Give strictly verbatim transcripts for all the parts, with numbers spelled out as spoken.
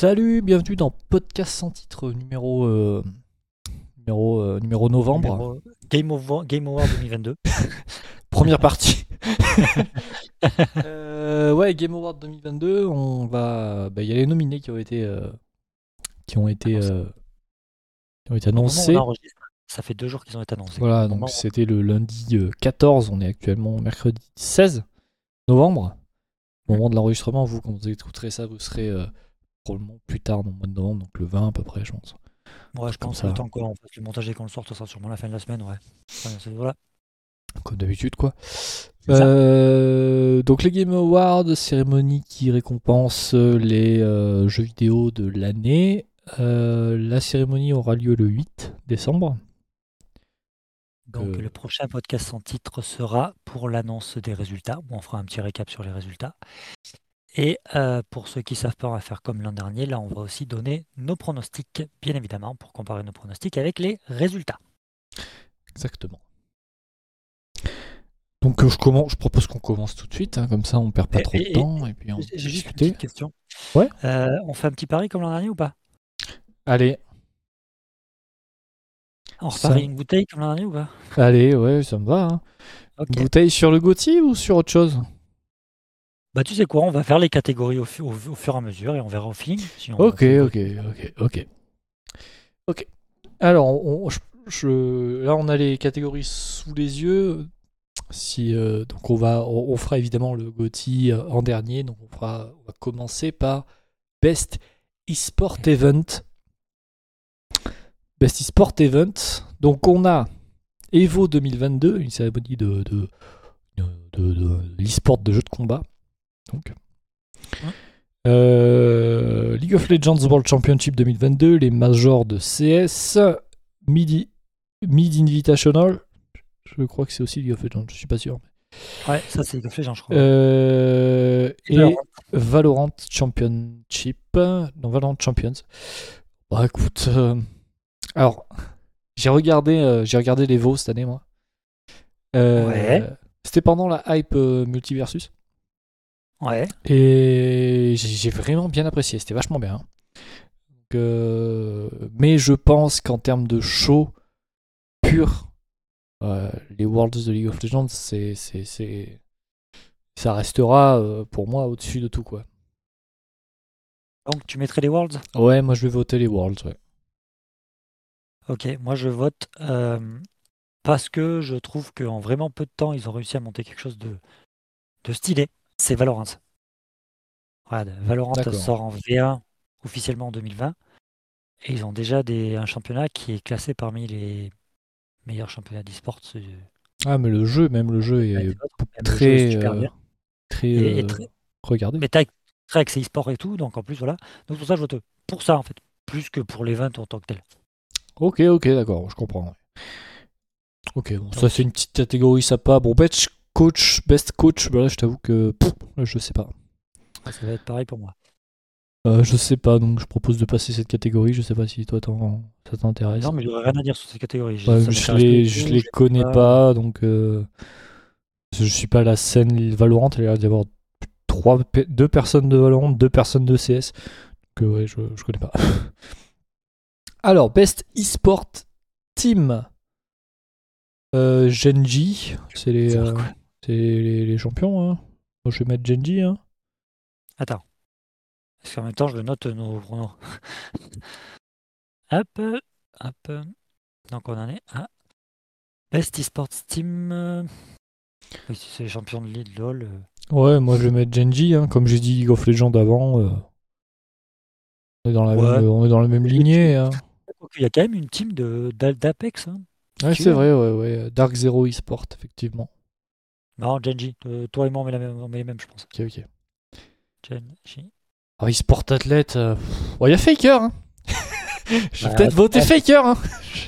Salut, bienvenue dans Podcast sans titre numéro euh, numéro euh, numéro novembre. Numéro- Game, Over- Game Award deux mille vingt-deux. Première partie. Euh, ouais, Game Award deux mille vingt-deux, on va bah, il y a les nominés qui ont été euh, qui ont été Annoncés. euh, qui ont été Au moment où annoncés. on enregistre, ça fait deux jours qu'ils ont été annoncés. Voilà, Au donc moment où- c'était le lundi euh, quatorze, on est actuellement mercredi seize novembre. Au moment de l'enregistrement, vous quand vous écouterez ça, vous serez euh, probablement plus tard dans le mois de novembre, donc le vingt à peu près, je pense. Ouais, je comme pense ça. que le temps qu'on fasse le montage et qu'on le sorte, ça sera sûrement la fin de la semaine, ouais. Ouais, c'est- voilà. Comme d'habitude, quoi. C'est ça. Euh, donc les Game Awards, cérémonie qui récompense les euh, jeux vidéo de l'année. Euh, la cérémonie aura lieu le huit décembre. Donc Euh, le prochain podcast sans titre sera pour l'annonce des résultats, où on fera un petit récap sur les résultats. Et euh, pour ceux qui ne savent pas, on va faire comme l'an dernier, là on va aussi donner nos pronostics, bien évidemment, pour comparer nos pronostics avec les résultats. Exactement. Donc euh, je, commence, je propose qu'on commence tout de suite, hein, comme ça on perd pas Et- trop de et- temps et puis on peut J'ai juste une discuter. petite question. Ouais. Euh, on fait un petit pari comme l'an dernier ou pas? Allez, On Ça- reparie une bouteille comme l'an dernier ou pas? allez, ouais, ça me va. Hein. Ok. Une bouteille sur le Gauthier ou sur autre chose? Bah tu sais quoi, on va faire les catégories au, fu- au- au fur et à mesure et on verra au feeling. Si on Ok, fait ok, ok, ok. Ok. Alors, on- je- je- là on a les catégories sous les yeux. Si, euh, donc on va, on, on fera évidemment le GOTY euh, en dernier. Donc on fera, on va commencer par Best eSport Event. Best eSport Event. Donc on a Evo deux mille vingt-deux, une cérémonie de, de, de, de, de l'eSport de jeux de combat. Donc. Ouais. Euh, League of Legends World Championship deux mille vingt-deux, les Majors de C S, Mid, Mid Invitational. Je crois que c'est aussi League of Legends, je suis pas sûr. Ouais, ça c'est League of Legends, je crois. Euh, et Valorant. Valorant Championship. Non, Valorant Champions. Bah écoute. euh, alors, j'ai regardé, euh, j'ai regardé les V O cette année, moi. Euh, Ouais. C'était pendant la hype euh, Multiversus. Ouais. Et j'ai j'ai vraiment bien apprécié. C'était vachement bien. hein. Donc, euh, mais je pense qu'en termes de show pur, euh, les Worlds de League of Legends, c'est, c'est, c'est... ça restera euh, pour moi au-dessus de tout, quoi. Donc tu mettrais les Worlds? Ouais, moi je vais voter les Worlds, ouais. Ok, moi je vote euh, parce que je trouve qu'en vraiment peu de temps, ils ont réussi à monter quelque chose de, de stylé. C'est Valorant. Regarde, Valorant D'accord. sort en V un officiellement en deux mille vingt et ils ont déjà des, un championnat qui est classé parmi les meilleurs championnats d'e-sport. c'est- Ah, mais le jeu, même le jeu est Ouais, c'est autre. Même le jeu est très, super euh, bien. très Et, et euh, très, regardé. mais très, très axé e-sport et tout, donc en plus, voilà. Donc pour ça, je vote pour ça, en fait, plus que pour les vingt en tant que tel. Ok, ok, d'accord, je comprends. ouais. Ok, bon, ça Donc, c'est une petite catégorie sympa. Bon, best coach, best coach, bah là je t'avoue que pff, je sais pas. ça va être pareil pour moi. Euh, je sais pas, donc je propose de passer cette catégorie. Je sais pas si toi t'en- ça t'intéresse. Non, mais j'aurais rien à dire sur ces catégories. Je- Ouais, ça je m'intéresse les, pas je du tout, les j'aime connais pas. pas, donc euh, je suis pas à la scène Valorant. Il y a l'air d'y avoir trois, pe- deux personnes de Valorant, deux personnes de C S. Donc euh, ouais, je, je connais pas. Alors, Best eSport Team. Euh, Genji, c'est les, Ça va, euh, quoi. c'est les, les champions. Hein. Moi, je vais mettre Genji. Hein. Attends. Parce qu'en même temps, je le note nos pronos. Hop, hop. Donc on en est à Best eSports Team. euh, Oui, si c'est les champions de League LOL. euh, Ouais, moi je vais mettre Genji. Hein. Comme j'ai dit League of Legends avant, euh, on, est dans la Ouais. même, on est dans la même Les lignée. teams- Hein. Il y a quand même une team de, d'A- d'Apex. Hein. Ouais, Tu c'est veux, vrai, ouais, ouais. Dark Zero eSport, effectivement. Non, Genji. Euh, toi et moi, on met, la même, on met les mêmes, je pense. Ok, ok. Genji. Alors, eSport Athlète, euh, bon, il y a Faker. Hein. je vais Bah, peut-être voter ouais. Faker. Hein.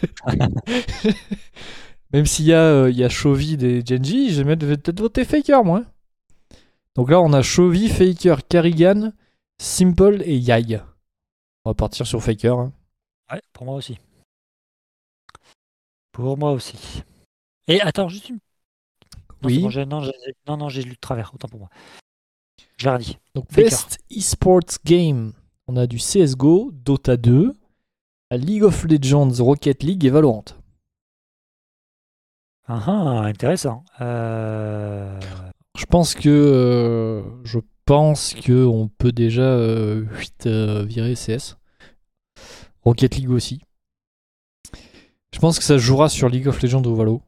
Même s'il y a, euh, il y a Chovy et Genji, je vais mettre- je vais peut-être voter Faker, moi. Donc là, on a Chovy, Faker, Karrigan, Simple et Yai. On va partir sur Faker. Hein. Ouais, pour moi aussi. Pour moi aussi. Et attends, juste une. Non, Oui. c'est bon, j'ai- non, j'ai- non, non, j'ai lu de travers, autant pour moi. Je l'ai redit. Donc, Faker. Best eSports Game. on a du C S G O, Dota deux, League of Legends, Rocket League et Valorant. Ah, ah, intéressant. Euh, Je pense que euh, je pense que on peut déjà euh, huit, euh, virer C S. Rocket League aussi. Je pense que ça jouera sur League of Legends ou Valo.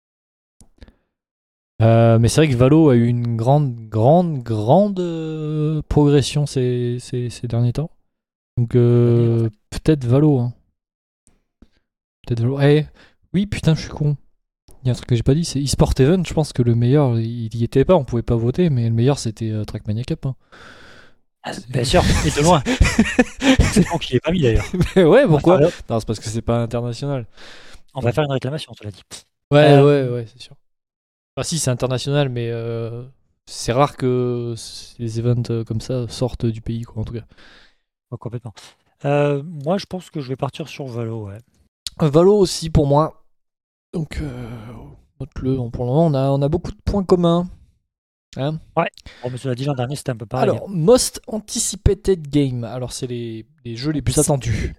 Euh, mais c'est vrai que Valo a eu une grande, grande, grande euh, progression ces, ces, ces derniers temps. Donc euh, peut-être Valo. Hein. Peut-être Valo. Eh, oui, putain, je suis con. Il y a un truc que j'ai pas dit, c'est eSport Event. Je pense que le meilleur, il y était pas, on pouvait pas voter, mais le meilleur c'était euh, Trackmania Cup. Hein. Ah, bien sûr, et de loin. C'est bon qu'il l'ait pas mis d'ailleurs. Mais ouais, pourquoi? On va, faire, Non, c'est parce que c'est pas international. on va faire une réclamation, cela dit. Ouais, Euh, ouais, ouais, c'est sûr. Enfin, si, c'est international, mais euh, c'est rare que les events euh, comme ça sortent du pays, quoi, en tout cas. oh, complètement. Euh, moi, je pense que je vais partir sur Valo, ouais. Valo aussi pour moi. Donc, euh, note-le. Pour le moment, on a, on a beaucoup de points communs. Hein. Ouais. Bon, mais cela dit, l'an dernier, c'était un peu pareil. Alors, Most Anticipated Game. Alors, c'est les, les jeux les plus attendus.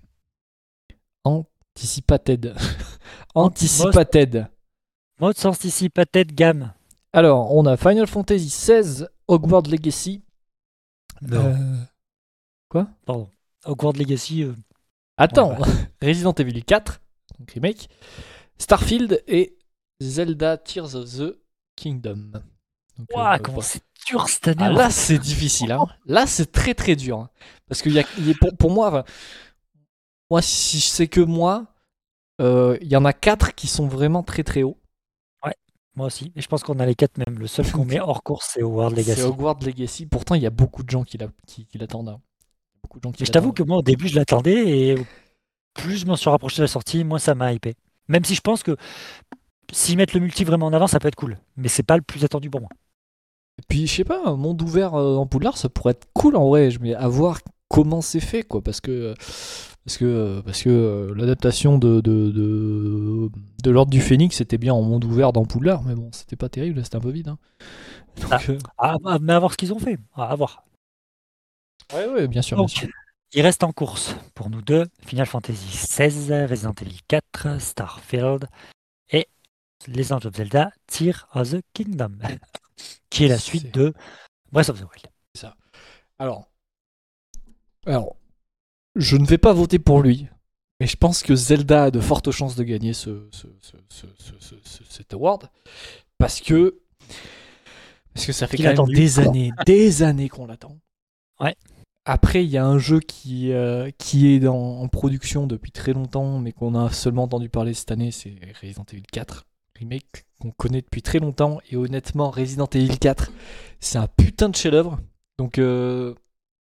Anticipated. Anticipated. Most Anticipated Game. Alors, on a Final Fantasy seize, Hogwarts Legacy. Non. Euh, Quoi? Pardon. Hogwarts Legacy. Euh... Attends, Ouais, bah. Resident Evil quatre, donc remake, Starfield et Zelda Tears of the Kingdom. Donc, Ouah, euh, comment bah. c'est dur cette année. Ah, en là, fait. c'est difficile. Hein. Là, c'est très très dur. Hein. Parce que y a, y a, pour, pour moi, enfin, moi, si je sais que moi, il euh, y en a quatre qui sont vraiment très très hauts. Ouais, moi aussi. Et je pense qu'on a les quatre même. Le seul qu'on met hors course, c'est Hogwarts Legacy. C'est Hogwarts Legacy. Pourtant, il y a beaucoup de gens qui, la, qui, qui l'attendent. Hein. Beaucoup de gens qui Mais je t'avoue l'attendent. que moi, au début, je l'attendais et plus je m'en suis rapproché de la sortie, moins ça m'a hypé. Même si je pense que s'ils mettent le multi vraiment en avant, ça peut être cool. Mais c'est pas le plus attendu pour moi. Et puis, je sais pas, un monde ouvert euh, en Poudlard, ça pourrait être cool en vrai. Je vais à voir comment c'est fait, quoi. Parce que, parce que, parce que euh, l'adaptation de, de, de, de l'Ordre du Phénix, c'était bien en monde ouvert dans Poudlard, mais bon, c'était pas terrible, c'était un peu vide. Hein. Donc, Ah, euh, ah, ah, mais à voir ce qu'ils ont fait. Ah, à voir. Ouais, ouais, bien sûr. Bien Donc, sûr. il reste en course pour nous deux Final Fantasy seize, Resident Evil quatre, Starfield et Legend of Zelda Tears of the Kingdom, qui est la suite C'est de Breath of the Wild. ça. Alors, alors, je ne vais pas voter pour lui, mais je pense que Zelda a de fortes chances de gagner ce, ce, ce, ce, ce, ce- ce- cet award parce que parce que ça fait Qu'il quand a même attendu. des années, des années qu'on l'attend. Ouais. Après, il y a un jeu qui, euh, qui est dans- en production depuis très longtemps, mais qu'on a seulement entendu parler cette année, c'est Resident Evil quatre remake qu'on connaît depuis très longtemps. Et honnêtement, Resident Evil quatre, c'est un putain de chef-d'œuvre. Donc euh,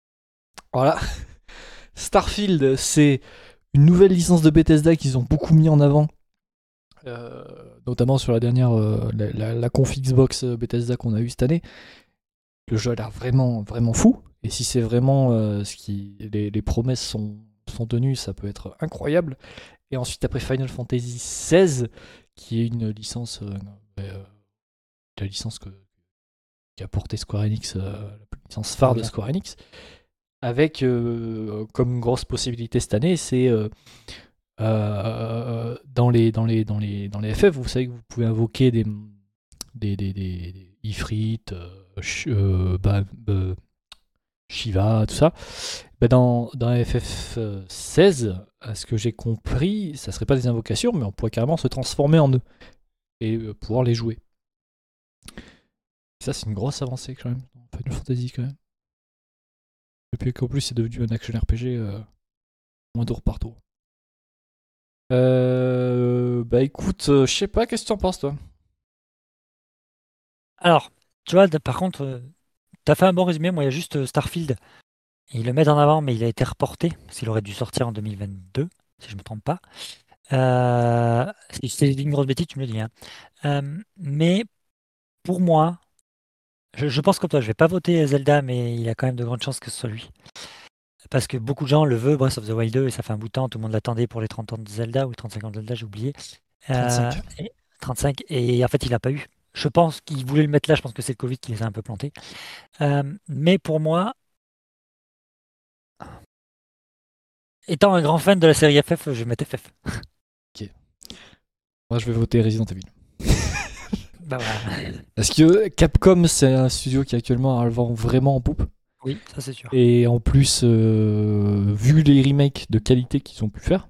voilà. Starfield, c'est une nouvelle licence de Bethesda qu'ils ont beaucoup mis en avant. Euh, notamment sur la dernière euh, la, la, la conf Xbox Bethesda qu'on a eu cette année. Le jeu a l'air vraiment vraiment fou, et si c'est vraiment euh, ce qui les, les promesses sont, sont tenues, ça peut être incroyable. Et ensuite après Final Fantasy seize, qui est une licence euh, euh, la licence que, qui a porté Square Enix, euh, la licence phare de Square Enix, avec euh, comme grosse possibilité cette année, c'est euh, euh, dans les dans les dans les dans les F F, vous savez que vous pouvez invoquer des des des, des, des Ifrit, euh, sh- euh, bah, euh, Shiva, tout ça. Bah, dans, dans F F seize, à ce que j'ai compris, ça serait pas des invocations, mais on pourrait carrément se transformer en eux et euh, pouvoir les jouer. Et ça, c'est une grosse avancée quand même dans Final Fantasy quand même. Depuis qu'en plus c'est devenu un action R P G euh, moins tour par tour. Euh, bah écoute, euh, je sais pas, qu'est-ce que tu en penses toi? Alors, tu vois, de- par contre, euh, t'as fait un bon résumé. Moi, il y a juste euh, Starfield. Ils le mettent en avant, mais il a été reporté, parce qu'il aurait dû sortir en deux mille vingt-deux, si je ne me trompe pas. Euh, si c'est une grosse bêtise, tu me le dis. Hein. Euh, mais pour moi, je, je pense comme toi, je vais pas voter Zelda, mais il a quand même de grandes chances que ce soit lui. Parce que beaucoup de gens le veulent, Breath of the Wild deux, et ça fait un bout de temps, tout le monde l'attendait pour les trente ans de Zelda, ou les trente-cinq ans de Zelda, j'ai oublié. Euh, trente-cinq. et, trente-cinq, et en fait, il n'a pas eu. Je pense qu'il voulait le mettre là, je pense que c'est le Covid qui les a un peu plantés. Euh, mais pour moi, étant un grand fan de la série F F, je vais mettre F F. Moi, je vais voter Resident Evil. Bah voilà. Parce que Capcom, c'est un studio qui actuellement a le vent vraiment en poupe. Oui, ça c'est sûr. Et en plus, euh, vu les remakes de qualité qu'ils ont pu faire,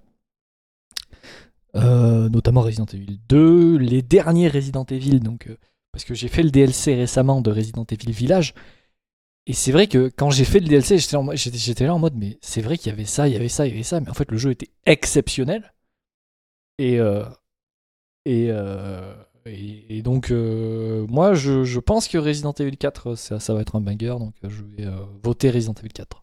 euh, notamment Resident Evil deux, les derniers Resident Evil, donc, euh, parce que j'ai fait le D L C récemment de Resident Evil Village, et c'est vrai que quand j'ai fait le D L C, j'étais, en, j'étais, j'étais là en mode, mais c'est vrai qu'il y avait ça, il y avait ça, il y avait ça, mais en fait le jeu était exceptionnel. Et, euh, et, euh, et, et donc, euh, moi je, je pense que Resident Evil quatre, ça, ça va être un banger, donc euh, je vais euh, voter Resident Evil quatre.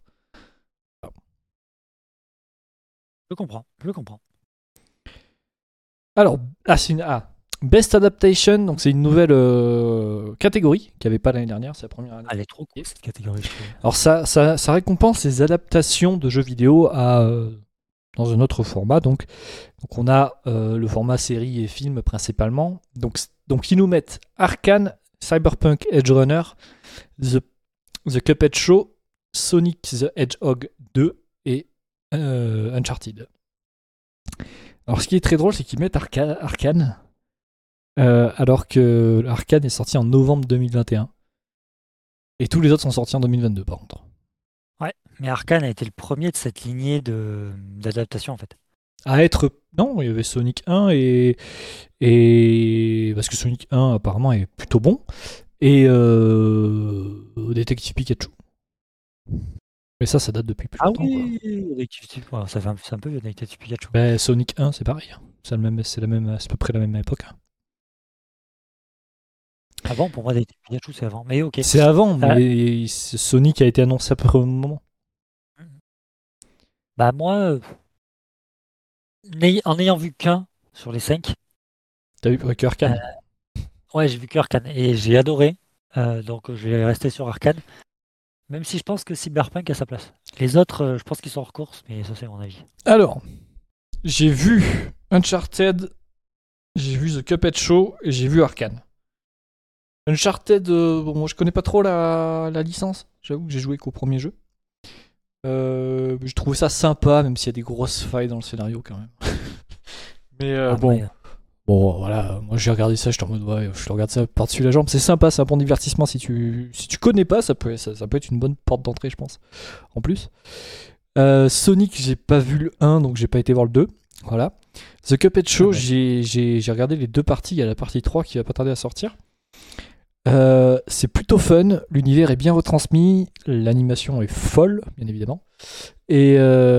Je comprends, je comprends. Alors, ah, c'est une, ah, Best Adaptation, donc c'est une nouvelle euh, catégorie qu'il n'y avait pas l'année dernière, c'est la première année. Elle est trop cool cette catégorie, je trouve. Alors ça, ça, ça récompense les adaptations de jeux vidéo à, euh, dans un autre format. Donc, donc on a euh, le format série et film principalement. Donc, donc ils nous mettent Arcane, Cyberpunk Edge Runner, The, The Cuphead Show, Sonic the Hedgehog deux et euh, Uncharted. Alors ce qui est très drôle, c'est qu'ils mettent Arca- Arcane euh, alors que Arcane est sorti en novembre deux mille vingt et un. Et tous les autres sont sortis en deux mille vingt-deux par contre. Ouais, mais Arcane a été le premier de cette lignée de d'adaptation en fait. À être... Non, il y avait Sonic un et... et... Parce que Sonic un apparemment est plutôt bon. Et euh... Détective Pikachu. Mais ça, ça date depuis plus Ah longtemps. oui, Détective- ouais, ça fait un, c'est un peu vieux Détective Pikachu. Bah, Sonic un, c'est pareil. C'est, le même, c'est, la même, c'est à peu près la même époque. Avant, pour moi, Détective Pikachu, c'est avant. Mais ok. C'est avant, Ah. mais Sonic a été annoncé à peu près au même moment. Bah moi, euh, n'ay- en n'ayant vu qu'un sur les cinq, T'as vu que Arcane euh, ouais, j'ai vu que Arcane et j'ai adoré. Euh, donc je vais rester sur Arcane. Même si je pense que Cyberpunk a sa place. Les autres, euh, je pense qu'ils sont hors course, mais ça c'est mon avis. Alors, j'ai vu Uncharted, j'ai vu The Cuphead Show et j'ai vu Arcane. Uncharted, euh, bon, moi je connais pas trop la, la licence. J'avoue que j'ai joué qu'au premier jeu. Euh, je trouvais ça sympa, même s'il y a des grosses failles dans le scénario quand même. Mais euh, Ah, bon, ouais. bon, voilà, moi j'ai regardé ça, j'étais en mode ouais, je te regarde ça par-dessus la jambe. C'est sympa, c'est un bon divertissement. Si tu, si tu connais pas, ça peut, ça, ça peut être une bonne porte d'entrée, je pense. En plus, euh, Sonic, j'ai pas vu le un, donc j'ai pas été voir le deux. Voilà. The Cuphead Show, Ah ouais. j'ai, j'ai, j'ai regardé les deux parties. Il y a la partie trois qui va pas tarder à sortir. Euh, c'est plutôt fun, l'univers est bien retransmis, l'animation est folle, bien évidemment. Et,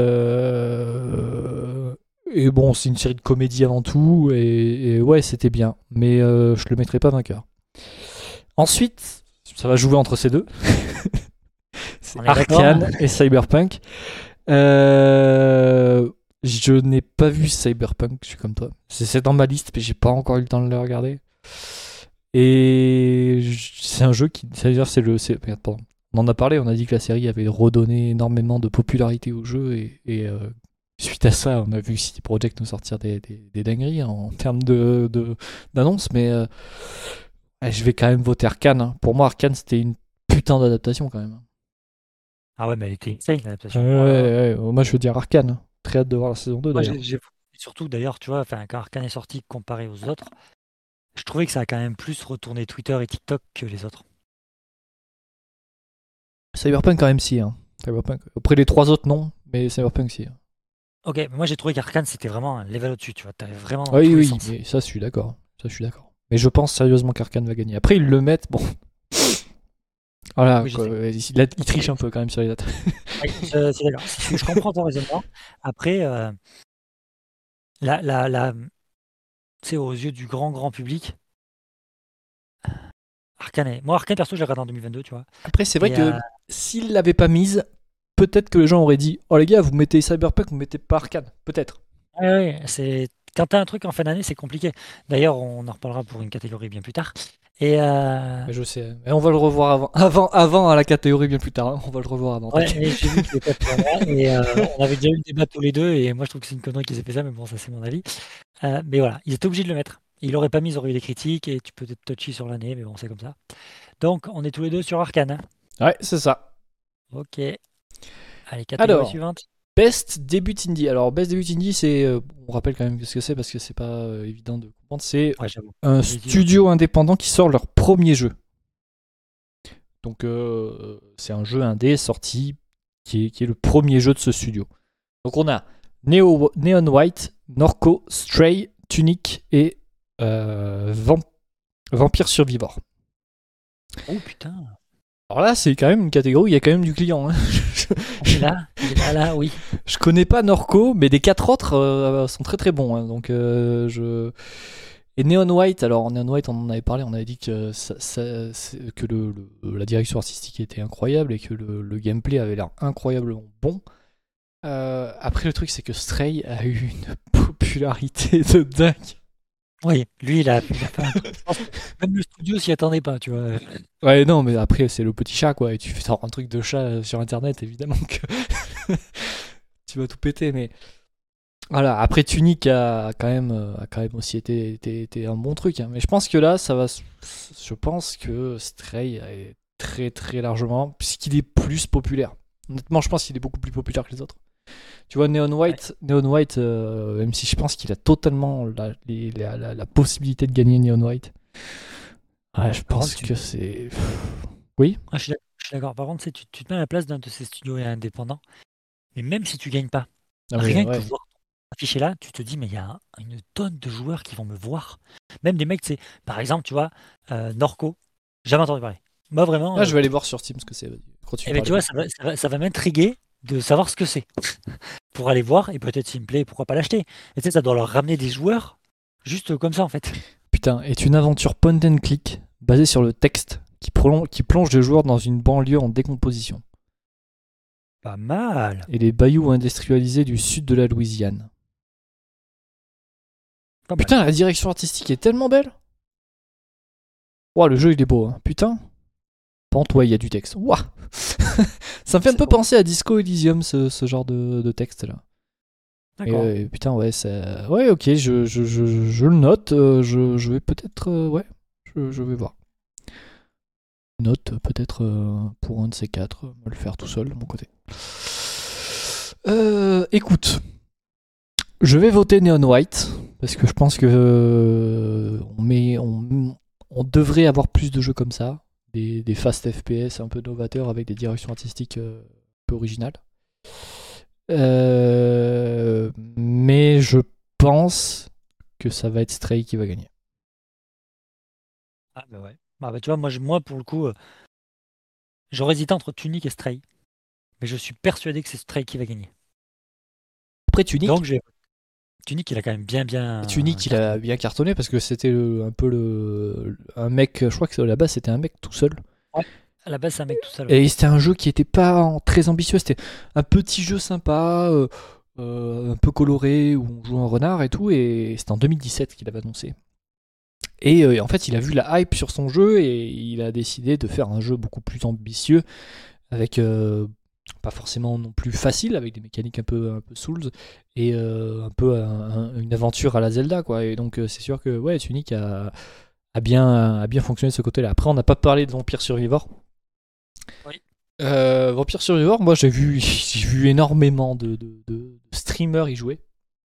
euh... et bon, c'est une série de comédie avant tout, et, et ouais, c'était bien, mais euh, je le mettrai pas vainqueur. Ensuite, ça va jouer entre ces deux. C'est On est Arcane d'accord. et Cyberpunk. Euh, Je n'ai pas vu Cyberpunk, je suis comme toi. C'est c'est dans ma liste, mais j'ai pas encore eu le temps de le regarder. Et j- c'est un jeu qui. C'est-à-dire, c'est le. c'est- Regarde, pardon. On en a parlé, on a dit que la série avait redonné énormément de popularité au jeu. Et, et, euh, suite à ça, on a vu City Project nous sortir des, des, des dingueries hein, en termes de, de- d'annonces. Mais euh, ouais, je vais quand même voter Arcane. hein. Pour moi, Arcane, c'était une putain d'adaptation quand même. Ah ouais, mais elle était insane l'adaptation. Ouais, Oh là là. ouais, ouais. Moi, je veux dire Arcane. hein. Très hâte de voir la saison deux Moi, d'ailleurs. j'ai, j'ai- surtout d'ailleurs, tu vois, enfin, quand Arcane est sorti comparé aux autres, je trouvais que ça a quand même plus retourné Twitter et TikTok que les autres. Cyberpunk, quand même, si. hein. Cyberpunk. Après les trois autres, non. Mais Cyberpunk, si. hein. Ok, mais moi j'ai trouvé qu'Arcane c'était vraiment un level au-dessus, tu vois, t'avais vraiment dans Oui, tous les oui, sens. mais ça, je suis d'accord. Ça, je suis d'accord. Mais je pense sérieusement qu'Arkane va gagner. Après, ils le mettent, bon. Voilà, Oui, je quoi, sais. ouais, il, il triche un peu quand même sur les dates. Oui, je, c'est d'accord. Je, je comprends ton raisonnement. Après, euh, la, la, la, tu sais, aux yeux du grand, grand public, Arcane est... Moi, Arcane, perso, je l'ai regardé en deux mille vingt-deux, tu vois. Après, c'est vrai Et que euh, s'ils l'avaient pas mise, peut-être que les gens auraient dit oh les gars, vous mettez Cyberpunk, vous mettez pas Arcane. Peut-être. ouais, ouais, c'est... quand t'as un truc en fin d'année, c'est compliqué. D'ailleurs, on en reparlera pour une catégorie bien plus tard. Et euh, Mais je sais. Mais on va le revoir avant. Avant, avant à la catégorie bien plus tard. hein. On va le revoir avant. ouais, t'inquiète. et j'ai vu que c'était pas pour moi. Et euh, on avait déjà eu le débat tous les deux. Et moi, je trouve que c'est une connerie qu'ils aient fait ça, mais bon, ça, c'est mon avis. Euh, mais voilà, ils étaient obligés de le mettre. Ils l'auraient pas mis, ils auraient eu des critiques. Et tu peux être touchy sur l'année, mais bon, c'est comme ça. Donc, on est tous les deux sur Arcane. hein. Ouais, c'est ça. Ok. Allez, catégorie Alors, suivante. Best debut indie. Alors, Best debut indie, c'est. euh, on rappelle quand même ce que c'est parce que c'est pas euh, évident de comprendre. C'est Ouais, j'avoue. un J'ai dit- studio indépendant qui sort leur premier jeu. Donc, euh, c'est un jeu indé sorti qui est, qui est le premier jeu de ce studio. Donc, on a Neo, Neon White, Norco, Stray, Tunic et euh, Vamp- Vampire Survivor. Oh putain. Alors là, c'est quand même une catégorie où il y a quand même du client. Hein. Il est là, il est là, là, oui. Je connais pas Norco, mais les quatre autres euh, sont très très bons. Hein. Donc, euh, je... Et Neon White, alors Neon White, on en avait parlé, on avait dit que, ça, ça- c'est- que le, le- la direction artistique était incroyable et que le, le gameplay avait l'air incroyablement bon. Euh, après, le truc, c'est que Stray a eu une popularité de dingue. Oui, lui, il a, il a fait un truc. Je pense que même le studio s'y attendait pas, tu vois. Ouais, non, mais après, c'est le petit chat, quoi. Et tu fais genre un truc de chat sur internet, évidemment que tu vas tout péter. Mais voilà, après, Tunic a quand même, euh, a quand même aussi été, été, été un bon truc. Hein. Mais je pense que là, ça va. s- Je pense que Stray est très, très largement. Puisqu'il est plus populaire. Honnêtement, je pense qu'il est beaucoup plus populaire que les autres. Tu vois, Neon White, Neon White euh, même si je pense qu'il a totalement la, les- la, la- la possibilité de gagner Neon White. Ouais, je Par pense contre, tu- que c'est. Oui. Ah, je suis d'ac- je suis d'accord. Par contre, tu sais, tu, tu te mets à la place d'un de ces studios indépendants. Mais même si tu gagnes pas, Ah, mais rien que ouais. voir affiché là, tu te dis, mais il y a un- une tonne de joueurs qui vont me voir. Même des mecs, tu sais, par exemple, tu vois, euh, Norco, jamais entendu parler. Moi, vraiment, Ah, euh, je vais aller voir sur Steam ce que c'est. Vas-y, continue eh de ben, tu parler. vois, ça va, ça va, ça va m'intriguer de savoir ce que c'est. Pour aller voir, et peut-être s'il me plaît, pourquoi pas l'acheter. Et tu sais, ça doit leur ramener des joueurs, juste comme ça, en fait. Putain, est une aventure point and click basée sur le texte qui, prolonge, qui plonge les joueurs dans une banlieue en décomposition Pas mal. et les bayous industrialisés du sud de la Louisiane. Pas mal. Putain, la direction artistique est tellement belle. Ouah, le jeu il est beau. Hein. Putain. Par contre, ouais, il y a du texte. Ouah. Ça me fait un C'est peu beau. penser à Disco Elysium, ce, ce genre de, de texte là. Et, D'accord. euh, putain, ouais, ça... ouais, ok, je, je, je, je le note. euh, je, je vais peut-être. euh, ouais, je, je vais voir. Note, euh, peut-être euh, pour un de ces quatre, euh, me le faire tout seul de mon côté. Euh, écoute, je vais voter Neon White parce que je pense que euh, on, met, on, on devrait avoir plus de jeux comme ça, des, des fast F P S un peu novateurs avec des directions artistiques euh, un peu originales. Euh, mais je pense que ça va être Stray qui va gagner. Ah, bah ouais. Bah, bah, tu vois, moi, je- moi, pour le coup, euh, j'aurais hésité entre Tunic et Stray. Mais je suis persuadé que c'est Stray qui va gagner. Après Tunic, Donc, j'ai Tunic, il a quand même bien, bien. Tunic, il a cartonné. bien cartonné parce que c'était le- un peu le un mec, je crois que à la base c'était un mec tout seul. À la base, c'est un mec tout seul. Ouais. Et c'était un jeu qui était pas en- très ambitieux, c'était un petit jeu sympa, euh, euh, un peu coloré où on joue un renard et tout. Et c'était en deux mille dix-sept qu'il avait annoncé. Et euh, en fait, il a vu la hype sur son jeu et il a décidé de faire un jeu beaucoup plus ambitieux avec euh, pas forcément non plus facile, avec des mécaniques un peu, un peu Souls et euh, un peu un- un- une aventure à la Zelda, quoi. Et donc euh, c'est sûr que ouais, Tunic a, a bien, a bien fonctionné de ce côté-là. Après, on n'a pas parlé de Vampire Survivor. Oui. Euh, Vampire Survivor, moi j'ai vu, j'ai vu énormément de, de, de- de streamers y jouer.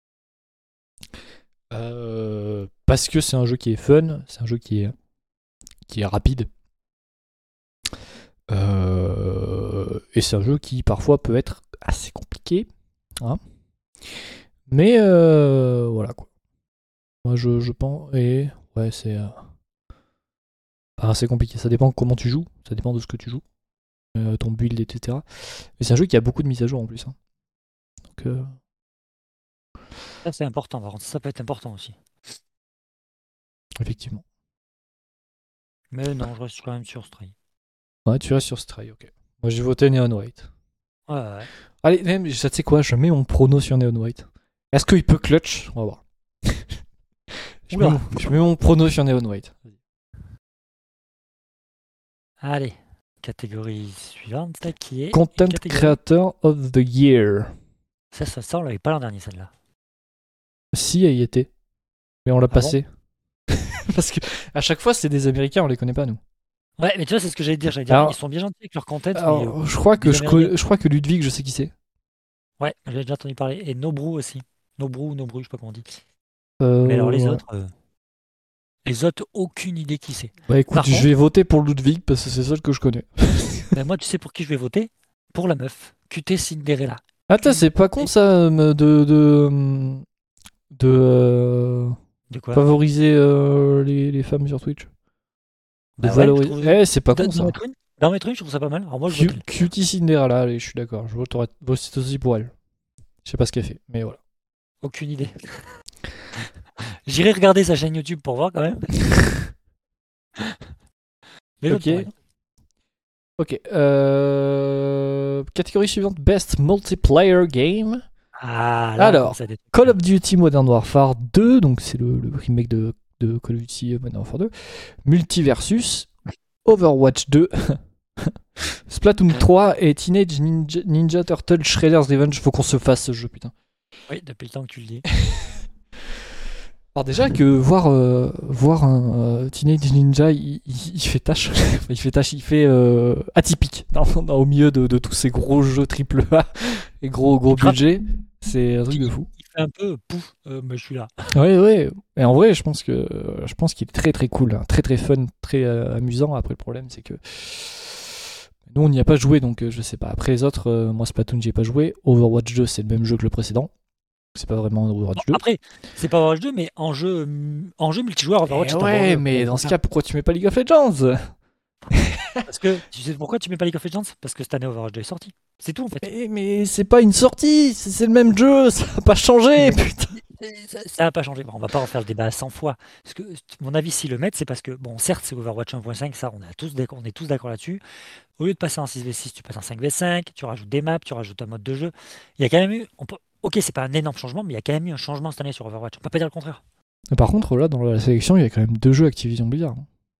Euh, parce que c'est un jeu qui est fun, c'est un jeu qui est, qui est rapide. Euh, et c'est un jeu qui parfois peut être assez compliqué. Hein. Mais euh, voilà quoi. Moi je, je pense. Et ouais, c'est. Euh, pas assez compliqué. Ça dépend comment tu joues, ça dépend de ce que tu joues, euh, ton build, et cetera. Mais c'est un jeu qui a beaucoup de mises à jour en plus. Hein. Donc. Euh, Ça, c'est important. Par contre, ça peut être important aussi. effectivement. Mais non, je reste quand même sur Stray. Ouais, tu restes sur Stray, ok. Moi j'ai voté Neon White. Ouais, ouais. Allez, même, ça tu sais quoi, je mets mon prono sur Neon White. Est-ce qu'il peut clutch? On va voir. je, mets Oula. mon, je mets mon prono sur Neon White. Allez, catégorie suivante, là, qui est. Content une catégorie- Creator of the Year. Ça, ça, ça, on l'avait pas l'an dernier, celle-là. Si, elle y était. Mais on l'a Ah passé. Parce que à chaque fois, c'est des Américains, on les connaît pas, nous. Ouais, mais tu vois, c'est ce que j'allais dire. J'allais dire, Alors- ils sont bien gentils avec leur content. mais, Alors, euh, je crois que les je, Américains. co- je crois que Ludwig, je sais qui c'est. Ouais, j'ai déjà entendu parler. Et Nobru aussi. Nobru ou Nobru, je sais pas comment on dit. Euh, Mais alors les ouais. autres, euh, les autres, aucune idée qui c'est. Bah écoute, Par je vais contre, voter pour Ludwig parce que c'est celle que je connais. ben moi, tu sais pour qui je vais voter? Pour la meuf. Q T Cinderella. Attends, c'est pas con Q T. ça euh, de de de euh, De quoi? favoriser euh, les, les femmes sur Twitch. De Bah ouais, je valoriser. trouve. Eh, c'est pas con D'en ça. mettre une? D'en mettre une, je trouve ça pas mal. Alors moi, je Cu- voterai. Cutie Cinderella, allez, je suis d'accord. Je voterai vote aussi pour elle. Je sais pas ce qu'elle fait, mais voilà. Aucune idée. J'irai regarder sa chaîne YouTube pour voir quand même. Mais l'autre, Ok. pareil. Ok. Euh... Catégorie suivante, Best Multiplayer Game. Ah, là, on Alors, commence à des trucs. Call of Duty Modern Warfare deux, donc c'est le, le remake de, de Call of Duty Modern Warfare deux. Multiversus, Overwatch deux, Splatoon trois et Teenage Ninja, Ninja Turtle Shredder's Revenge. Faut qu'on se fasse ce jeu, putain. Oui, depuis le temps que tu le dis. Alors déjà que voir, euh, voir un euh, Teenage Ninja, il, il- il fait tâche. il fait tâche, il fait euh, atypique dans, dans- au milieu de, de tous ces gros jeux triple A et gros gros Grave. budget. C'est un truc de fou. Il fait un peu pouf, euh, mais je suis là. Oui, oui. Et en vrai, je pense que je pense qu'il est très très cool, hein, très très fun, très euh, amusant. Après, le problème, c'est que nous, on n'y a pas joué, donc euh, je sais pas. Après les autres, euh, moi, Splatoon, j'y ai pas joué. Overwatch deux, c'est le même jeu que le précédent. C'est pas vraiment Bon, Overwatch deux. après, c'est pas Overwatch deux, mais en jeu, hum, en jeu multijoueur, Overwatch Eh est un ouais, bon mais jeu. dans ce cas, pourquoi tu mets pas League of Legends? Parce que, tu sais pourquoi tu mets pas League of Legends? Parce que cette année, Overwatch deux est sorti. C'est tout en fait. Mais, mais c'est pas une sortie, c'est c'est le même jeu, ça a pas changé, putain. Ça- Ça n'a pas changé. Bon, on va pas refaire le débat cent fois. Parce que, mon avis, s'ils le mettent, c'est parce que, bon, certes, c'est Overwatch un point cinq, ça, on, a tous d'accord- on est tous d'accord là-dessus. Au lieu de passer en six v six, tu passes en cinq v cinq, tu rajoutes des maps, tu rajoutes un mode de jeu. Il y a quand même eu. On peut- ok, c'est pas un énorme changement, mais il y a quand même eu un changement cette année sur Overwatch. On peut pas dire le contraire. Par contre, là, dans la sélection, il y a quand même deux jeux Activision Blizzard.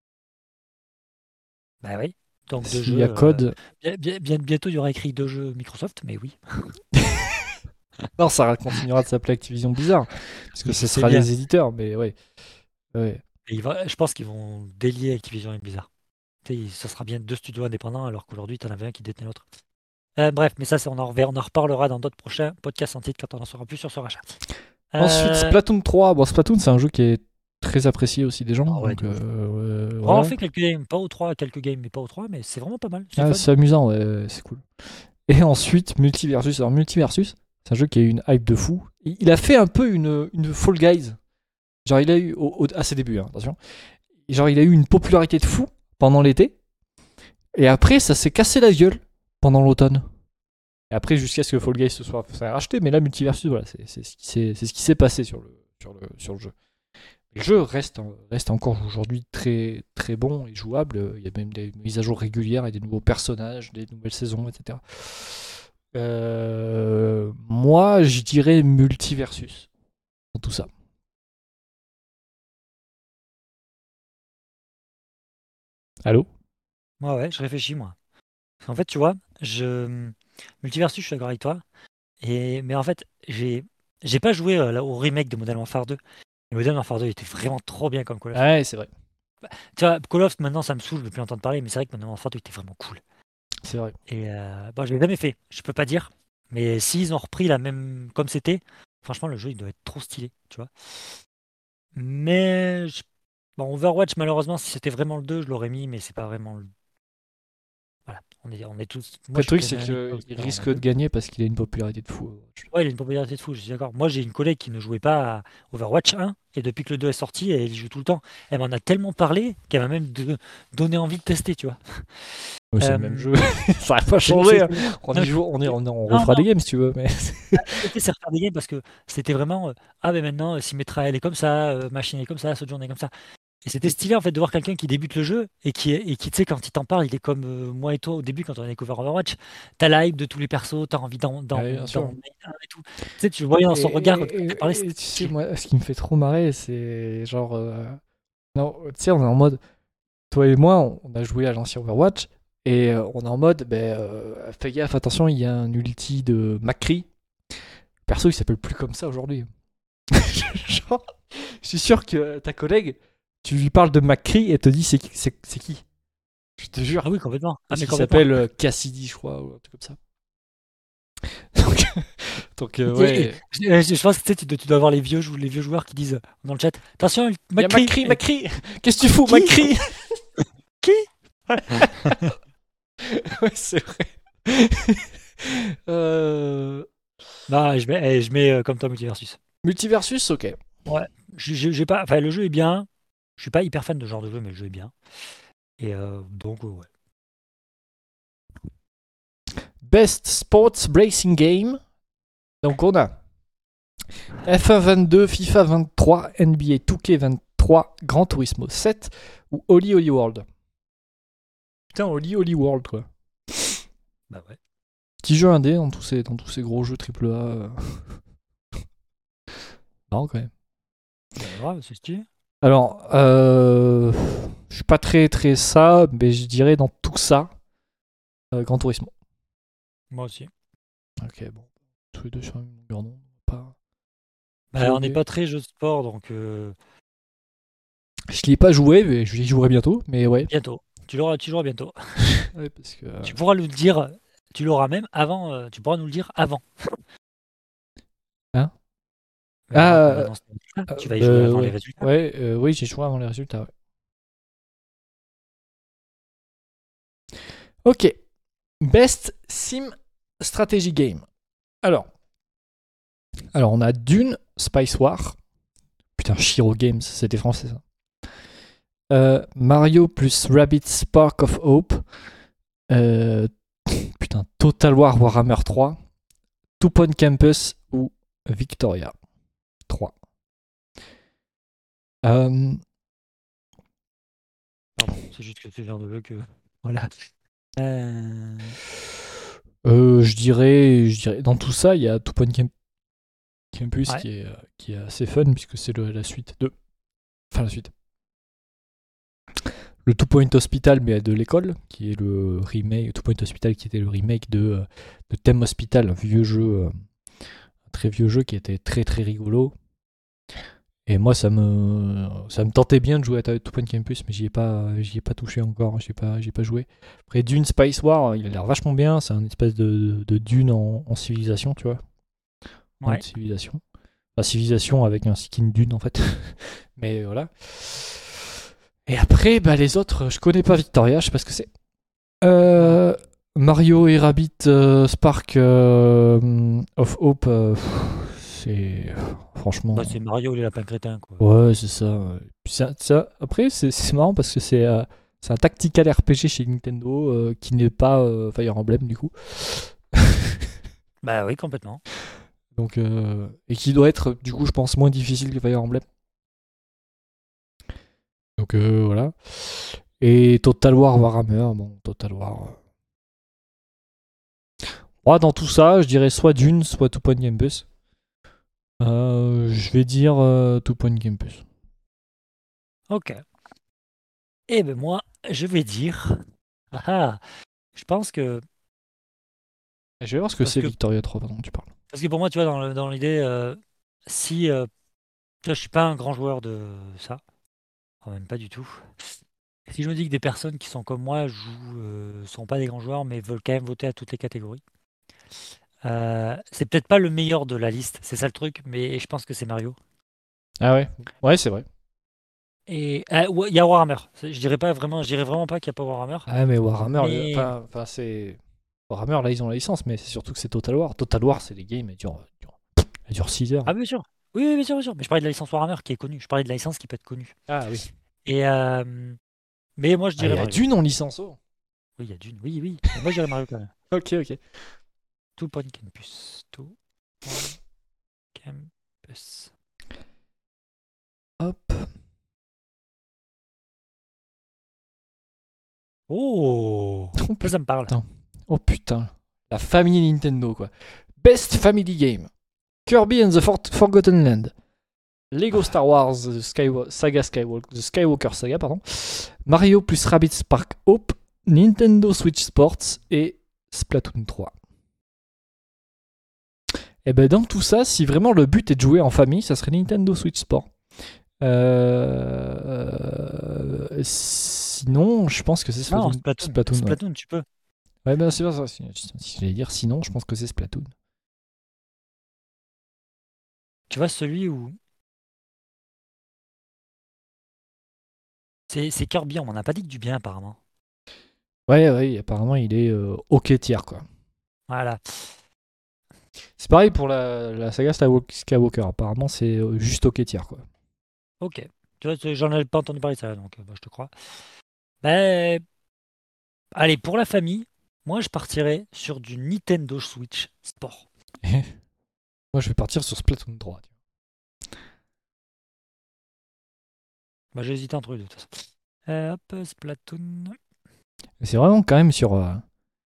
Bah oui. Donc deux S'il jeux. y a euh, Code. bien- bien- bien- bientôt, il y aura écrit deux jeux Microsoft, mais oui. Non, ça continuera de s'appeler Activision Blizzard, parce que Je ce sais sera bien. les éditeurs, mais ouais. Ouais. Et il va- je pense qu'ils vont délier Activision et Blizzard. Tu sais, ça sera bien deux studios indépendants, alors qu'aujourd'hui, tu en avais un qui détenait l'autre. Euh, bref, mais ça, c'est- on en, rever- on en reparlera dans d'autres prochains podcasts en titre quand on en saura plus sur ce rachat. Ensuite, Euh, Splatoon trois. Bon, Splatoon, c'est un jeu qui est très apprécié aussi des gens. ah ouais, donc, de ouf. euh, euh, On voilà. en fait quelques games, pas aux trois, quelques games, mais pas aux trois, mais c'est vraiment pas mal. C'est Ah, fun. c'est amusant, ouais, ouais, c'est cool. Et ensuite, Multiversus. Alors, Multiversus, c'est un jeu qui a eu une hype de fou. Il il a fait un peu une, une Fall Guys. Genre, il a eu, au- au- à ses débuts, hein, attention. Genre, il a eu une popularité de fou pendant l'été. Et après, ça s'est cassé la gueule pendant l'automne. Et après, jusqu'à ce que Fall Guys se soit soit racheté. Mais là, Multiversus, voilà, c'est c'est ce qui s'est c'est ce qui s'est passé sur le, sur, le, sur le jeu. Le jeu reste, reste encore aujourd'hui très, très bon et jouable. Il y a même des mises à jour régulières et des nouveaux personnages, des nouvelles saisons, et cetera. Euh, moi, je dirais Multiversus dans tout ça. Allô? Ouais, ouais, je réfléchis, moi. En fait, tu vois, je. Multiversus, je suis d'accord avec toi. Et... Mais en fait, j'ai j'ai pas joué euh, là, au remake de Modern Warfare deux. Mais Modern Warfare deux était vraiment trop bien comme Call of. Ouais, c'est vrai. Tu vois, Call of, maintenant, ça me saoule, je veux plus entendre parler, mais c'est vrai que Modern Warfare deux était vraiment cool. C'est vrai. Et euh, bon, je l'ai jamais fait, je peux pas dire. Mais s'ils ont repris la même comme c'était, franchement, le jeu, il doit être trop stylé, tu vois. Mais je- bon, Overwatch, malheureusement, si c'était vraiment le deux, je l'aurais mis, mais c'est pas vraiment le. Voilà, on est, on est tous. Moi, Après, le je suis truc, c'est quelqu'un qui pense qu'il que risque vraiment- de gagner parce qu'il a une popularité de fou. Ouais, il a une popularité de fou, je suis d'accord. Moi, j'ai une collègue qui ne jouait pas à Overwatch un, et depuis que le deux est sorti, elle y joue tout le temps. Elle m'en a tellement parlé qu'elle m'a même de- donné envie de tester, tu vois. Ouais, c'est Euh, le même jeu. Ça n'a pas c'est- changé. c'est- hein. On, non, y joue, on, y- on, on non, refera non, des games si tu veux. Mais... c'était c'est refaire des games parce que c'était vraiment euh, ah mais maintenant euh, Symmetra elle est comme ça, euh, Machine est comme ça, Sojourn est comme ça. Et c'était stylé en fait de voir quelqu'un qui débute le jeu et qui est- et qui tu sais quand il t'en parle, il est comme euh, moi et toi au début quand on a découvert Overwatch. T'as la hype de tous les persos, t'as envie d'en d'en Ouais, bien sûr. d'en mettre un et tout. Tu sais, tu le voyais dans son Et- regard et- quand il et- te parlait, et c'était tu sais, stylé. moi, ce qui me fait trop marrer, c'est genre. euh, Non, tu sais, on est en mode. Toi et moi, on, on a joué à l'ancien Overwatch. Et euh, on est en mode. Ben, euh, fais gaffe, attention, il y a un ulti de McCree. Perso, il s'appelle plus comme ça aujourd'hui. Genre, je suis sûr que ta collègue, tu lui parles de McCree et elle te dit c'est qui, c'est, c'est qui. Je te jure. Ah oui, complètement. Ah Parce mais qu'il complètement. s'appelle euh, Cassidy, je crois, ou un truc comme ça. Donc, Donc, euh, Et- ouais. et- je, je pense que tu sais, tu dois, tu dois avoir les vieux, jou- les vieux joueurs qui disent dans le chat, attention, Il y a Macri. Macri, Macri Qu'est-ce que tu fous, Qui Macri Qui Ouais, c'est vrai. euh... Non, je mets, eh, je mets euh, comme toi Multiversus. Multiversus, ok. Ouais. J'ai j'ai- j'ai pas, enfin, le jeu est bien. Je suis pas hyper fan de ce genre de jeu, mais le jeu est bien. Et euh, donc, euh, ouais. Best Sports Racing Game. Donc on a F un vingt-deux, FIFA vingt-trois, N B A deux K vingt-trois, Gran Turismo sept ou Holy Holy World. Putain, Holy Holy World, quoi. Bah ouais. Petit jeu indé dans tous ces, dans tous ces gros jeux triple A. euh. Marrant, quand même. Bah, ouais, c'est stylé. Alors, euh, je suis pas très très ça, mais je dirais dans tout ça, euh, Gran Turismo. Moi aussi. Ok, bon. Tous les deux sur une longueur d'onde. Pas... Bah, on Ok. n'est pas très jeu de sport, donc euh, Je l'ai pas joué, mais je y jouerai bientôt. Mais ouais. bientôt. Tu l'auras, tu l'auras bientôt. Ouais, parce que, euh, Tu pourras nous le dire. Tu l'auras même avant. euh, tu pourras nous le dire avant. Hein Euh, Ah, avant qu'on euh, annonce les résultats. Tu vas y euh, jouer avant les ouais. résultats. Ouais, euh, oui, j'ai joué avant les résultats. Ouais. Ok. Best Sim Strategy Game. Alors, alors on a Dune, Spice War. Putain, Shiro Games, c'était français ça. Euh, Mario plus Rabbids Spark of Hope. Euh, putain, Total War Warhammer trois. Two Point Campus ou Victoria trois. Euh, Pardon, c'est juste que c'est le genre de jeu que. Voilà. Euh, euh, je dirais, je dirais, dans tout ça, il y a Two Point Camp- Campus Ouais. qui, est, euh, qui est assez fun puisque c'est le- la suite de. Enfin, la suite. Le Two Point Hospital, mais de l'école, qui est le remake. Two Point Hospital, qui était le remake de, euh, de Thème Hospital, un vieux jeu, euh, un très vieux jeu qui était très très rigolo. Et moi, ça me, ça me tentait bien de jouer à Two Point Campus, mais j'y ai pas, j'y ai pas touché encore, j'y ai pas, j'y ai pas joué. Après, Dune Spice War, il a l'air vachement bien. C'est un espèce de, de Dune en, en civilisation, tu vois. En Ouais. civilisation. Enfin, civilisation avec un skin Dune, en fait. Mais voilà. Et après, bah, les autres, je connais pas Victoria, je sais pas ce que c'est. Euh, Mario et Rabbit euh, Spark euh, of Hope, euh, pff, c'est franchement. Bah, c'est Mario les lapins crétins, quoi. Ouais, c'est ça. ouais. Puis ça, ça- après, c'est c'est marrant parce que c'est euh, c'est un tactical R P G chez Nintendo euh, qui n'est pas euh, Fire Emblem du coup. Bah oui, complètement. Donc, euh, et qui doit être du coup, je pense, moins difficile que Fire Emblem. Donc euh, voilà. Et Total War Warhammer, bon, Total War. euh. Moi, dans tout ça, je dirais soit Dune, soit Two Point Campus. Euh, je vais dire euh, Two Point Campus. Ok. Et ben moi, je vais dire. Ah, ah, je pense que. Je vais voir ce que Parce c'est que, Victoria trois, pardon, tu parles. parce que pour moi, tu vois, dans, le- dans l'idée, euh, si. euh, tu vois, je suis pas un grand joueur de ça. Enfin, même pas du tout. Si je me dis que des personnes qui sont comme moi jouent, euh, sont pas des grands joueurs, mais veulent quand même voter à toutes les catégories. euh, c'est peut-être pas le meilleur de la liste, c'est ça le truc, mais je pense que c'est Mario. Ah ouais. Ouais, c'est vrai. Et euh, ouais, il y a Warhammer. C'est- Je dirais pas vraiment, je dirais vraiment pas qu'il n'y a pas Warhammer. Ah mais Warhammer, le- Mais enfin, enfin, c'est Warhammer là ils ont la licence, mais c'est surtout que c'est Total War. Total War, c'est des games, elles durent, durent- elles durent six heures. ah bien sûr. Oui, oui, bien sûr, bien sûr. Mais je parlais de la licence Warhammer qui est connue. Je parlais de la licence qui peut être connue. Ah oui. Et euh, mais moi je Ah, il dirais y a Mario. Dune en licence. Oh. Oui, il y a Dune. Oui, oui. Mais moi je dirais Mario quand même. Ok, ok. Two Point Campus. Two Point Campus. Hop. Oh, Oh ça, ça me parle. putain. Oh putain. La famille Nintendo quoi. Best Family Game. Kirby and the For- Forgotten Land. Lego Star Wars The Skywa- Saga Skywalker, The Skywalker Saga, pardon. Mario plus Rabbids Spark Hope. Nintendo Switch Sports et Splatoon trois. Et ben dans tout ça, si vraiment le but est de jouer en famille, ça serait Nintendo Switch Sport. Euh, euh, sinon, je pense que c'est Splatoon. Non, Splatoon. Splatoon, ouais. Splatoon, tu peux. Ouais, ben c'est pas ça. Si, si j'allais dire sinon, je pense que c'est Splatoon. Tu vois, celui où. C'est, c'est Kirby, on m'en a pas dit que du bien apparemment. Ouais, ouais, apparemment, il est euh, ok tiers, quoi. Voilà. C'est pareil pour la, la saga Skywalker. Apparemment, c'est euh, juste ok tiers, quoi. Ok. Tu vois, c'est- j'en avais pas entendu parler de ça, donc euh, bah, je te crois. Ben, allez, pour la famille, moi je partirais sur du Nintendo Switch Sport. Moi, je vais partir sur Splatoon trois. tu Bah, j'ai hésité entre les deux, de toute façon. Euh, hop, Splatoon. vois. Et c'est vraiment quand même sur, euh,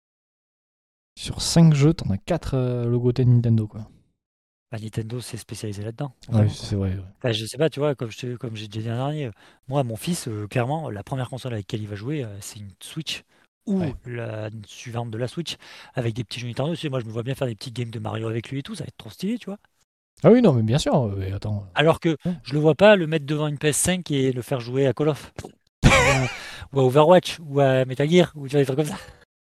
sur cinq jeux, t'en as quatre euh, logotés Nintendo, quoi. Bah, Nintendo, c'est spécialisé là-dedans, Ouais, vraiment, quoi. c'est vrai. Ouais. Enfin, je sais pas, tu vois, comme, je te- comme j'ai déjà dit dernier, euh, moi, mon fils, euh, clairement, la première console avec laquelle il va jouer, euh, c'est une Switch ou Ouais. la suivante de la Switch avec des petits jeux Nintendo. Tu sais, moi, je me vois bien faire des petits games de Mario avec lui et tout, ça va être trop stylé, tu vois. Ah oui, non, mais bien sûr. euh, mais attends. Alors que euh, je le vois pas le mettre devant une P S cinq et le faire jouer à Call of, ou à, ou à Overwatch, ou à Metal Gear, ou tu vois, des trucs comme ça.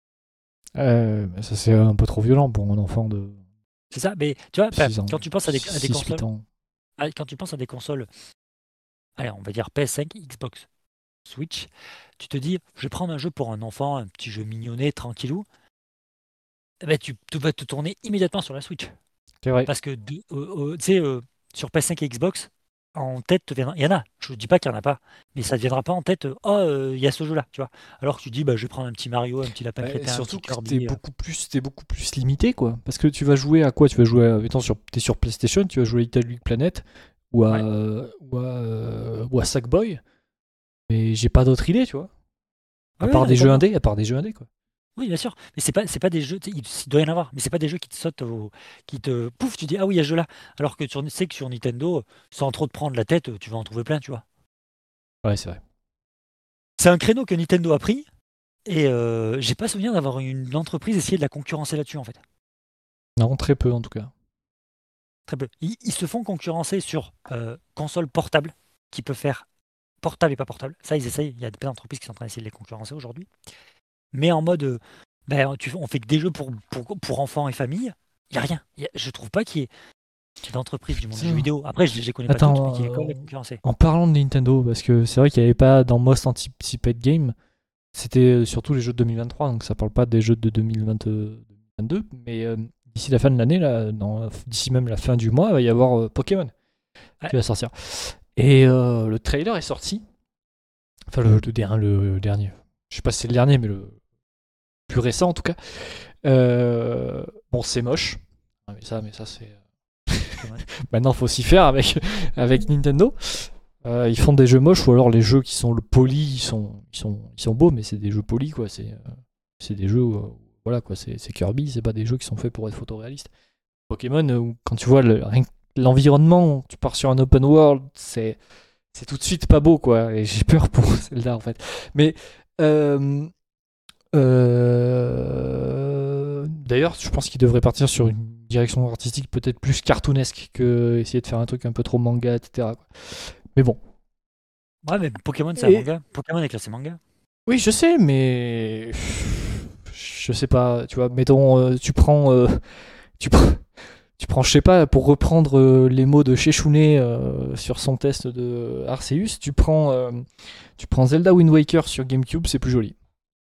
euh, mais ça, c'est un peu trop violent pour un enfant de C'est ça, mais tu vois, enfin, six ans. quand tu penses à des, à des six huit consoles, ans. ah, quand tu penses à des consoles, allez, on va dire P S cinq, Xbox, Switch, tu te dis, je vais prendre un jeu pour un enfant, un petit jeu mignonné, tranquillou. Eh ben, tu, tu vas te tourner immédiatement sur la Switch. C'est vrai. Parce que, de- euh, euh, tu sais, euh, sur P S cinq et Xbox, en tête, te viendra- il y en a. Je ne dis pas qu'il n'y en a pas, mais ça ne te viendra pas en tête, euh, oh, euh, il y a ce jeu-là, tu vois. Alors que tu dis, bah, je vais prendre un petit Mario, un petit lapin Ouais, crétin, un petit surtout que t'es Kirby. euh. beaucoup plus, t'es beaucoup plus limité, quoi. Parce que tu vas jouer à quoi? Tu vas jouer, à, étant sur, t'es sur PlayStation, tu vas jouer à Little Big Planet ou à, Ouais. ou à, euh, ou à Sackboy. Mais j'ai pas d'autre idée, tu vois. Ah À oui, part non, mais des jeux complètement. indés, à part des jeux indés, quoi. Oui, bien sûr. Mais c'est pas, c'est pas des jeux, tu sais, il, il doit y en avoir, mais c'est pas des jeux qui te sautent, au- qui te pouf, tu dis, ah oui, il y a ce jeu-là. Alors que tu sais que sur Nintendo, sans trop te prendre la tête, tu vas en trouver plein, tu vois. Ouais, c'est vrai. C'est un créneau que Nintendo a pris, et euh, j'ai pas souvenir d'avoir une entreprise essayer de la concurrencer là-dessus, en fait. Non, très peu en tout cas. Très peu. Ils, ils se font concurrencer sur euh, console portable, qui peut faire portable et pas portable. Ça, ils essayent. Il y a plein d'entreprises qui sont en train d'essayer de les concurrencer aujourd'hui. Mais en mode, euh, ben, tu, on fait que des jeux pour, pour, pour enfants et familles. Il n'y a rien. Il y a- je trouve pas qu'il y ait d'entreprises du monde du jeu Putain. vidéo. Après, je ne les connais pas toutes, mais Attends, qui est euh, quand même concurrencé. en parlant de Nintendo, parce que c'est vrai qu'il n'y avait pas dans Most Anticipate Game, c'était euh, surtout les jeux de deux mille vingt-trois, donc ça parle pas des jeux de deux mille vingt, deux mille vingt-deux, mais euh, d'ici la fin de l'année, là, dans- d'ici même la fin du mois, il va y avoir euh, Pokémon Ouais. qui va sortir. Et euh, le trailer est sorti, enfin le, le, der- le dernier, je sais pas si c'est le dernier, mais le plus récent en tout cas. Euh, bon, c'est moche, ah, mais ça, mais ça c'est... Pokémon. Maintenant, faut s'y faire avec, avec Nintendo. Euh, ils font des jeux moches ou alors les jeux qui sont le polis, ils sont, ils sont, ils sont beaux, mais c'est des jeux polis quoi. C'est, euh, c'est des jeux, euh, voilà quoi. C'est, c'est Kirby, c'est pas des jeux qui sont faits pour être photoréalistes. Pokémon, euh, quand tu vois le- rien que l'environnement, tu pars sur un open world, c'est, c'est tout de suite pas beau quoi. Et j'ai peur pour Zelda en fait. Mais euh, euh, d'ailleurs, je pense qu'il devrait partir sur une direction artistique peut-être plus cartoonesque que essayer de faire un truc un peu trop manga, et cetera quoi. Mais bon. Ouais, mais Pokémon, c'est un Et manga. Pokémon est classé manga. oui, je sais, mais je sais pas. Tu vois, mettons, euh, tu prends, euh, tu prends, tu prends, je sais pas, pour reprendre euh, les mots de Sheshune euh, sur son test de Arceus, tu prends, euh, tu prends Zelda Wind Waker sur GameCube, c'est plus joli.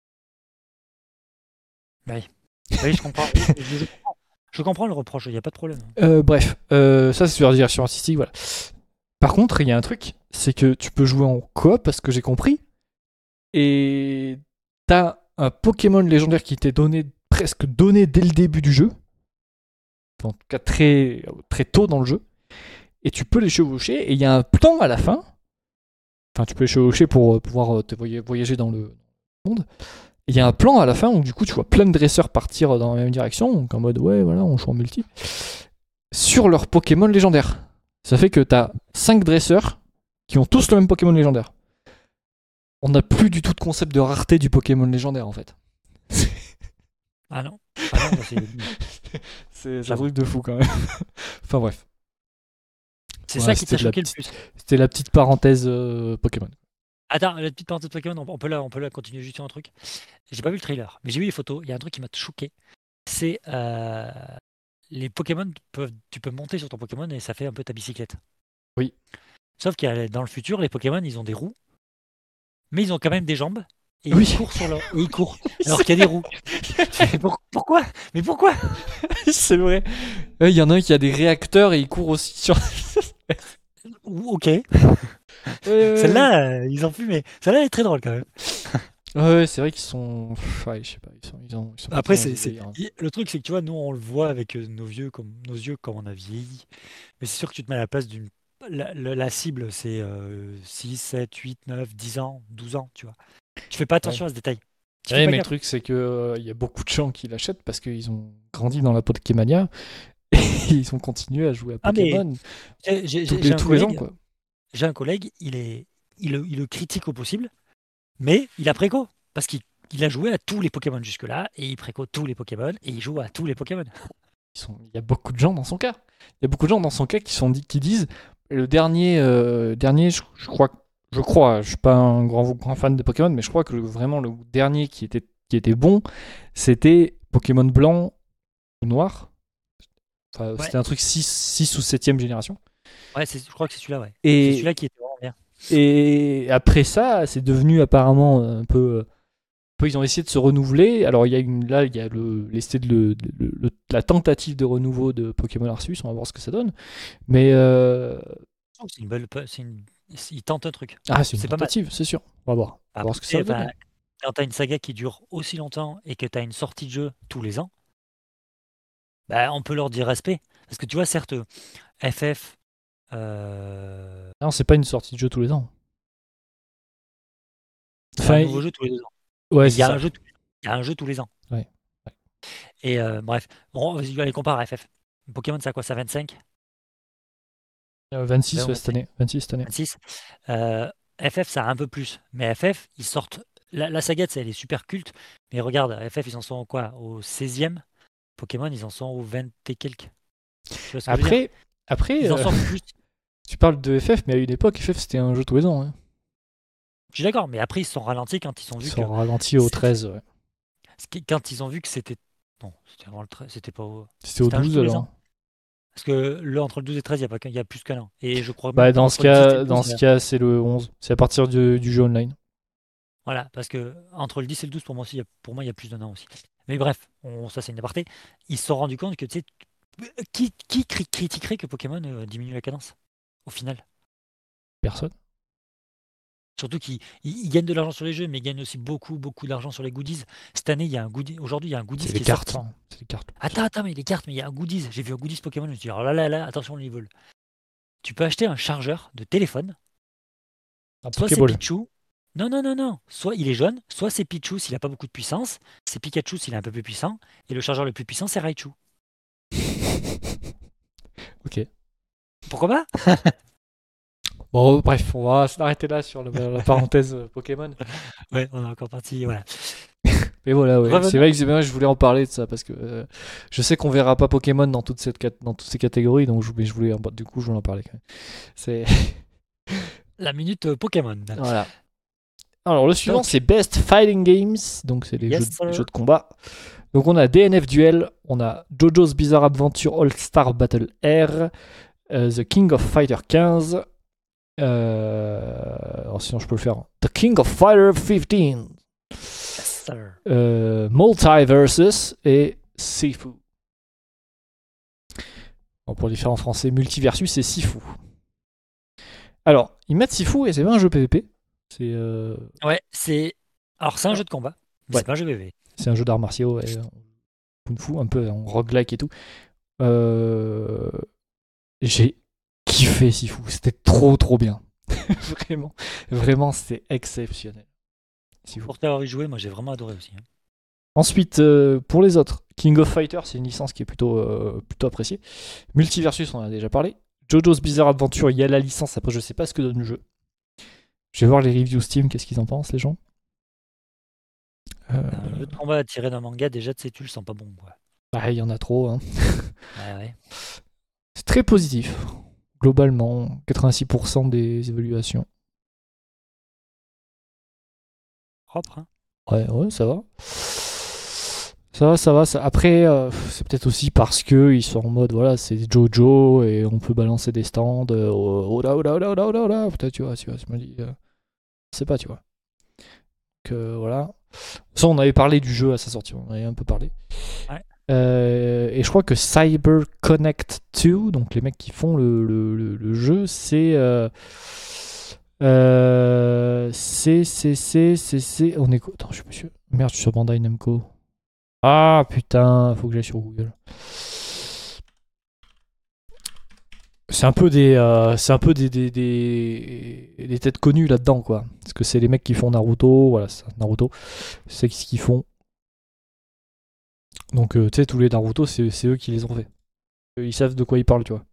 Oui, oui, je comprends. Oui, je, je comprends. Je comprends le reproche, il n'y a pas de problème. Euh, bref, euh, ça c'est sur la direction artistique, voilà. Par contre, il y a un truc, c'est que tu peux jouer en coop, parce que j'ai compris, et t'as un Pokémon légendaire qui t'est donné, presque donné dès le début du jeu, en tout cas très, très tôt dans le jeu, et tu peux les chevaucher, et il y a un plan à la fin, enfin tu peux les chevaucher pour euh, pouvoir euh, te voy- voyager dans le monde, et il y a un plan à la fin où du coup tu vois plein de dresseurs partir dans la même direction, donc en mode ouais voilà on joue en multi, sur leur Pokémon légendaire. Ça fait que t'as cinq dresseurs qui ont tous le même Pokémon légendaire. On n'a plus du tout de concept de rareté du Pokémon légendaire en fait. Ah non, ah non, ça, c'est C'est un j'avoue. truc de fou quand même. Enfin bref. C'est Voilà, ça qui t'a c'était de la choqué le petite, plus. c'était la petite parenthèse euh, Pokémon. Attends, la petite parenthèse Pokémon, on on peut la, on peut la continuer juste sur un truc. J'ai pas vu le trailer, mais j'ai vu les photos. Il y a un truc qui m'a choqué. C'est, euh, les Pokémon peuvent, tu peux monter sur ton Pokémon et ça fait un peu ta bicyclette. Oui. Sauf que dans le futur, les Pokémon, ils ont des roues, mais ils ont quand même des jambes et Oui. ils courent sur leur, et ils courent alors qu'il y a des roues. Tu fais, pour- pourquoi Mais pourquoi C'est vrai. Il y en a un qui a des réacteurs et il court aussi sur. Ou- Ok. Ouais, ouais, Celle-là, euh, ils ont fumé. Celle-là elle est très drôle quand même. ouais, ouais, c'est vrai qu'ils sont. Ouais, je sais pas. Ils sont. Ils ont, ils sont Après, partis dans c'est, des c'est- délires, hein. y- le truc, c'est que tu vois, nous, on le voit avec euh, nos vieux, comme nos yeux, comme on a vieilli. Mais c'est sûr que tu te mets à la place d'une. La, la- la cible, c'est euh, six, sept, huit, neuf, dix ans, douze ans, tu vois. Tu fais pas Ouais. attention à ce détail. Tu fais Ouais, pas mais le gaffe. truc, c'est que euh, il y a beaucoup de gens qui l'achètent parce qu'ils ont grandi dans la Pokémania et ils ont continué à jouer à Ah, mais Pokémon j'ai j'ai- tous j'ai- j'ai les, un tous les ans, collègue, quoi. j'ai un collègue, il est, il, le- il le critique au possible, mais il a préco. Parce qu'il il a joué à tous les Pokémon jusque-là, et il préco tous les Pokémon, et il joue à tous les Pokémon. Ils sont... Il y a beaucoup de gens dans son cas. Il y a beaucoup de gens dans son cas qui, sont dit... qui disent le dernier, euh, dernier je, je crois, je crois, je suis pas un grand, grand fan de Pokémon, mais je crois que le- vraiment le dernier qui était, qui était bon, c'était Pokémon blanc ou noir. Enfin, Ouais, c'était un truc six ou septième génération. ouais c'est- je crois que c'est celui-là, ouais. C'est Et, celui-là qui était vraiment bien. et après ça, c'est devenu apparemment un peu, un peu. Ils ont essayé de se renouveler. Alors il y a une, là, il y a le, l'essai de le, le- le- la tentative de renouveau de Pokémon Arceus. On va voir ce que ça donne. Mais euh, Oh, C'est une belle. pe- C'est une... Il tente un truc. ah, c'est une C'est pas mal. tentative, c'est sûr. On va voir. On va voir ce que ça va Après, donner. enfin, quand tu as une saga qui dure aussi longtemps et que tu as une sortie de jeu tous les ans, bah, on peut leur dire respect. Parce que tu vois, certes, F F, euh, Non, c'est pas une sortie de jeu tous les ans. c'est Enfin, un nouveau il- jeu tous les deux ans. ouais, Mais il c'est y a ça. un jeu, tous- il y a un jeu tous les ans. Ouais. Ouais. Et euh, bref, bon, vas-y, allez, compare à F F. Pokémon, c'est à quoi ça, vingt-cinq? Euh, vingt-six vingt ou ouais, cette année. vingt-six cette année. vingt-six. Euh, F F, ça a un peu plus. Mais F F, ils sortent. La, la saga, tu sais, elle est super culte. Mais regarde, F F, ils en sont au quoi? Au seizième. Pokémon, ils en sont au vingt et quelques. Tu vois ce que je veux dire? Après, après Ils en euh, sortent plus. tu parles de F F, mais à une époque, F F c'était un jeu tous les ans, hein. Je suis d'accord, mais après, ils se sont ralentis quand ils ont Ils vu que. sont ralentis au c'est- treize, ouais. ce qui- Quand ils ont vu que c'était. Non, c'était avant le treize, c'était pas au. C'était au C'était un jeu douze tous les alors. ans. Parce que le, entre le douze et treize, il y a, pas, qu'un- il y a plus qu'un an. Et je crois même Bah, dans ce qu'entre le dix et cas, le dans douze, ce il y a- cas, c'est le onze. C'est à partir du, du jeu online. Voilà, parce que entre le dix et le douze, pour moi aussi, il y a- pour moi, il y a plus d'un an aussi. Mais bref, on- ça c'est une aparté. Ils se sont rendus compte que, tu sais, qui, qui cri- critiquerait que Pokémon euh, diminue la cadence, au final? Personne. Surtout qu'ils ils- ils gagnent de l'argent sur les jeux, mais ils gagnent aussi beaucoup, beaucoup d'argent sur les goodies. Cette année, il y a un goodie. Aujourd'hui, il y a un goodies C'est qui les est cartes, sorti. hein. C'est les cartes. Attends, attends, mais les cartes, mais il y a un goodies. J'ai vu un goodies Pokémon, je me suis dit, oh là là là, attention le level. Tu peux acheter un chargeur de téléphone, Un soit c'est Pokéball. Pichu. Non, non, non, non. Soit il est jaune, soit c'est Pichu s'il a pas beaucoup de puissance, c'est Pikachu s'il est un peu plus puissant, et le chargeur le plus puissant, c'est Raichu. Ok. Pourquoi pas? Bon, bref, on va s'arrêter là sur le- la parenthèse euh, Pokémon. Ouais, on est encore parti, voilà. Mais voilà, ouais. Revenons. C'est vrai que c'est- moi, je voulais en parler de ça parce que euh, je sais qu'on verra pas Pokémon dans, toute cette cat- dans toutes ces catégories, donc je, mais je voulais, en- du coup, je voulais en parler quand même. C'est La minute euh, Pokémon. voilà. Alors le suivant Donc. c'est Best Fighting Games, donc c'est les Yes, jeux, de- sir. jeux de combat. Donc on a D N F Duel, on a JoJo's Bizarre Adventure All Star Battle R, euh, The King of Fighter quinze, euh, alors sinon je peux le faire. The King of Fighter quinze, Yes, sir. euh, Multiversus et Sifu. Bon, pour les faire en français, Multiversus et Sifu. Alors, ils mettent Sifu et c'est pas un jeu P V P. C'est euh, Ouais, c'est. Alors, c'est un jeu de combat, mais Ouais. c'est pas un jeu P V. c'est un jeu d'arts martiaux, ouais, en kung fu, un peu en roguelike et tout. Euh, J'ai kiffé Sifu, c'était trop trop bien. Vraiment, vraiment, c'était exceptionnel. Sifu. Pour t'avoir y joué, moi j'ai vraiment adoré aussi. hein. Ensuite, euh, pour les autres, King of Fighters, c'est une licence qui est plutôt, euh, plutôt appréciée. Multiversus, on en a déjà parlé. JoJo's Bizarre Adventure, il y a la licence, après je sais pas ce que donne le jeu. Je vais voir les reviews Steam, qu'est-ce qu'ils en pensent les gens. Euh, Un jeu de combat tiré d'un manga, déjà, tu sais, tu le sens pas bon, quoi. bah, il y en a trop, hein. Ouais, ouais. C'est très positif, globalement, quatre-vingt-six pour cent des évaluations. Propre, hein. Ouais, ouais, ça va. Ça va, ça va. Ça... Après, euh, c'est peut-être aussi parce que ils sont en mode, voilà, c'est Jojo et on peut balancer des stands. Euh, oh là, oh là, oh là, oh là, oh là, oh là. Peut-être, tu vois, tu vois, je me dis, euh, je sais pas, tu vois. Que voilà. Ça, on avait parlé du jeu à sa sortie, on en avait un peu parlé. Ouais. Euh, et je crois que Cyber Connect deux, donc les mecs qui font le, le, le, le jeu, c'est. Euh, euh, c'est. C'est. C'est. C'est. C'est. On est. Attends, je suis monsieur. Merde, je suis sur Bandai Namco. Ah putain, faut que j'aille sur Google. C'est un peu des, euh, c'est un peu des, des, des, des têtes connues là-dedans, quoi. Parce que c'est les mecs qui font Naruto, voilà, c'est Naruto, c'est ce qu'ils font. Donc, euh, tu sais, tous les Naruto, c'est, c'est eux qui les ont fait. Ils savent de quoi ils parlent, tu vois.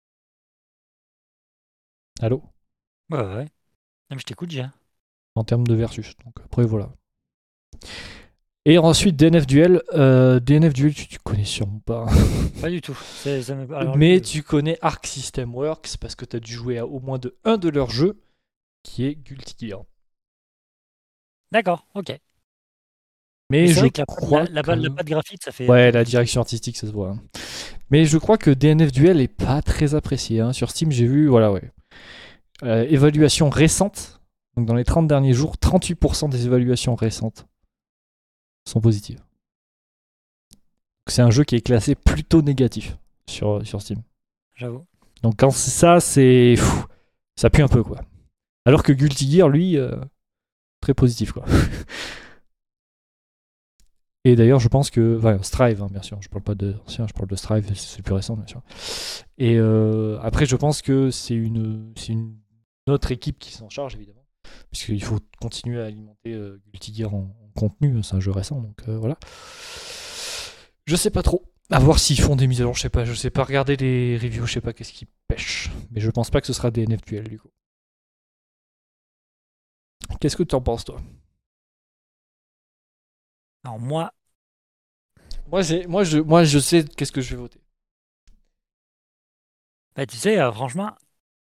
Allô? Ouais, ouais. ouais. Non, mais je t'écoute, j'ai. En termes de versus. Donc, après, voilà. Et ensuite, D N F Duel. Euh, D N F Duel, tu, tu connais sûrement pas. Pas du tout. C'est- ça me- alors, Mais lui, euh, tu connais Arc System Works parce que tu as dû jouer à au moins de un de leurs jeux, qui est Guilty Gear. D'accord, ok. Mais Mais c'est je vrai que la, crois la, la, que... la patte graphique, ça fait. un Ouais, peu la plus- direction artistique, ça se voit. hein. Mais je crois que D N F Duel est pas très apprécié. hein. Sur Steam, j'ai vu, voilà, ouais. Euh, évaluation récente. Donc dans les trente derniers jours, trente-huit pour cent des évaluations récentes sont positives. Donc c'est un jeu qui est classé plutôt négatif sur, sur Steam. J'avoue. Donc quand c'est ça, c'est... pfff, ça pue un peu, quoi. Alors que Guilty Gear, lui, euh, très positif, quoi. Et d'ailleurs, je pense que... Enfin, Strive, hein, bien sûr. Je parle pas de ancien, je parle de Strive, c'est le plus récent, bien sûr. Et euh, après, je pense que c'est une, c'est une autre équipe qui s'en charge, évidemment. Puisqu'il faut continuer à alimenter euh, Guilty Gear en, en contenu. C'est un jeu récent, donc euh, voilà. Je sais pas trop. À voir s'ils font des mises à jour, je sais pas. Je sais pas regarder les reviews, je sais pas qu'est-ce qu'ils pêchent. Mais je pense pas que ce sera D N F Duel, du coup. Qu'est-ce que tu en penses, toi? Alors, moi, Moi, j'ai, moi, je, moi, je sais qu'est-ce que je vais voter. bah, tu sais, euh, franchement,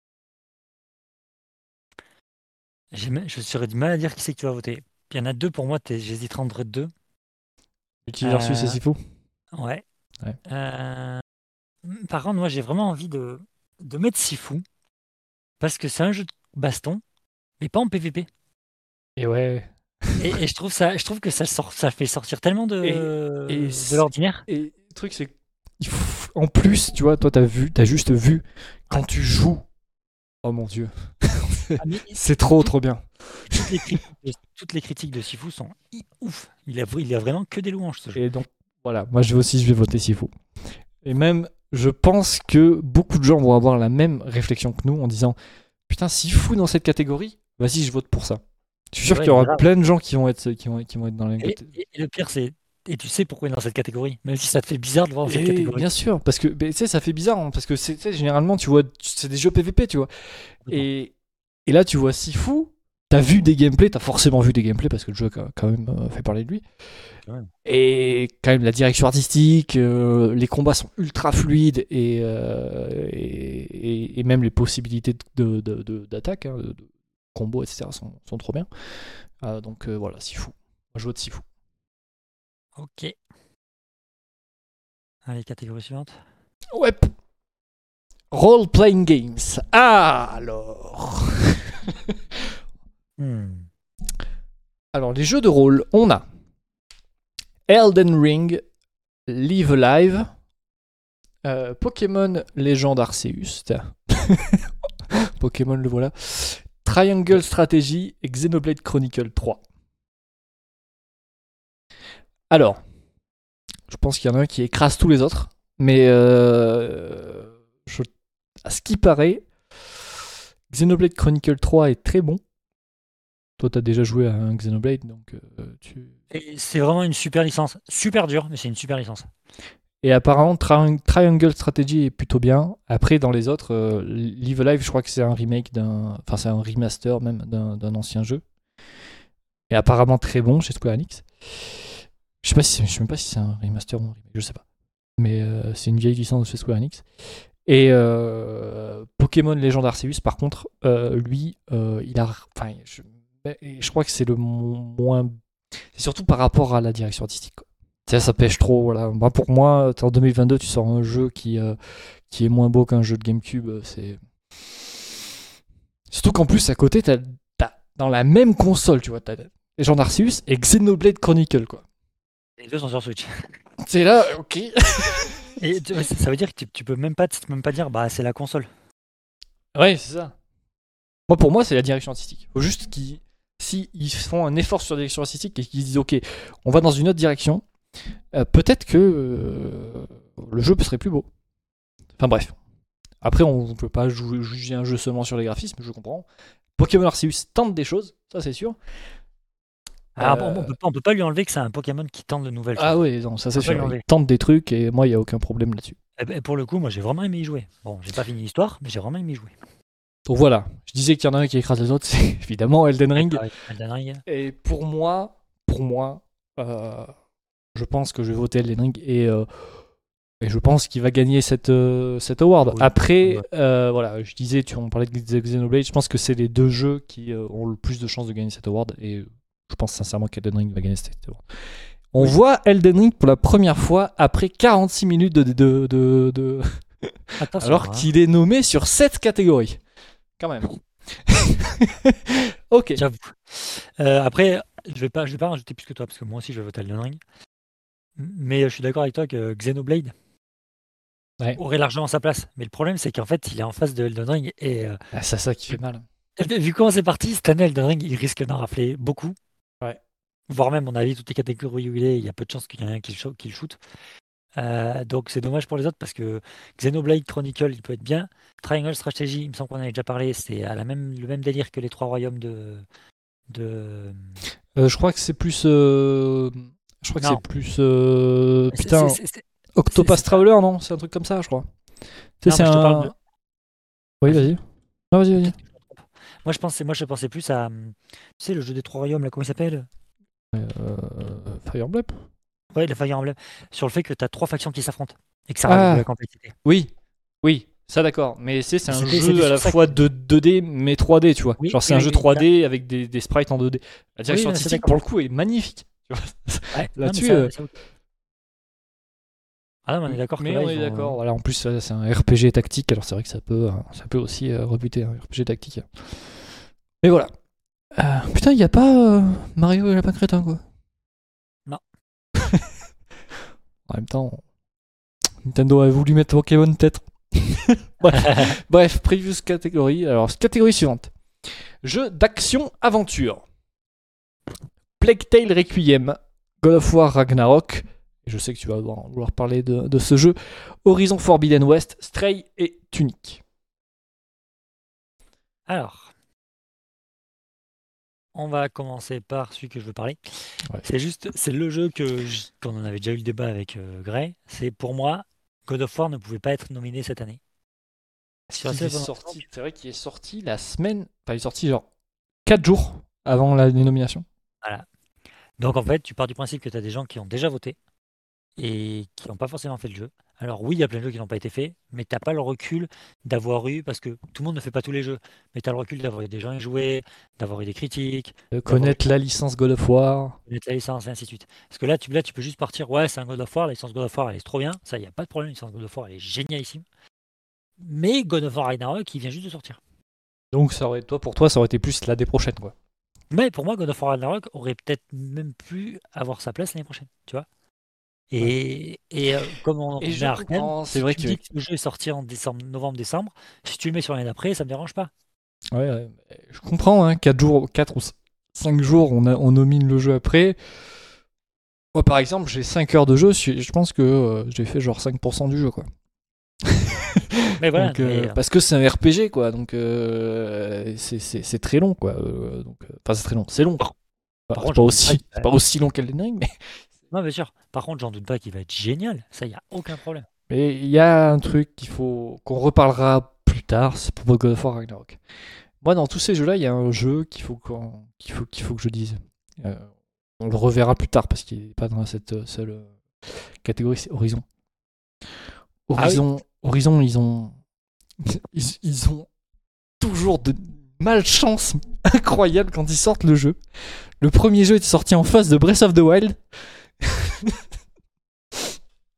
j'ai me- je serais du mal à dire qui c'est que tu vas voter. Il y en a deux pour moi, t'es- j'hésiterai entre deux. Multi versus, c'est Euh, si fou. ouais. Ouais. Euh, Par contre, moi, j'ai vraiment envie de, de mettre Sifu parce que c'est un jeu de baston, mais pas en P V P. Et ouais. Et, et je trouve ça, je trouve que ça sort, ça fait sortir tellement de, Et, et, de l'ordinaire. et le truc, c'est que, il faut- en plus, tu vois, toi, t'as vu, t'as juste vu quand tu joues. Oh mon dieu, Ah, mais c'est trop, trop bien. toutes les critiques de, toutes les critiques de Sifu sont i- ouf. Il a, il a vraiment que des louanges ce jeu. Et donc, voilà, moi, je vais aussi, je vais voter s'il faut. Et même, je pense que beaucoup de gens vont avoir la même réflexion que nous en disant, putain, s'il faut dans cette catégorie, vas-y, je vote pour ça. Je suis sûr Ouais, qu'il y aura grave. plein de gens qui vont être, qui vont, qui vont être dans la même Et, catégorie. et- et le pire, c'est. Et tu sais pourquoi il est dans cette catégorie, même si ça te fait bizarre de le voir dans cette Et catégorie. bien sûr, parce que ben, tu sais, ça fait bizarre, hein, parce que c'est, tu sais, généralement, tu vois, c'est des jeux P V P, tu vois. Et, et là, tu vois Sifu, t'as vu des gameplays, t'as forcément vu des gameplays parce que le jeu a quand même euh, fait parler de lui. Ouais. Et quand même, la direction artistique, euh, les combats sont ultra fluides et, euh, et, et- et même les possibilités de, de- de- d'attaque, hein, de, de combos, et cetera sont, sont trop bien. Euh, donc euh, voilà, Sifu. Moi, je vote Sifu. Ok. Allez, catégorie suivante. Ouais. Role Playing Games. Ah, alors. Hmm. Alors, les jeux de rôle, on a Elden Ring, Live Alive, euh, Pokémon Legend Arceus, tiens. Pokémon le voilà, Triangle Strategy et Xenoblade Chronicle trois. Alors, je pense qu'il y en a un qui écrase tous les autres, mais euh, je, à ce qui paraît, Xenoblade Chronicle trois est très bon. Toi, t'as déjà joué à un Xenoblade, donc euh, tu... Et c'est vraiment une super licence. Super dur, mais c'est une super licence. Et apparemment, Tri- Triangle Strategy est plutôt bien. Après, dans les autres, euh, Live Alive, je crois que c'est un remake d'un... Enfin, c'est un remaster même d'un, d'un ancien jeu. Et apparemment très bon chez Square Enix. Je sais pas si c'est, je sais même pas si c'est un remaster ou un remake, je sais pas. Mais euh, c'est une vieille licence de chez Square Enix. Et euh, Pokémon Legend Arceus, par contre, euh, lui, euh, il a... Enfin, je, je crois que c'est le moins... C'est surtout par rapport à la direction artistique, quoi. Ça, ça pêche trop. Voilà. Bah, pour moi, en deux mille vingt-deux, tu sors un jeu qui, euh, qui est moins beau qu'un jeu de GameCube. C'est... Surtout qu'en plus, à côté, t'as, t'as dans la même console, tu vois, t'as Legend Arceus et Xenoblade Chronicle, quoi. Les deux sont sur Switch. C'est là, ok. Et tu- ça veut dire que tu, tu peux même pas, tu peux même pas dire, bah c'est la console. Ouais, c'est ça. Moi, pour moi, c'est la direction artistique. Faut juste qu'ils, si ils font un effort sur la direction artistique et qu'ils disent, ok, on va dans une autre direction, euh, peut-être que euh, le jeu serait plus beau. Enfin bref. Après, on ne peut pas jou- juger un jeu seulement sur les graphismes, je comprends. Pokémon Arceus tente des choses, ça c'est sûr. Ah, Euh, bon, on peut pas, on peut pas lui enlever que c'est un Pokémon qui tente de nouvelles Ah choses. oui, non, ça c'est On peut pas lui sûr. Il enlever. tente des trucs et moi, il n'y a aucun problème là-dessus. Et ben, pour le coup, moi j'ai vraiment aimé y jouer. Bon, j'ai pas fini l'histoire, mais j'ai vraiment aimé y jouer. Donc voilà, je disais qu'il y en a un qui écrase les autres, c'est évidemment Elden Ring. Avec Elden Ring. Et pour moi, pour moi, euh, je pense que je vais voter Elden Ring et, euh, et je pense qu'il va gagner cette, euh, cette award. Oui. Après, Ouais. euh, voilà, je disais, tu on parlait de Xenoblade, je pense que c'est les deux jeux qui euh, ont le plus de chances de gagner cette award et je pense sincèrement qu'Elden Ring va gagner cette award. On Oui. voit Elden Ring pour la première fois après quarante-six minutes de... de, de, de... Attention, alors hein. qu'il est nommé sur sept catégories. Quand même. Ok. J'avoue. Euh, après, je vais pas, je vais pas rajouter plus que toi parce que moi aussi je vais voter Elden Ring. Mais je suis d'accord avec toi que Xenoblade Ouais. aurait largement sa place. Mais le problème, c'est qu'en fait, il est en face de Elden Ring et euh, Ah, c'est ça qui fait mal. vu comment c'est parti, cette année, Elden Ring, il risque d'en rafler beaucoup. Ouais. Voire même, à mon avis, toutes les catégories où il est, il y a peu de chances qu'il y en ait un qui le, cho- qui le shoot. Euh, donc c'est dommage pour les autres parce que Xenoblade Chronicle, il peut être bien. Triangle Strategy, il me semble qu'on en avait déjà parlé, c'est à la même, le même délire que les trois royaumes de. de... Euh, je crois que c'est plus. euh, Je crois que Non. c'est plus. euh, C'est- Putain, c'est- c'est- Octopath c'est- c'est- Traveler, non? C'est un truc comme ça, je crois. Tu sais, Non, c'est mais je te un. parle de- Oui, vas-y. Non, vas-y, vas-y. Moi je pensais, moi je pensais plus à. hum, Tu sais, le jeu des trois royaumes, là, comment il s'appelle? Euh, Fire Emblem. Ouais, le Fire Emblem. Sur le fait que tu as trois factions qui s'affrontent et que ça Ah. rajoute de la complexité. Oui, oui, ça d'accord. Mais c'est, c'est un C'était- jeu c'était à la sur ça fois que- de deux D mais trois D, tu vois. Oui, Genre, c'est oui, un oui, jeu oui, trois D avec des, des sprites en deux D. La direction Oui, c'est artistique, d'accord. pour le coup, est magnifique. Tu vois. Ouais, non, mais Là-dessus, ça- euh, ça- Ah non, mais on est d'accord que Mais là, on ils est ont- d'accord. Voilà, en plus, ça, c'est un R P G tactique, alors c'est vrai que ça peut, euh, ça peut aussi euh, rebuter un R P G tactique. Mais voilà. Euh, putain, il y a pas euh, Mario et Lapin Crétin, quoi. Non. En même temps, Nintendo a voulu mettre Pokémon, peut-être. Bref, Bref, previous catégorie. Alors, catégorie suivante. Jeu d'action-aventure. Plague Tale Requiem, God of War Ragnarok. Je sais que tu vas vouloir, vouloir parler de, de ce jeu. Horizon Forbidden West, Stray et Tunic. Alors, on va commencer par celui que je veux parler. Ouais. C'est juste, c'est le jeu que, je- qu'on en avait déjà eu le débat avec euh, Gray. C'est pour moi, God of War ne pouvait pas être nominé cette année. Sur Il cette est bonne sorti, c'est vrai qu'il est sorti la semaine. Enfin, il est sorti genre quatre jours avant la nomination. Donc en fait, tu pars du principe que tu as des gens qui ont déjà voté et qui n'ont pas forcément fait le jeu. Alors oui, il y a plein de jeux qui n'ont pas été faits, mais tu n'as pas le recul d'avoir eu, parce que tout le monde ne fait pas tous les jeux, mais tu as le recul d'avoir eu des gens y jouer, d'avoir eu des critiques, De connaître la licence God of War. connaître la licence et ainsi de suite. Parce que là, tu, là, tu peux juste partir, ouais, c'est un God of War, la licence God of War, elle est trop bien, ça, il n'y a pas de problème, la licence God of War, elle est génialissime. Mais God of War Ragnarok, il vient juste de sortir. Donc ça aurait, toi, pour toi, ça aurait été plus l'année prochaine, quoi. Mais pour moi, God of War Ragnarok aurait peut-être même pu avoir sa place l'année prochaine, tu vois. Et, et euh, comme on Et met je Arkane, comprends, c'est si vrai tu que- me dis que le jeu est sorti en décembre, novembre-décembre, si tu le mets sur l'année d'après, ça me dérange pas. Ouais, ouais. Je comprends, hein, quatre jours, quatre ou cinq jours, on, a, on nomine le jeu après. Moi, par exemple, j'ai cinq heures de jeu, je je pense que euh, j'ai fait genre cinq pour cent du jeu, quoi. Mais voilà, Donc, euh, mais, euh, parce que c'est un R P G, quoi, donc euh, c'est, c'est, c'est très long, quoi. euh, donc, euh, Enfin, c'est très long, c'est long. Enfin, par c'est, contre, pas j'en aussi, doute pas, c'est pas aussi long qu'Elden Ring, mais non, bien sûr. Par contre, j'en doute pas qu'il va être génial. Ça, il n'y a aucun problème. mais il y a un truc qu'il faut, qu'on reparlera plus tard, c'est pour God of War Ragnarok. Moi, dans tous ces jeux-là, il y a un jeu qu'il faut, qu'on- qu'il faut, qu'il faut que je dise. Euh, on le reverra plus tard parce qu'il n'est pas dans cette euh, seule euh, catégorie, c'est Horizon. Horizon, Horizon, ils ont, ils, ils ont toujours de malchance incroyable quand ils sortent le jeu. Le premier jeu était sorti en face de Breath of the Wild.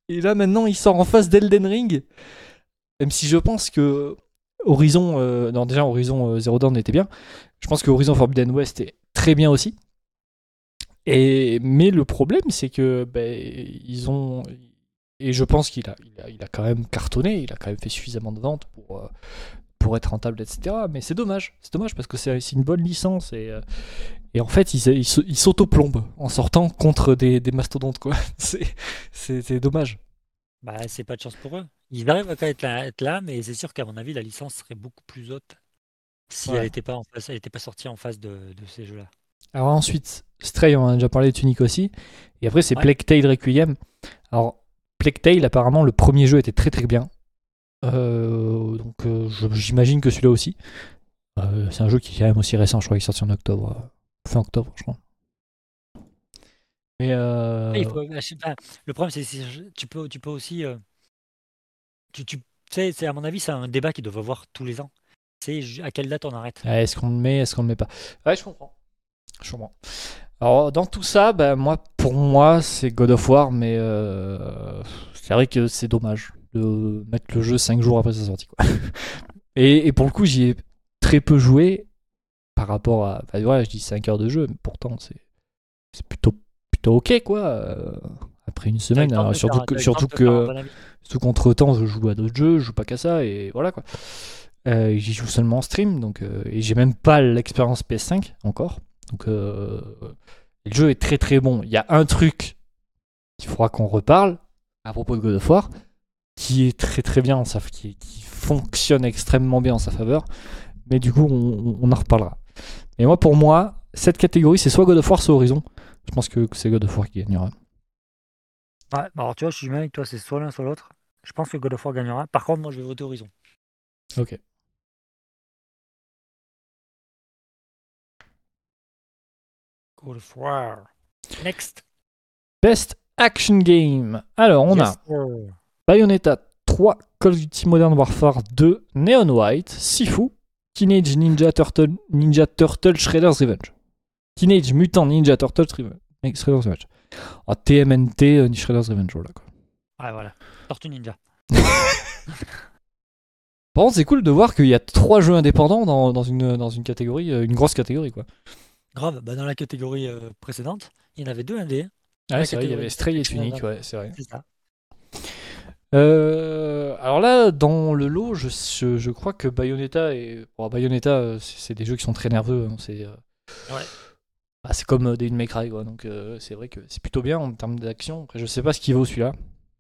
Et là, maintenant, il sort en face d'Elden Ring. Même si je pense que Horizon, euh, non déjà Horizon euh, Zero Dawn était bien. Je pense que Horizon Forbidden West est très bien aussi. Et mais le problème, c'est que ben, ils ont et je pense qu'il a, il a, il a quand même cartonné, il a quand même fait suffisamment de ventes pour euh, pour être rentable, et cetera. Mais c'est dommage, c'est dommage parce que c'est, c'est une bonne licence et euh, et en fait ils ils, ils s'autoplombent en sortant contre des, des mastodontes quoi. C'est, c'est c'est dommage. Bah, c'est pas de chance pour eux. Ils arrivent à quand même être là, être là, mais c'est sûr qu'à mon avis, la licence serait beaucoup plus haute si elle Ouais. n'était pas en face, elle était pas sortie en face de, de ces jeux-là. Alors ensuite, Stray, on en a déjà parlé de Tunic aussi. Et après, c'est Ouais. Plague Tale Requiem. Alors, Plague Tale, apparemment, le premier jeu était très très bien. Euh, donc, euh, je- j'imagine que celui-là aussi. Euh, c'est un jeu qui est quand même aussi récent, je crois qu'il est sorti en octobre. euh, Fin octobre, je crois. Mais Ah, il euh, faut- je sais pas, le problème, c'est que tu peux, tu peux aussi. euh, tu, tu sais, c'est, à mon avis, c'est un débat qu'ils doivent avoir tous les ans. C'est ju- à quelle date on arrête. ouais, est-ce qu'on le met, est-ce qu'on le met pas? Ouais, je comprends. Je comprends. Alors, dans tout ça, bah, moi, pour moi, c'est God of War, mais euh, c'est vrai que c'est dommage de mettre le jeu cinq jours après sa sortie. Quoi. Et, et pour le coup, j'y ai très peu joué par rapport à. Enfin, ouais, je dis cinq heures de jeu, mais pourtant, c'est, c'est plutôt, plutôt ok, quoi. euh, après une T'as eu semaine, le temps de alors, te faire, surtout, un- que, t'as eu le temps surtout de te faire un que. bon avis. Surtout qu'entre-temps, je joue à d'autres jeux, je joue pas qu'à ça, et voilà, quoi. Euh, j'y joue seulement en stream, donc, euh, et j'ai même pas l'expérience P S cinq encore. Donc, euh, le jeu est très très bon. Il y a un truc qu'il faudra qu'on reparle à propos de God of War, qui est très très bien en sa, qui, qui fonctionne extrêmement bien en sa faveur. Mais du coup, on, on en reparlera. Et moi, pour moi, cette catégorie, c'est soit God of War, soit Horizon. Je pense que c'est God of War qui gagnera. Ouais, bah alors tu vois, je suis même avec toi, c'est soit l'un, soit l'autre. Je pense que God of War gagnera. Par contre, moi, je vais voter Horizon. Ok. God of War. Next. Best Action Game. Alors, on Yes, a sir. Bayonetta trois, Call of Duty Modern Warfare deux, Neon White, Sifu, Teenage Ninja Turtle, Ninja Turtle Shredder's Revenge. Teenage Mutant Ninja Turtle Shredder's Revenge. Ah, T M N T euh, Shredder's Revenge, voilà quoi. Ouais, voilà. Tortue Ninja. Par contre, c'est cool de voir qu'il y a trois jeux indépendants dans, dans, une, dans une catégorie, euh, une grosse catégorie quoi. Grave, bah dans la catégorie euh, précédente, il y en avait deux indés. Ah ouais, La c'est vrai, il y avait catégorie Stray et Action Tunic, Adventure. ouais, c'est vrai. C'est ça. Euh, alors là, dans le lot, je, je, je crois que Bayonetta et. Bon, Bayonetta, euh, c'est, c'est des jeux qui sont très nerveux. hein, c'est, euh, Ouais. bah, c'est comme euh, Devil May Cry, quoi. Donc euh, c'est vrai que c'est plutôt bien en termes d'action. Après, je sais pas ce qui vaut celui-là.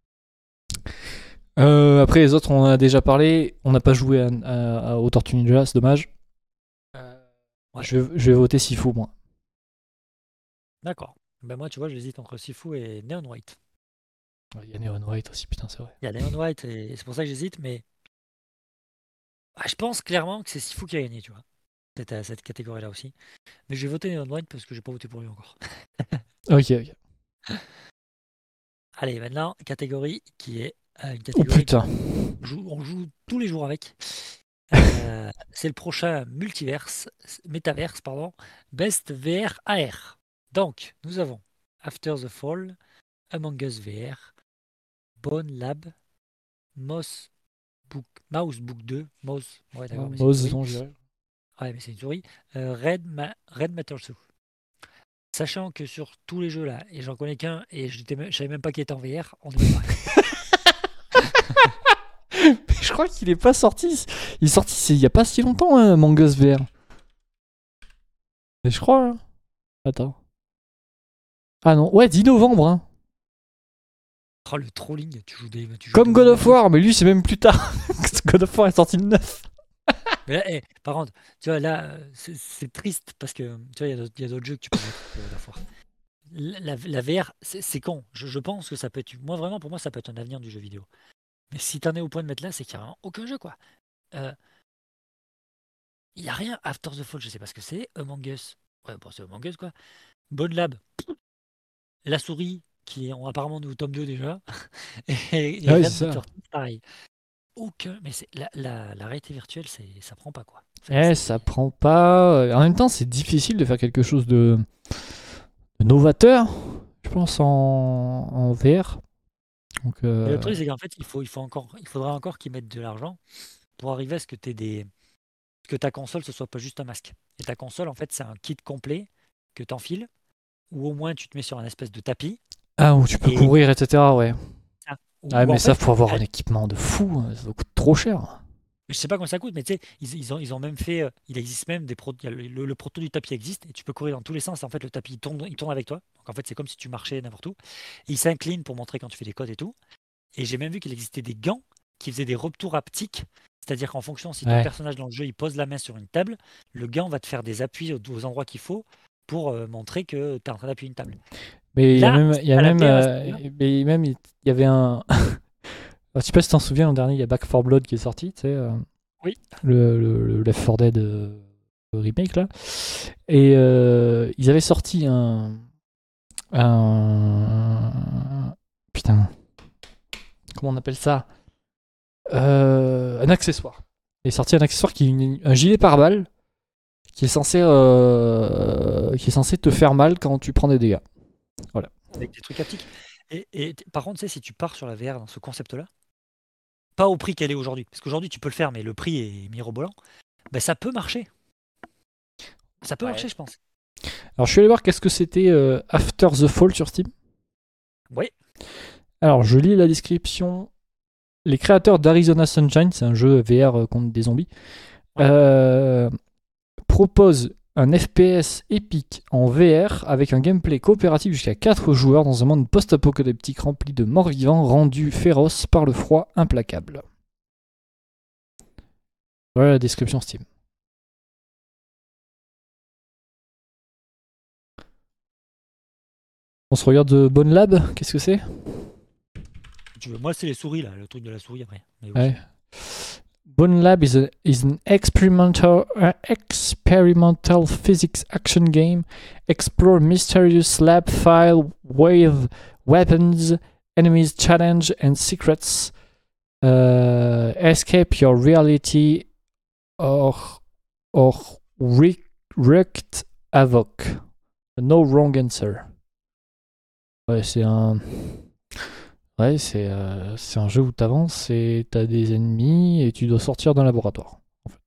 Euh, après, les autres, on en a déjà parlé. On n'a pas joué à, à, à, au Tortue Ninja, c'est dommage. Euh, Ouais. je, vais, je vais voter Sifu, moi. D'accord. Ben moi, tu vois, j'hésite entre Sifu et Neon White. Il y a Neon White aussi, putain, c'est vrai. Il y a Neon White et c'est pour ça que j'hésite, mais ah, je pense clairement que c'est Sifu qui a gagné, tu vois, cette, euh, cette catégorie-là aussi. Mais je vais voter Neon White parce que j'ai pas voté pour lui encore. Ok, ok. Allez, maintenant, catégorie qui est euh, une Oh catégorie putain. qu'on joue, on joue tous les jours avec. Euh, c'est le prochain multiverse, métaverse, pardon, Best V R A R. Donc, nous avons After the Fall, Among Us V R, Bone Lab, Mouse Book, Mouse Book deux, Mouse, ouais d'accord, mais c'est une Moz, souris. non, je dirais. Ouais, mais c'est une souris. Euh, Red, Ma- Red Matter Zoo. Sachant que sur tous les jeux là, et j'en connais qu'un, et je ne savais même pas qu'il était en V R, on est mal barré. Je crois qu'il est pas sorti. Il est sorti c'est- il y a pas si longtemps, hein, Among Us V R. Mais je crois. hein. Attends. Ah non, ouais, dix novembre. Hein. Oh, le trolling, tu joues des. Tu joues Comme des God of mots- War, mais lui c'est même plus tard. God of War est sorti le neuf. Mais là, eh, par contre, tu vois, là, euh, c'est c'est triste parce que tu vois, il y a d'autres- il y a d'autres jeux que tu peux mettre euh, la fois. La, la- la V R, c'est c'est con. Je, je pense que ça peut être. Moi, vraiment, pour moi, ça peut être un avenir du jeu vidéo. Mais si t'en es au point de mettre là, c'est qu'il n'y a vraiment aucun jeu, quoi. Euh, Il n'y a rien. After the Fall, je sais pas ce que c'est. Among Us. Ouais, bon, c'est Among Us, quoi. Bone Lab. La souris, qui est apparemment au tome deux déjà. Et, et Ah oui, Red c'est ça. Matter, pareil. Aucun. Mais c'est la, la, la réalité virtuelle, c'est ça prend pas, quoi. Enfin, Eh, c'est- ça prend pas. En même temps, c'est difficile de faire quelque chose de, de novateur, je pense, en, en V R. Donc, Et euh, le truc, c'est qu'en fait, il faut, il faut encore, il faudra encore qu'ils mettent de l'argent pour arriver à ce que t'aies des, que ta console, ce soit pas juste un masque. Et ta console, en fait, c'est un kit complet que tu enfiles, ou au moins tu te mets sur un espèce de tapis. Ah, où tu peux Et courir, et cetera. Ouais. ça, Ah, ou mais en ça, fait, faut avoir à- un équipement de fou. Ça coûte trop cher. je sais pas combien ça coûte, mais tu sais, ils, ils ont, ils ont même fait, euh, il existe même des pro, il y a le, le- le proto du tapis existe, et tu peux courir dans tous les sens. En fait, le tapis, il tourne, il tourne avec toi. Donc en fait, c'est comme si tu marchais n'importe où. Et il s'incline pour montrer quand tu fais des codes et tout. Et j'ai même vu qu'il existait des gants qui faisaient des retours haptiques. C'est-à-dire qu'en fonction, si ton Ouais. personnage dans le jeu il pose la main sur une table, le gant va te faire des appuis aux, aux endroits qu'il faut pour euh, montrer que tu es en train d'appuyer une table. Mais il y a Là, même, il y a à la même, V R à ce euh, niveau-là, mais même, il y avait un. Je sais pas si t'en souviens, l'an dernier, il y a Back four Blood qui est sorti, tu sais, euh, oui. le, le, le Left four Dead euh, remake là. Et euh, ils avaient sorti un, un. Putain, comment on appelle ça? Euh, un accessoire. Il est sorti un accessoire qui est une- un gilet pare-balles qui est censé euh, qui est censé te faire mal quand tu prends des dégâts. Voilà. Avec des trucs haptiques. Et, et t- par contre, tu sais, si tu pars sur la V R dans ce concept-là, pas au prix qu'elle est aujourd'hui, parce qu'aujourd'hui tu peux le faire, mais le prix est mirobolant, ben, ça peut marcher. Ça peut Ouais. marcher, je pense. Alors je suis allé voir qu'est-ce que c'était euh, After the Fall sur Steam. Oui. Alors je lis la description. Les créateurs d'Arizona Sunshine, c'est un jeu V R contre des zombies, Ouais. euh, proposent un F P S épique en V R avec un gameplay coopératif jusqu'à quatre joueurs dans un monde post-apocalyptique rempli de morts vivants rendus féroces par le froid implacable. Voilà la description Steam. On se regarde de Bone Lab, qu'est-ce que c'est? Tu veux, moi, c'est les souris, là, le truc de la souris après. Mais oui. Ouais. Bone Lab is, a, is an experimental, uh, experimental physics action game. Explore mysterious lab file with weapons, enemies, challenge, and secrets. Uh, escape your reality or, or wreaked havoc. No wrong answer. Ouais, c'est un. Ouais, c'est euh, c'est un jeu où t'avances et t'as des ennemis et tu dois sortir d'un laboratoire, en fait.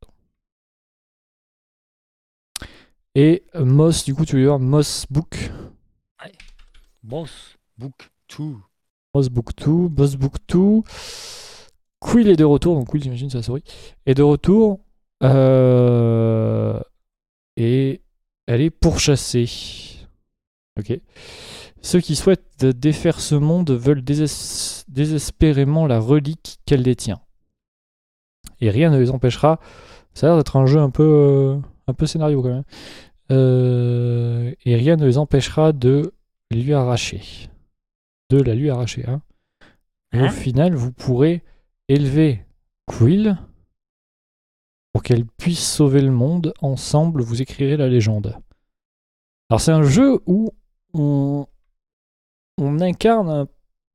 Et euh, Moss, du coup, tu veux dire Moss Book. Ouais. Moss Book deux. Moss Book deux, Moss Book deux. Quill est de retour, donc Quill, j'imagine, c'est la souris. Est de retour. Euh, et elle est pourchassée. Ok. Ceux qui souhaitent défaire ce monde veulent déses- désespérément la relique qu'elle détient. Et rien ne les empêchera. Ça a l'air d'être un jeu un peu, euh, un peu scénario quand même. Euh, et rien ne les empêchera de lui arracher. De la lui arracher. Hein. Et au Hein? final, vous pourrez élever Quill pour qu'elle puisse sauver le monde. Ensemble, vous écrirez la légende. Alors c'est un jeu où on, on incarne un,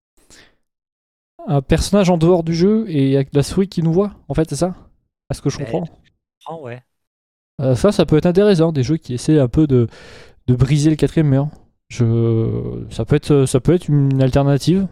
un personnage en dehors du jeu et avec la souris qui nous voit. En fait, c'est ça? Est-ce que je Ben, comprends? prends, ouais. Euh, ça, ça peut être intéressant. Des jeux qui essaient un peu de, de briser le quatrième mur. Je, ça peut être, ça peut être une alternative.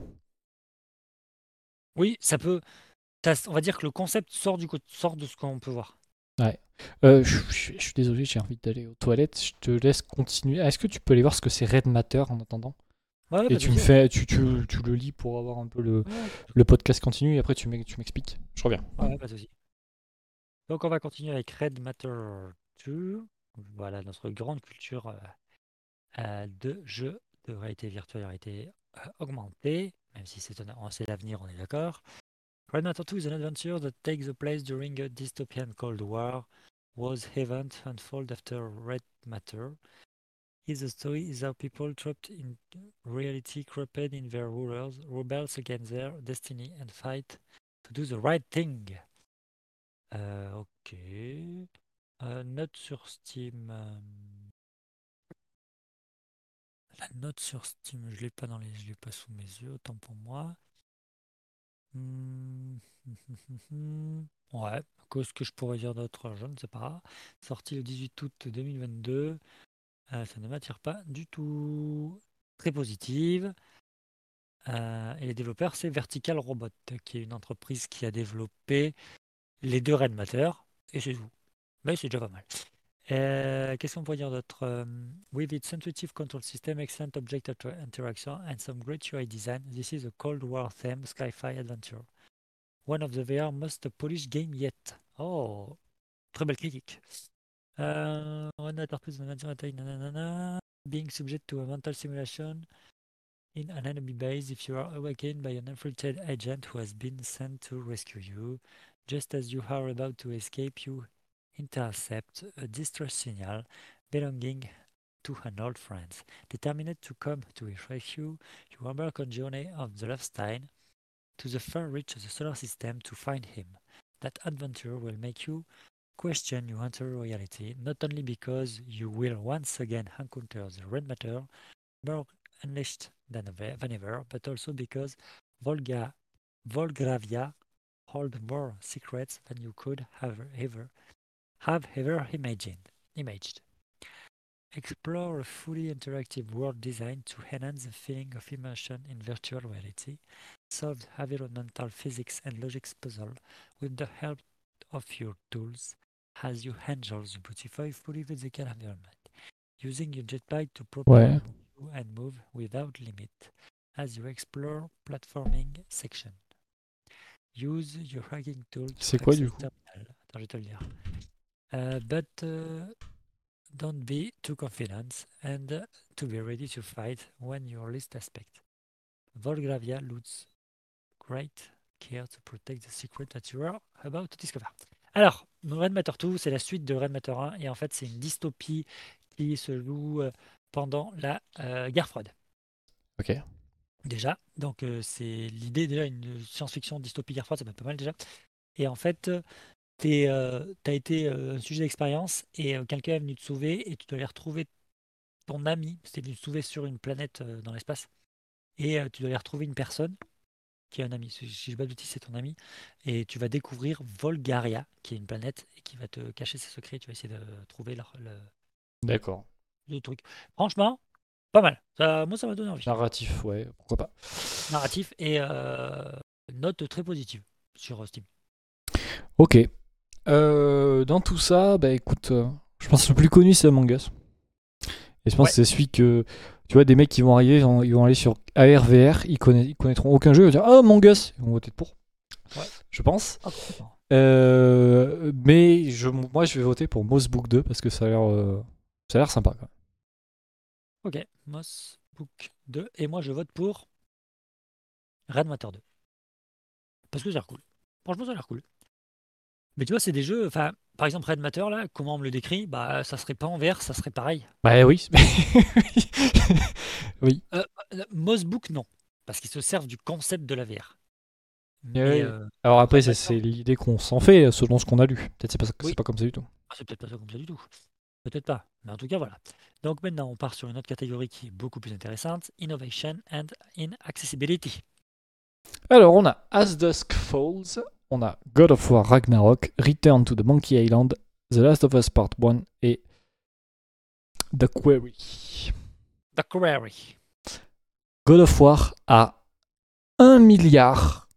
Oui, ça peut. t'as- On va dire que le concept sort, du, co- sort de ce qu'on peut voir. Ouais. Euh, je, je- je suis désolé, j'ai envie d'aller aux toilettes. Je te laisse continuer. Est-ce que tu peux aller voir ce que c'est Red Matter en attendant? Ouais, ouais, Et pas de tu me souci, ouais. fais, tu, tu, tu le lis pour avoir un peu le, Ouais, ouais, le podcast continu et après tu m'ex- tu m'expliques. Je reviens. ouais, ouais, pas de souci. Donc, on va continuer avec Red Matter deux. Voilà, notre grande culture euh, euh, de jeux de réalité virtuelle et réalité euh, augmentée. Même si c'est un- c'est l'avenir, on est d'accord. Red Matter deux is an adventure that takes place during a dystopian Cold War. Wars events unfold after Red Matter. Is the story is how people trapped in reality, corrupted in their rulers, rebels against their destiny and fight to do the right thing. Euh, ok. Euh, note sur Steam. euh, La note sur Steam, je l'ai pas dans les, je l'ai pas sous mes yeux, autant pour moi. Hmm, Ouais, qu'est-ce que je pourrais dire d'autre, je ne sais pas. Sorti le dix-huit août deux mille vingt-deux. Euh, ça ne m'attire pas du tout. Très positive. Euh, et les développeurs, c'est Vertical Robot, qui est une entreprise qui a développé les deux Rainmatter, et c'est tout. Mais c'est déjà pas mal. Euh, Qu'est-ce qu'on pourrait dire d'autre? Um, With its intuitive control system, excellent object inter- interaction, and some great U I design, this is a Cold War themed sci-fi adventure. One of the V R most polished game yet. Oh, très belle critique. Uh, one that purpose nanana, being subject to a mental simulation in an enemy base if you are awakened by an infiltrated agent who has been sent to rescue you. Just as you are about to escape, you intercept a distress signal belonging to an old friend. Determined to come to his rescue, you embark on journey of the Lofstein to the far reach of the solar system to find him. That adventure will make you question your entire reality, not only because you will once again encounter the red matter, more unleashed than ever, but also because Volga, Volgravia hold more secrets than you could have ever have ever imagined. Imaged. Explore a fully interactive world designed to enhance the feeling of immersion in virtual reality. Solve environmental physics and logic puzzle with the help of your tools as you handle the beautiful, fully physical environment. Using your jetpack to propel Ouais. you and move without limit as you explore platforming section. Use your hacking tool to C'est quoi du access coup? terminal. Attends, je vais te le dire. Uh, but uh, don't be too confident and to be ready to fight when you're least expect. Volgravia looks great care to protect the secret that you are about to discover. Alors, Red Matter deux, c'est la suite de Red Matter un et en fait, c'est une dystopie qui se joue euh, pendant la euh, guerre froide. Ok. Déjà, donc euh, c'est l'idée déjà une science-fiction dystopie guerre froide, ça peut être pas mal déjà. Et en fait, tu euh, as été euh, un sujet d'expérience et euh, quelqu'un est venu te sauver et tu dois aller retrouver ton ami, c'était venu te sauver sur une planète euh, dans l'espace et euh, tu dois aller retrouver une personne qui est un ami. Si si je ne pas d'outils, c'est ton ami. Et tu vas découvrir Volgaria, qui est une planète et qui va te cacher ses secrets. Tu vas essayer de trouver leur- le, D'accord. le truc. Franchement, pas mal. Ça, moi, ça m'a donné envie. Narratif, ouais, pourquoi pas. Narratif et euh, note très positive sur Steam. Ok. Euh, dans tout ça, bah écoute, euh, je pense que le plus connu c'est Among Us. Et je pense Ouais. que c'est celui que, tu vois, des mecs qui vont arriver, ils vont, ils vont aller sur A R V R, ils, connaît, ils connaîtront aucun jeu, ils vont dire ah Among Us, ils vont voter pour. Ouais. Je pense. Ah, complètement. Euh, mais je, moi je vais voter pour Moss Book deux parce que ça a l'air, euh, ça a l'air sympa. Quoi. Ok, Moss Book deux. Et moi, je vote pour Red Matter deux. Parce que ça a l'air cool. Franchement, ça a l'air cool. Mais tu vois, c'est des jeux. Enfin, par exemple, Red Matter, là, comment on me le décrit, bah, ça serait pas en vert, ça serait pareil. Bah oui. oui. Euh, euh, Moss Book, non. Parce qu'ils se servent du concept de la V R. Et Mais ouais. euh, Alors après, Red c'est, Matter, c'est l'idée qu'on s'en fait selon ce qu'on a lu. Peut-être c'est pas, c'est oui. pas comme ça du tout. Ah, c'est peut-être pas ça comme ça du tout. Peut-être pas. Mais en tout cas, voilà. Donc maintenant, on part sur une autre catégorie qui est beaucoup plus intéressante, Innovation and Inaccessibility. Alors, on a As Dusk Falls, on a God of War Ragnarok, Return to the Monkey Island, The Last of Us Part un et The Quarry. The Quarry. God of War a un milliard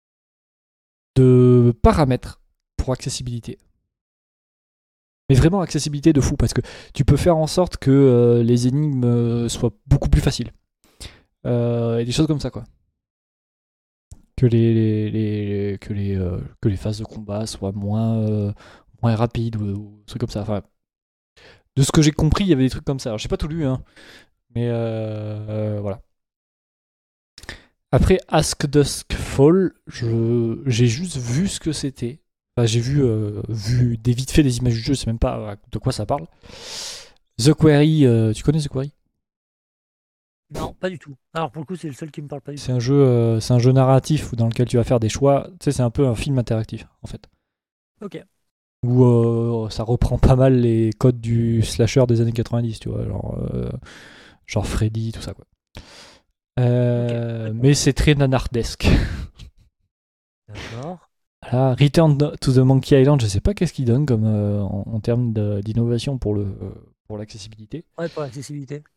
de paramètres pour accessibilité. Mais vraiment accessibilité de fou, parce que tu peux faire en sorte que euh, les énigmes euh, soient beaucoup plus faciles. Euh, et des choses comme ça, quoi. Que les, les, les que, les, euh, que les phases de combat soient moins, euh, moins rapides ou, ou trucs comme ça. Enfin, de ce que j'ai compris, il y avait des trucs comme ça. Alors, j'ai pas tout lu, hein, mais euh, euh, voilà. Après Ask Dusk Fall, je, j'ai juste vu ce que c'était. Enfin, j'ai vu, euh, vu des vite fait des images du jeu, je sais même pas de quoi ça parle. The Quarry, euh, tu connais The Quarry? Non, pas du tout. Alors pour le coup, c'est le seul qui me parle pas du tout. C'est un jeu, euh, c'est un jeu narratif dans lequel tu vas faire des choix. Tu sais, c'est un peu un film interactif en fait. Ok. Où euh, ça reprend pas mal les codes du slasher des années quatre-vingt-dix, tu vois, genre, euh, genre Freddy, tout ça quoi. Euh, Ok. mais c'est très nanardesque. D'accord. Voilà, Return to the Monkey Island, je sais pas qu'est-ce qu'il donne comme euh, en, en termes de, d'innovation pour le euh, pour l'accessibilité. Ouais, pour l'accessibilité.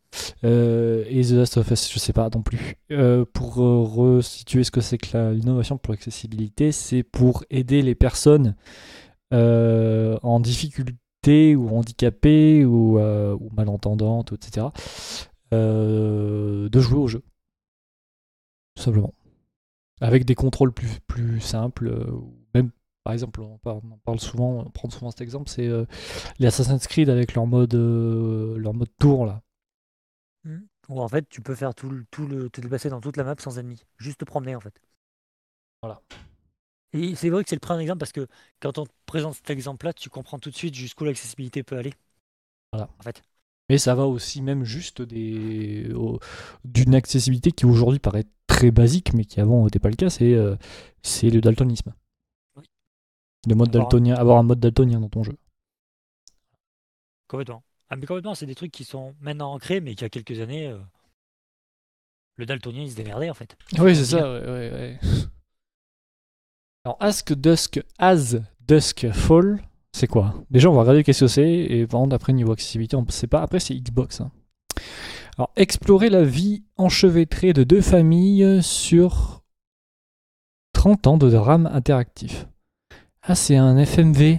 Euh, et The Last of Us, je sais pas non plus. Euh, pour euh, resituer ce que c'est que la- l'innovation pour l'accessibilité, c'est pour aider les personnes euh, en difficulté ou handicapées ou, euh, ou malentendantes, et cetera euh, de jouer au jeu, tout simplement. Avec des contrôles plus, plus simples. euh, ou même, par exemple, on parle, on en parle souvent, on prend souvent cet exemple, c'est euh, les Assassin's Creed avec leur mode, euh, leur mode tour là. Mm. Où en fait, tu peux faire tout le, tout le, te déplacer dans toute la map sans ennemis. Juste te promener en fait. Voilà. Et c'est vrai que c'est le premier exemple parce que quand on te présente cet exemple-là, tu comprends tout de suite jusqu'où l'accessibilité peut aller. Voilà. En fait. Mais ça va aussi même juste des, au- d'une accessibilité qui aujourd'hui paraît très basique, mais qui avant n'était pas le cas, c'est, euh, c'est le daltonisme. Oui. Le mode Avoir un- daltonien, avoir un mode daltonien dans ton jeu. Complètement. Ah, mais complètement, c'est des trucs qui sont maintenant ancrés, mais qu'il y a quelques années, euh, le daltonien il se démerdait en fait. Oui, On c'est se dit bien. ça. Ouais, ouais, ouais. Alors, Ask Dusk, As Dusk Fall, c'est quoi? Déjà, on va regarder qu'est-ce que c'est, et par contre, après, niveau accessibilité, on ne sait pas. Après, c'est Xbox. Hein. Alors, explorer la vie enchevêtrée de deux familles sur trente ans de drame interactif. Ah, c'est un F M V.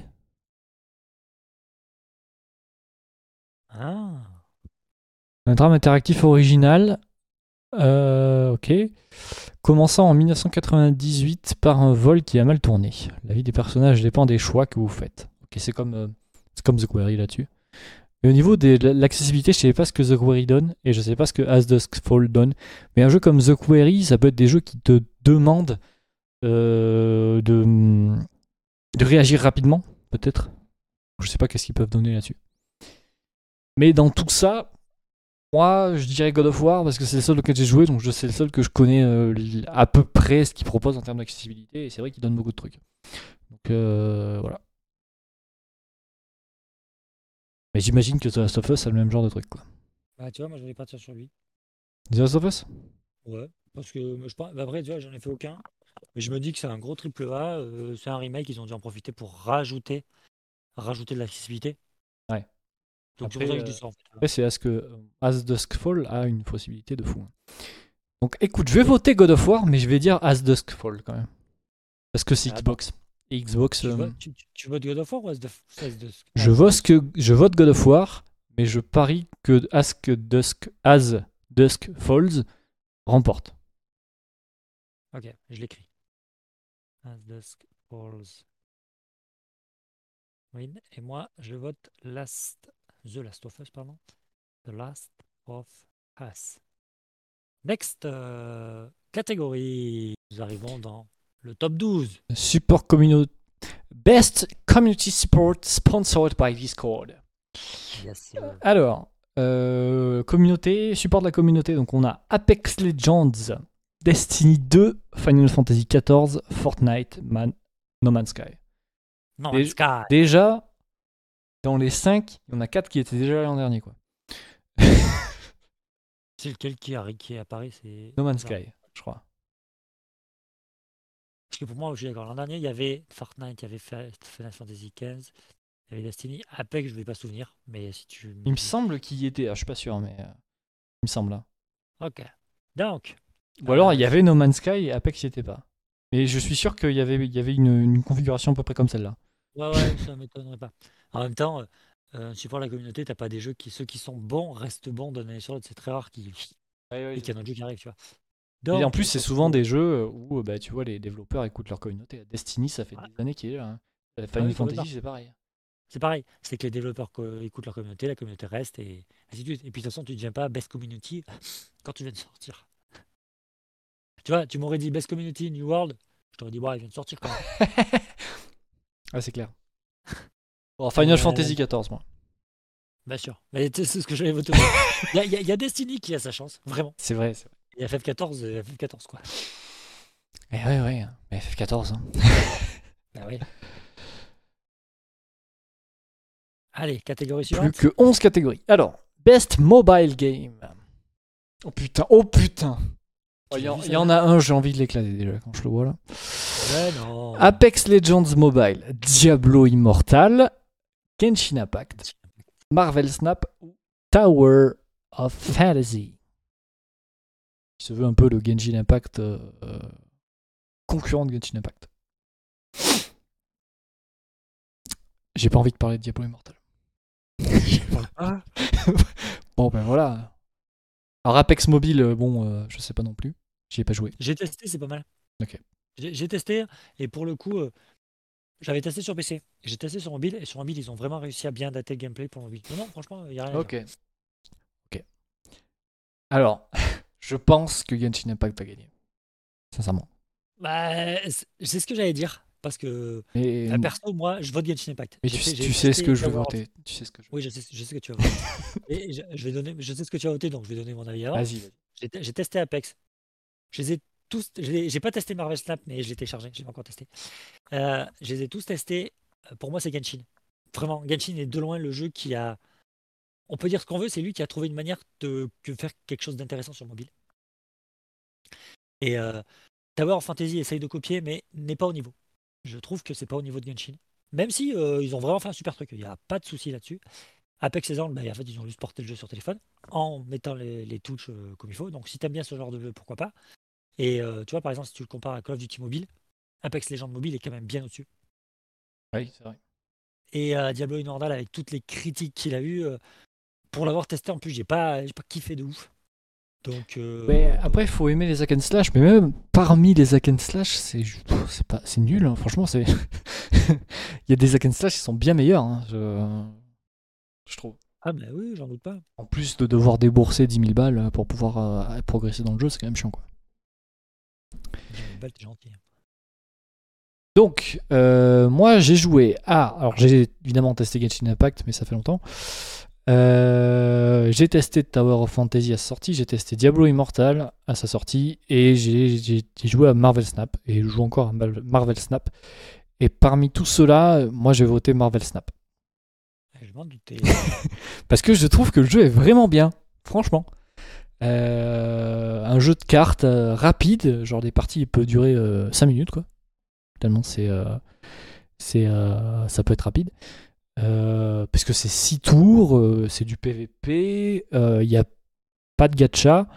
Ah. Un drame interactif original. Euh, ok. Commençant en mille neuf cent quatre-vingt-dix-huit par un vol qui a mal tourné. La vie des personnages dépend des choix que vous faites. Ok, c'est comme, euh, c'est comme The Quarry là-dessus. Et au niveau de l'accessibilité, je ne sais pas ce que The Quarry donne et je ne sais pas ce que As Dusk Fall donne. Mais un jeu comme The Quarry, ça peut être des jeux qui te demandent euh, de, de réagir rapidement, peut-être. Je ne sais pas qu'est-ce qu'ils peuvent donner là-dessus. Mais dans tout ça, moi, je dirais God of War parce que c'est le seul auquel j'ai joué, donc c'est le seul que je connais euh, à peu près ce qu'il propose en termes d'accessibilité, et c'est vrai qu'il donne beaucoup de trucs. Donc euh, voilà. Mais j'imagine que The Last of Us a le même genre de truc, quoi. Bah, tu vois, moi, je vais partir sur lui. The Last of Us? Ouais. Parce que moi, je pense. Bah, après, tu vois, j'en ai fait aucun. Mais je me dis que c'est un gros triple A. euh, c'est un remake. Ils ont dû en profiter pour rajouter, rajouter de l'accessibilité. Ouais. Donc, c'est pour Après, ça que je euh, dis ça en fait. après c'est à ce que As Dusk Fall a une possibilité de fou. Hein. Donc écoute, je vais voter God of War, mais je vais dire As Dusk Fall quand même. Parce que c'est Attends, Xbox. Et Xbox, tu, euh, votes, tu, tu- tu votes God of War ou As de, As de, je, As vote Dusk que, je vote God of War, mais je parie que As Dusk, As Dusk Falls remporte. Ok, je l'écris. As Dusk Falls win. Et moi, je vote Last, The Last of Us, pardon. The Last of Us. Next euh, catégorie. Nous arrivons dans le top douze. Support communauté. Best Community Support sponsored by Discord. Yes, sir. Alors, euh, communauté, support de la communauté. Donc on a Apex Legends, Destiny deux, Final Fantasy quatorze, Fortnite, Man, No Man's Sky. No Dé- Man's Sky. Déjà, dans les cinq, il y en a quatre qui étaient déjà l'an dernier, quoi. C'est lequel qui, a, qui apparaît, c'est No Man's ça. Sky, je crois. Parce que pour moi, je suis d'accord. L'an dernier, il y avait Fortnite, il y avait Fa- Final Fantasy quinze, il y avait Destiny. Apex, je ne vais pas souvenir, mais si tu me Il me dis. semble qu'il y était, ah, je suis pas sûr, mais euh, il me semble. Hein. Ok. Donc, Ou alors il euh, y avait No Man's Sky et Apex n'y était pas. Mais je suis sûr qu'il y avait, il y avait une, une configuration à peu près comme celle-là. ouais, ouais, ça m'étonnerait pas. En même temps, euh, euh, support la communauté, t'as pas des jeux qui, ceux qui sont bons restent bons d'une année sur l'autre. C'est très rare qu'il et qu'il y en a d'autres jeux qui arrivent, tu vois. Et en Donc, plus, c'est sur ce souvent des jeux où bah, tu vois, les développeurs écoutent leur communauté. Destiny, ça fait ouais. des années qu'il est là. Hein. Ah Final oui, complètement. Fantasy, c'est pareil. C'est pareil, c'est que les développeurs co- écoutent leur communauté, la communauté reste et ainsi de suite. Et puis de toute façon, tu ne deviens pas best community quand tu viens de sortir. Tu vois, tu m'aurais dit best community New World, je t'aurais dit, ouais, il vient de sortir quand même. Ah, c'est clair. Bon, Final Euh, Fantasy quatorze, moi. Bien sûr, mais c'est ce que j'avais voté. Il y, a- il y a- il y a Destiny qui a sa chance, vraiment. C'est vrai, c'est vrai. Et F F quatorze, euh, F F quatorze quoi. Eh ouais, ouais. Mais F F quatorze. Hein. Ah oui. Allez, catégorie Plus suivante. que onze catégories. Alors, Best Mobile Game. Oh putain, oh putain. Il Tu y, l'as en- vu, il y en celle-là a un, j'ai envie de l'éclater déjà quand je le vois là. Ouais, non. Apex Legends Mobile, Diablo Immortal, Genshin Impact, Marvel Snap ou Tower of Fantasy. Qui se veut un peu le Genshin Impact euh, euh, concurrent de Genshin Impact. J'ai pas envie de parler de Diablo Immortal. Ah. Bon ben voilà. Alors Apex Mobile, bon, euh, je sais pas non plus. J'y ai pas joué. J'ai testé, c'est pas mal. Ok. J'ai, j'ai testé, et pour le coup, euh, j'avais testé sur P C. J'ai testé sur mobile, et sur mobile, ils ont vraiment réussi à bien dater le gameplay pour mobile. Non, non, franchement, il n'y a rien à Ok. dire. Ok. Alors, je pense que Genshin Impact va gagner. Sincèrement. Bah, c'est c'est ce que j'allais dire. Parce que, Mais, enfin, perso, moi, je vote Genshin Impact. mais J'ai tu, fait- j'ai tu sais ce testé que je veux Tower of- voter. Tu sais ce que je veux. Oui, je sais, je sais ce que tu vas voter. Et je, je vais donner, je sais ce que tu as voté, donc je vais donner mon avis avant. Vas-y, vas-y. J'ai, te- j'ai testé Apex. Je les ai tous. je l'ai- J'ai pas testé Marvel Snap, mais je l'ai téléchargé. J'ai pas encore testé. Euh, je les ai tous testés. Euh, Pour moi, c'est Genshin. Vraiment, Genshin est de loin le jeu qui a. On peut dire ce qu'on veut, c'est lui qui a trouvé une manière de que faire quelque chose d'intéressant sur mobile. Et euh, Tower of Fantasy essaye de copier, mais n'est pas au niveau. Je trouve que c'est pas au niveau de Genshin. Même si euh, ils ont vraiment fait un super truc, il n'y a pas de souci là-dessus. Apex Legends, bah, en fait, ils ont juste porté le jeu sur téléphone en mettant les, les touches euh, comme il faut. Donc, si t'aimes bien ce genre de jeu, pourquoi pas. Et euh, tu vois, par exemple, si tu le compares à Call of Duty Mobile, Apex Legends Mobile est quand même bien au-dessus. Oui, c'est vrai. Et euh, Diablo Immortal, avec toutes les critiques qu'il a eues, euh, pour l'avoir testé en plus, j'ai pas, j'ai pas kiffé de ouf. Donc, euh, Mais donc, après, il faut aimer les hack and slash, mais même parmi les hack and slash, c'est pff, c'est pas c'est nul. Hein. Franchement, c'est il y a des hack and slash qui sont bien meilleurs. Hein, je... je trouve. ah, bah oui, j'en doute pas. En plus de devoir débourser dix mille balles pour pouvoir euh, progresser dans le jeu, c'est quand même chiant, quoi. dix balles, t'es gentil. Donc, euh, moi, j'ai joué à... Alors, j'ai évidemment testé Genshin Impact, mais ça fait longtemps. Euh, j'ai testé Tower of Fantasy à sa sortie, j'ai testé Diablo Immortal à sa sortie, et j'ai, j'ai, j'ai joué à Marvel Snap, et je joue encore à Marvel Snap. Et parmi tout cela, moi, j'ai voté Marvel Snap. Je m'en doutais. Parce que je trouve que le jeu est vraiment bien, franchement. Euh, un jeu de cartes euh, rapide, genre des parties, il peut durer euh, cinq minutes, quoi. Tellement c'est, euh, c'est, euh, ça peut être rapide. Euh, parce que c'est six tours, euh, c'est du P V P, il euh, n'y a pas de gacha.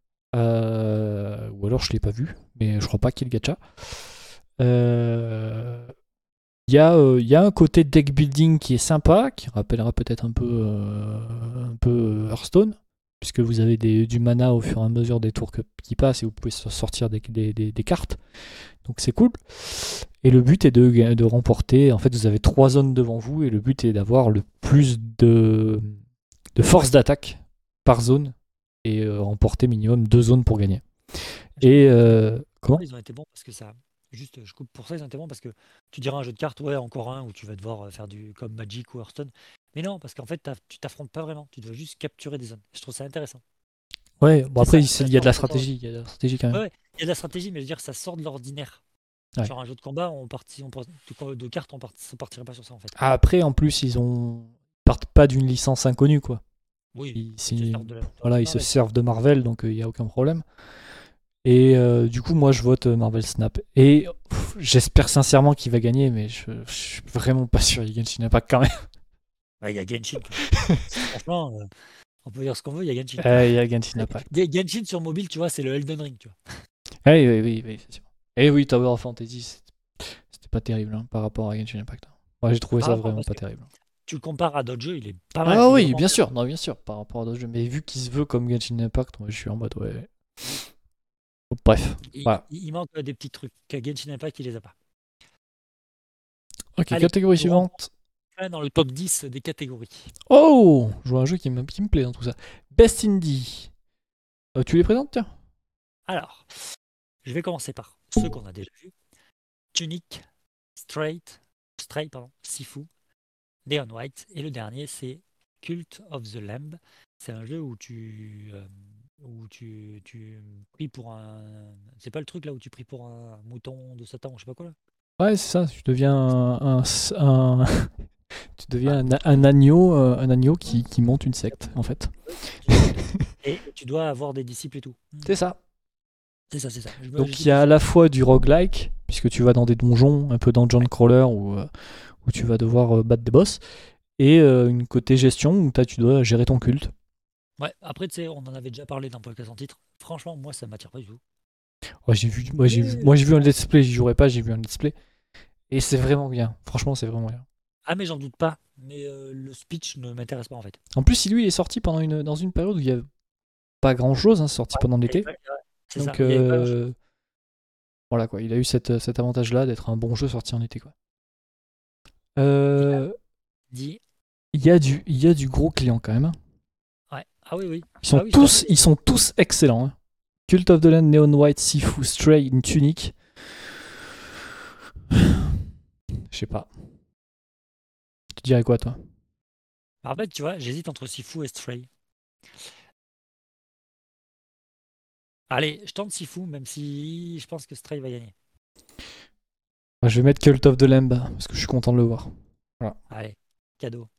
Euh, ou alors je ne l'ai pas vu, mais je crois pas qu'il y ait le gacha. Il euh, y, euh, y a un côté deck building qui est sympa, qui rappellera peut-être un peu, euh, un peu Hearthstone, puisque vous avez des, du mana au fur et à mesure des tours que, qui passent et vous pouvez sortir des, des, des, des cartes. Donc c'est cool. Et le but est de, de remporter. En fait, vous avez trois zones devant vous et le but est d'avoir le plus de, de force d'attaque par zone et euh, remporter minimum deux zones pour gagner. Et euh, comment Ils ont été bons parce que ça. Juste, je coupe pour ça, ils ont été bons parce que tu diras un jeu de cartes, ouais, encore un où tu vas devoir faire du comme Magic ou Hearthstone. Mais non, parce qu'en fait, t'as- tu t'affrontes pas vraiment. Tu dois juste capturer des zones. Je trouve ça intéressant. Ouais, bon C'est après, ça, il y a de la ça sort- stratégie. Il y a de la stratégie quand même. Ouais, ouais, il y a de la stratégie, mais je veux dire, ça sort de l'ordinaire. Ouais. Sur un jeu de combat, on partit, on part- de, de cartes, on, part, on partirait pas sur ça en fait. Après, en plus, ils ont ils partent pas d'une licence inconnue, quoi. Oui, Ils, ils se c'est- servent de la- de voilà, la ils se Marvel. servent de Marvel, donc il n'y a aucun problème. Et euh, du coup, moi, je vote euh, Marvel Snap. Et pff, j'espère sincèrement qu'il va gagner, mais je, je suis vraiment pas sûr. Il gagne Genshin Impact quand même. Ouais, il y a Genshin. quoi. Franchement, euh, on peut dire ce qu'on veut, il y a Genshin. Euh, Il y a Genshin Impact. Gen- Genshin sur mobile, tu vois, c'est le Elden Ring, tu vois. Oui, oui, oui, oui, c'est sûr. Et oui, Tower of Fantasy, c'est- c'était pas terrible hein, par rapport à Genshin Impact. Moi, j'ai trouvé Par ça rapport, vraiment parce pas que terrible. tu le compares à d'autres jeux, il est pas mal. Ah Il est oui, vraiment bien bien. sûr, non, bien sûr, par rapport à d'autres jeux. Mais vu qu'il se veut comme Genshin Impact, moi, je suis en mode, ouais. Bref, Il, voilà. il- il manque des petits trucs. Que Genshin Impact, il les a pas. Ok, Allez, catégorie nous rentrons suivante. enfin dans le top dix des catégories. Oh, je vois un jeu qui me, qui me plaît dans tout ça. Best Indie. Euh, tu les présentes, tiens. Alors, je vais commencer par ceux qu'on a déjà vus. Tunic, Straight, Stray, pardon, Sifu, Neon White. Et le dernier, c'est Cult of the Lamb. C'est un jeu où tu, euh, où tu, tu pries pour un. C'est pas le truc là où tu pries pour un mouton de Satan, je sais pas quoi là. Ouais, c'est ça. Tu deviens un, un, un- tu deviens un, un agneau, euh, un agneau qui, qui monte une secte, en fait. Et tu dois avoir des disciples et tout. C'est ça. C'est ça, c'est ça. Je me- je Donc dis il y a que à la fois du roguelike, puisque tu vas dans des donjons, un peu dungeon crawler, où, euh, où tu vas devoir euh, battre des boss, et euh, une côté gestion, où t'as- tu dois gérer ton culte. Ouais, après, tu sais, on en avait déjà parlé dans Podcast en titre. Franchement, moi, ça m'attire pas du tout. Ouais, j'ai vu, moi j'ai vu, Mais- moi j'ai vu un let's play, j'y jouerai pas, j'ai vu un let's play. Et c'est vraiment bien. Franchement, c'est vraiment bien. Ah, mais j'en doute pas. Mais euh, le speech ne m'intéresse pas, en fait. En plus, lui, il est sorti pendant une, dans une période où il y a pas grand chose, hein, c'est sorti pendant l'été. Ouais, ouais, c'est ça, Donc il y avait pas grand-chose. euh, voilà quoi, il a eu cette, cet avantage-là d'être un bon jeu sorti en été quoi. Il a Euh, dit. Il y a du, il y a du gros client quand même, hein. Ouais. Ah oui, oui. Ils sont Ah oui, ça. tous, ils sont tous excellents, hein. Cult of the Land, Neon White, Sifu, Stray, une tunique. Je sais pas. Tu dirais quoi toi? En fait, tu vois, j'hésite entre Sifu et Stray. Allez, je tente Sifu, même si je pense que Stray va gagner. Moi, je vais mettre Cult of the Lamb parce que je suis content de le voir. Voilà. Allez, cadeau.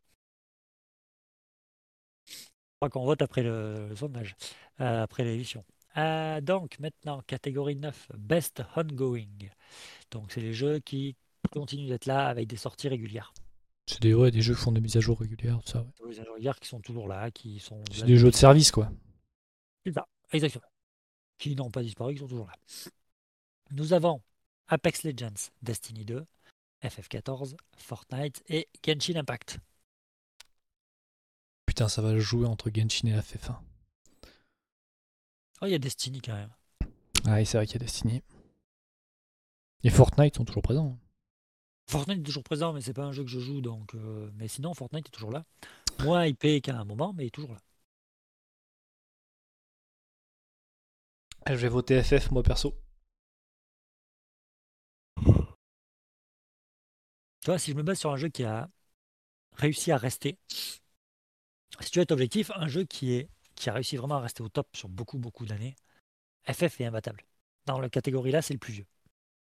Je crois qu'on vote après le, le sondage, euh, après l'émission. Euh, donc, maintenant, catégorie neuf, Best Ongoing. Donc, c'est les jeux qui continuent d'être là avec des sorties régulières. C'est des, ouais, des jeux qui font des mises à jour régulières, tout ça. Ouais. Des mises à jour régulières qui sont toujours là, qui sont C'est là des jeux de depuis. service quoi. C'est ça, exactement. Qui n'ont pas disparu, qui sont toujours là. Nous avons Apex Legends, Destiny deux, F F quatorze, Fortnite et Genshin Impact. Putain, ça va jouer entre Genshin et F F un. Oh, il y a Destiny quand même. Ah, oui, c'est vrai qu'il y a Destiny. Et Fortnite sont toujours présents. Fortnite est toujours présent, mais c'est pas un jeu que je joue, donc. euh, Mais sinon, Fortnite est toujours là. Moins hypé qu'à un moment, mais il est toujours là. Je vais voter F F moi perso. Tu vois, si je me base sur un jeu qui a réussi à rester, si tu veux être objectif, un jeu qui, est, qui a réussi vraiment à rester au top sur beaucoup, beaucoup d'années, F F est imbattable. Dans la catégorie là, c'est le plus vieux.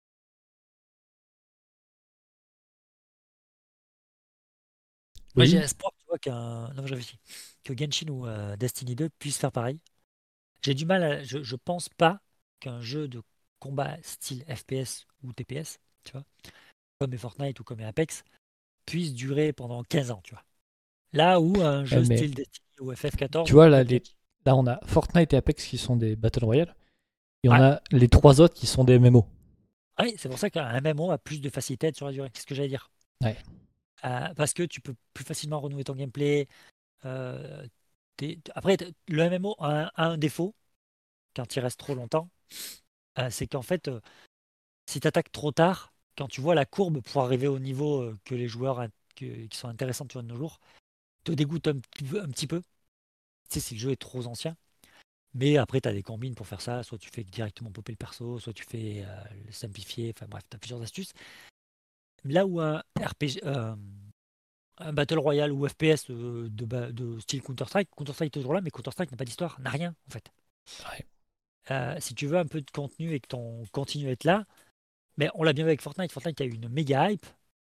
Moi, j'ai Oui. espoir, tu vois, qu'un. Non, je réfléchis. Que Genshin ou euh, Destiny deux puissent faire pareil. J'ai du mal à. Je, je pense pas qu'un jeu de combat style F P S ou T P S, tu vois, comme est Fortnite ou comme est Apex, puisse durer pendant quinze ans, tu vois. Là où un Ouais, jeu mais style Destiny ou F F tu quatorze vois ou là, même les... Genshin. là on a Fortnite et Apex qui sont des Battle Royale. Et on Ouais, a les trois autres qui sont des M M O. ouais, c'est pour ça qu'un M M O a plus de facilité à être sur la durée. C'est ce que j'allais dire. Ouais. Euh, parce que tu peux plus facilement renouveler ton gameplay. euh, t'es- Après, t- le M M O a un, a un défaut quand il reste trop longtemps. euh, c'est qu'en fait, euh, si tu attaques trop tard, quand tu vois la courbe pour arriver au niveau euh, que les joueurs in- que- qui sont intéressants tu vois, de nos jours, te dégoûte un, petit peu- un petit peu. Tu sais, si le jeu est trop ancien. Mais après, tu as des combines pour faire ça. Soit tu fais directement popper le perso, soit tu fais euh, le simplifier. Enfin bref, tu as plusieurs astuces. Là où un R P G, euh, un Battle Royale ou F P S euh, de, ba- de style Counter-Strike, Counter-Strike est toujours là, mais Counter-Strike n'a pas d'histoire, n'a rien en fait. Ouais. Euh, si tu veux un peu de contenu et que ton continue à être là, mais on l'a bien vu avec Fortnite. Fortnite a eu une méga hype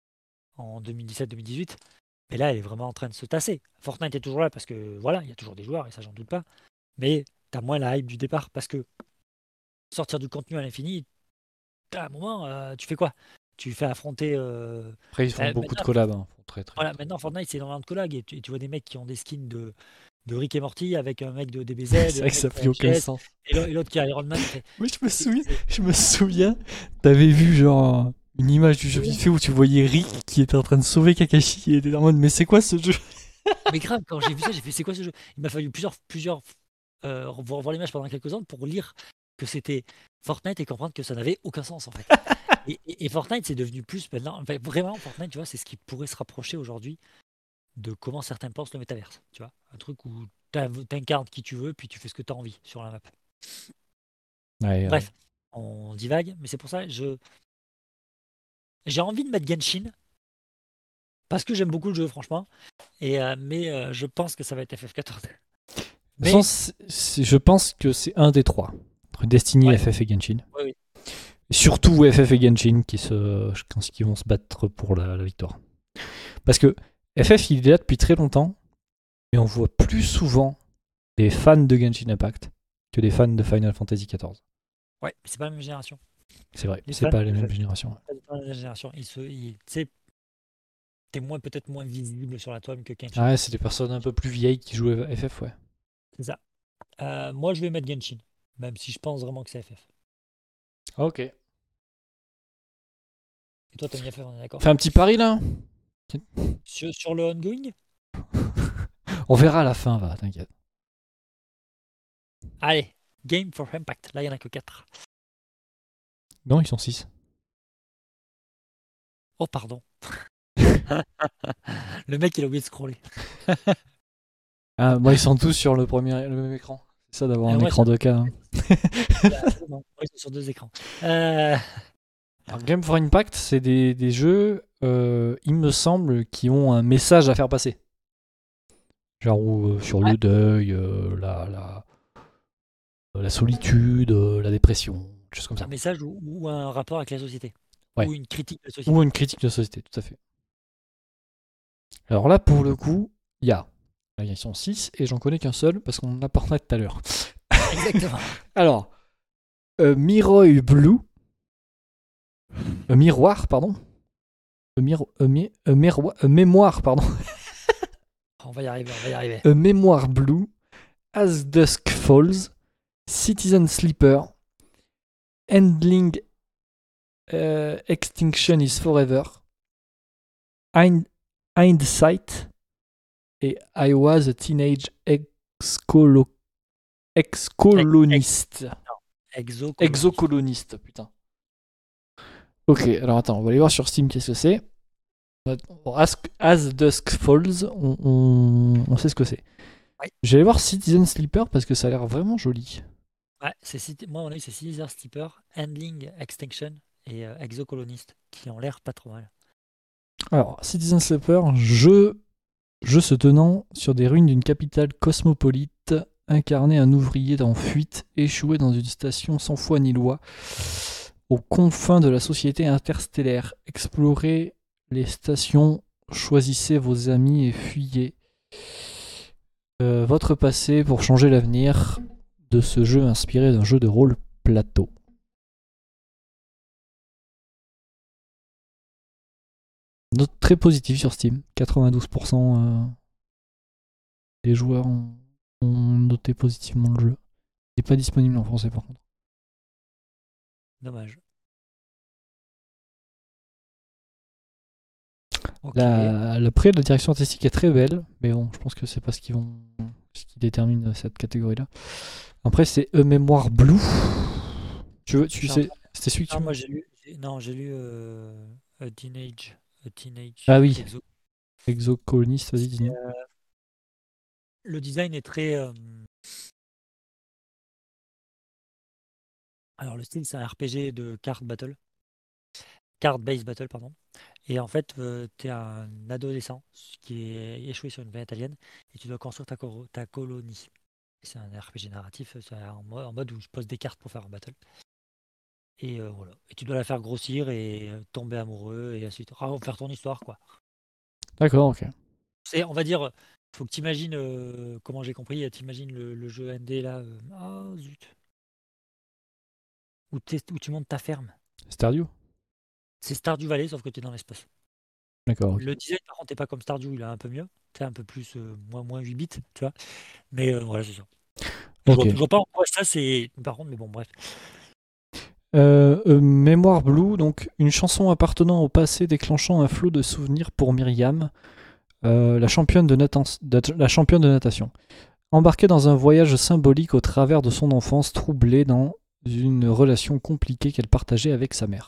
en deux mille dix-sept deux mille dix-huit, mais là elle est vraiment en train de se tasser. Fortnite est toujours là parce que voilà, il y a toujours des joueurs et ça j'en doute pas, mais tu as moins la hype du départ parce que sortir du contenu à l'infini, à un moment, euh, tu fais quoi? Tu fais affronter. euh, Après, ils font euh, beaucoup de maintenant, collabs. Hein. Ils font très, très, voilà, très... maintenant, Fortnite, c'est énormément de collabs et tu, et tu vois des mecs qui ont des skins de, de Rick et Morty avec un mec de D B Z, c'est vrai un que mec ça qui fait a aucun H S sens. et l'au- et l'autre qui a Iron Man. Fait, Oui, je me c'est- souviens. c'est- Je me souviens. T'avais vu genre une image du jeu oui. vite fait où tu voyais Rick qui était en train de sauver Kakashi et était en mode mais c'est quoi ce jeu? Mais grave, quand j'ai vu ça, j'ai fait c'est quoi ce jeu? Il m'a fallu plusieurs, plusieurs euh, revoir voir l'image pendant quelques secondes pour lire que c'était Fortnite et comprendre que ça n'avait aucun sens en fait. Et, et- et Fortnite, c'est devenu plus maintenant. Enfin, vraiment, Fortnite, tu vois, c'est ce qui pourrait se rapprocher aujourd'hui de comment certains pensent le métaverse. Tu vois, un truc où t'inv- t'incarnes qui tu veux, puis tu fais ce que tu as envie sur la map. Ouais, ouais. Bref, on divague, mais c'est pour ça je j'ai envie de mettre Genshin parce que j'aime beaucoup le jeu, franchement. Et euh, mais euh, je pense que ça va être F F quatorze. De toute façon, Mais c'est- c'est- je pense que c'est un des trois. Entre Destiny, ouais, F F et Genshin. ouais, oui. Et surtout F F et Genshin qui, se, je pense qu'ils vont se battre pour la, la victoire. Parce que F F, il est là depuis très longtemps, mais on voit plus souvent des fans de Genshin Impact que des fans de Final Fantasy quatorze. Ouais, mais c'est pas la même génération. C'est vrai, Les c'est fans pas les de mêmes F F, générations. c'est pas la même génération. Ils se, ils- tu sais, t'es moins peut-être moins visible sur la toile que Genshin. Ah ouais, c'est des personnes un peu plus vieilles qui jouent à F F, ouais. C'est ça. Euh, moi, je vais mettre Genshin, même si je pense vraiment que c'est F F. Ok. Et toi, t'as mis F F, on est d'accord? Fais un petit pari là. Sur, sur le ongoing? On verra à la fin, va, t'inquiète. Allez, Game for Impact. Là, il n'y en a que quatre. Non, ils sont six. Oh, pardon. Le mec, il a oublié de scroller. Ah, moi, ils sont tous sur le premier, le même écran. C'est ça d'avoir Et un moi, écran ça- deux K. hein. non, moi, ils sont sur deux écrans. Euh, Alors, Game for Impact, c'est des, des jeux, euh, il me semble, qui ont un message à faire passer. Genre où, euh, sur ouais, le deuil, euh, la, la, la solitude, euh, la dépression, des choses comme un ça. message ou, ou un rapport avec la société. Ouais. Ou une critique de la Ou société. une critique de société, tout à fait. Alors là, pour le coup, il y a. Là, ils sont six et j'en connais qu'un seul parce qu'on en a parlé tout à l'heure. Exactement. Alors, euh, Miroy Blue. Euh, miroir, pardon. Euh, miro- euh, mi- euh, miroi- euh, mémoire, pardon. On va y arriver, on va y arriver. Euh, mémoire Blue. As Dusk Falls. Citizen Sleeper. Endling euh, Extinction is Forever. Hind- Hindsight. Et I was a teenage ex-colo- Ex- ex- ex-coloniste. Exocoloniste. Exocoloniste, putain. Ok, alors attends, on va aller voir sur Steam qu'est-ce que c'est. As, As Dusk Falls, on, on, on sait ce que c'est. Ouais, J'allais voir Citizen Sleeper parce que ça a l'air vraiment joli. ouais c'est, Cit- moi, on a eu c'est Caesar Sleeper, Handling Extinction et euh, Exocoloniste, qui ont l'air pas trop mal. Alors, Citizen Sleeper, jeu, jeu se tenant sur des ruines d'une capitale cosmopolite, incarner un ouvrier en fuite, échoué dans une station sans foi ni loi, aux confins de la société interstellaire. Explorez les stations, choisissez vos amis et fuyez. Euh, votre passé pour changer l'avenir de ce jeu inspiré d'un jeu de rôle plateau. Note très positive sur Steam. quatre-vingt-douze pour cent euh, des joueurs ont, ont noté positivement le jeu. Il n'est pas disponible en français par contre. Dommage. Ok. La, la, après, la direction artistique est très belle, mais bon, je pense que c'est pas ce qui vont, ce qui détermine cette catégorie-là. Après, c'est A Mémoire Blue. Tu veux, Je tu suis en sais, train- c'était celui que Non, tu. moi j'ai lu. j'ai- Non, j'ai lu euh, A Teenage. A Teenage Ah oui, Exo. Exocoloniste, vas-y, dis-nous. Euh, le design est très. euh, Alors, le style, c'est un R P G de card battle. Card-based battle, pardon. Et en fait, tu es un adolescent qui est échoué sur une planète alien et tu dois construire ta, coro- ta colonie. C'est un R P G narratif, c'est en mode, en mode où je pose des cartes pour faire un battle. Et euh, voilà. Et tu dois la faire grossir et euh, tomber amoureux et ainsi de suite. Ah, faire ton histoire, quoi. D'accord, ok. C'est, on va dire, faut que tu imagines, comment j'ai compris, tu imagines le, le jeu N D là. euh, Ah, zut. Où, t'es- où tu montes ta ferme. Stardew. C'est Stardew Valley, sauf que tu es dans l'espace. D'accord, ok. Le design, par contre, n'est pas comme Stardew, il est un peu mieux. C'est un peu plus, euh, moins, moins huit bits, tu vois. Mais euh, voilà, c'est ça. Je vois, Ok. je vois pas en quoi ça, c'est. Par contre, mais bon, bref. Euh, euh, Mémoire Blue, donc une chanson appartenant au passé déclenchant un flot de souvenirs pour Myriam, euh, la, championne de natan- de- la championne de natation. Embarquée dans un voyage symbolique au travers de son enfance troublée dans une relation compliquée qu'elle partageait avec sa mère.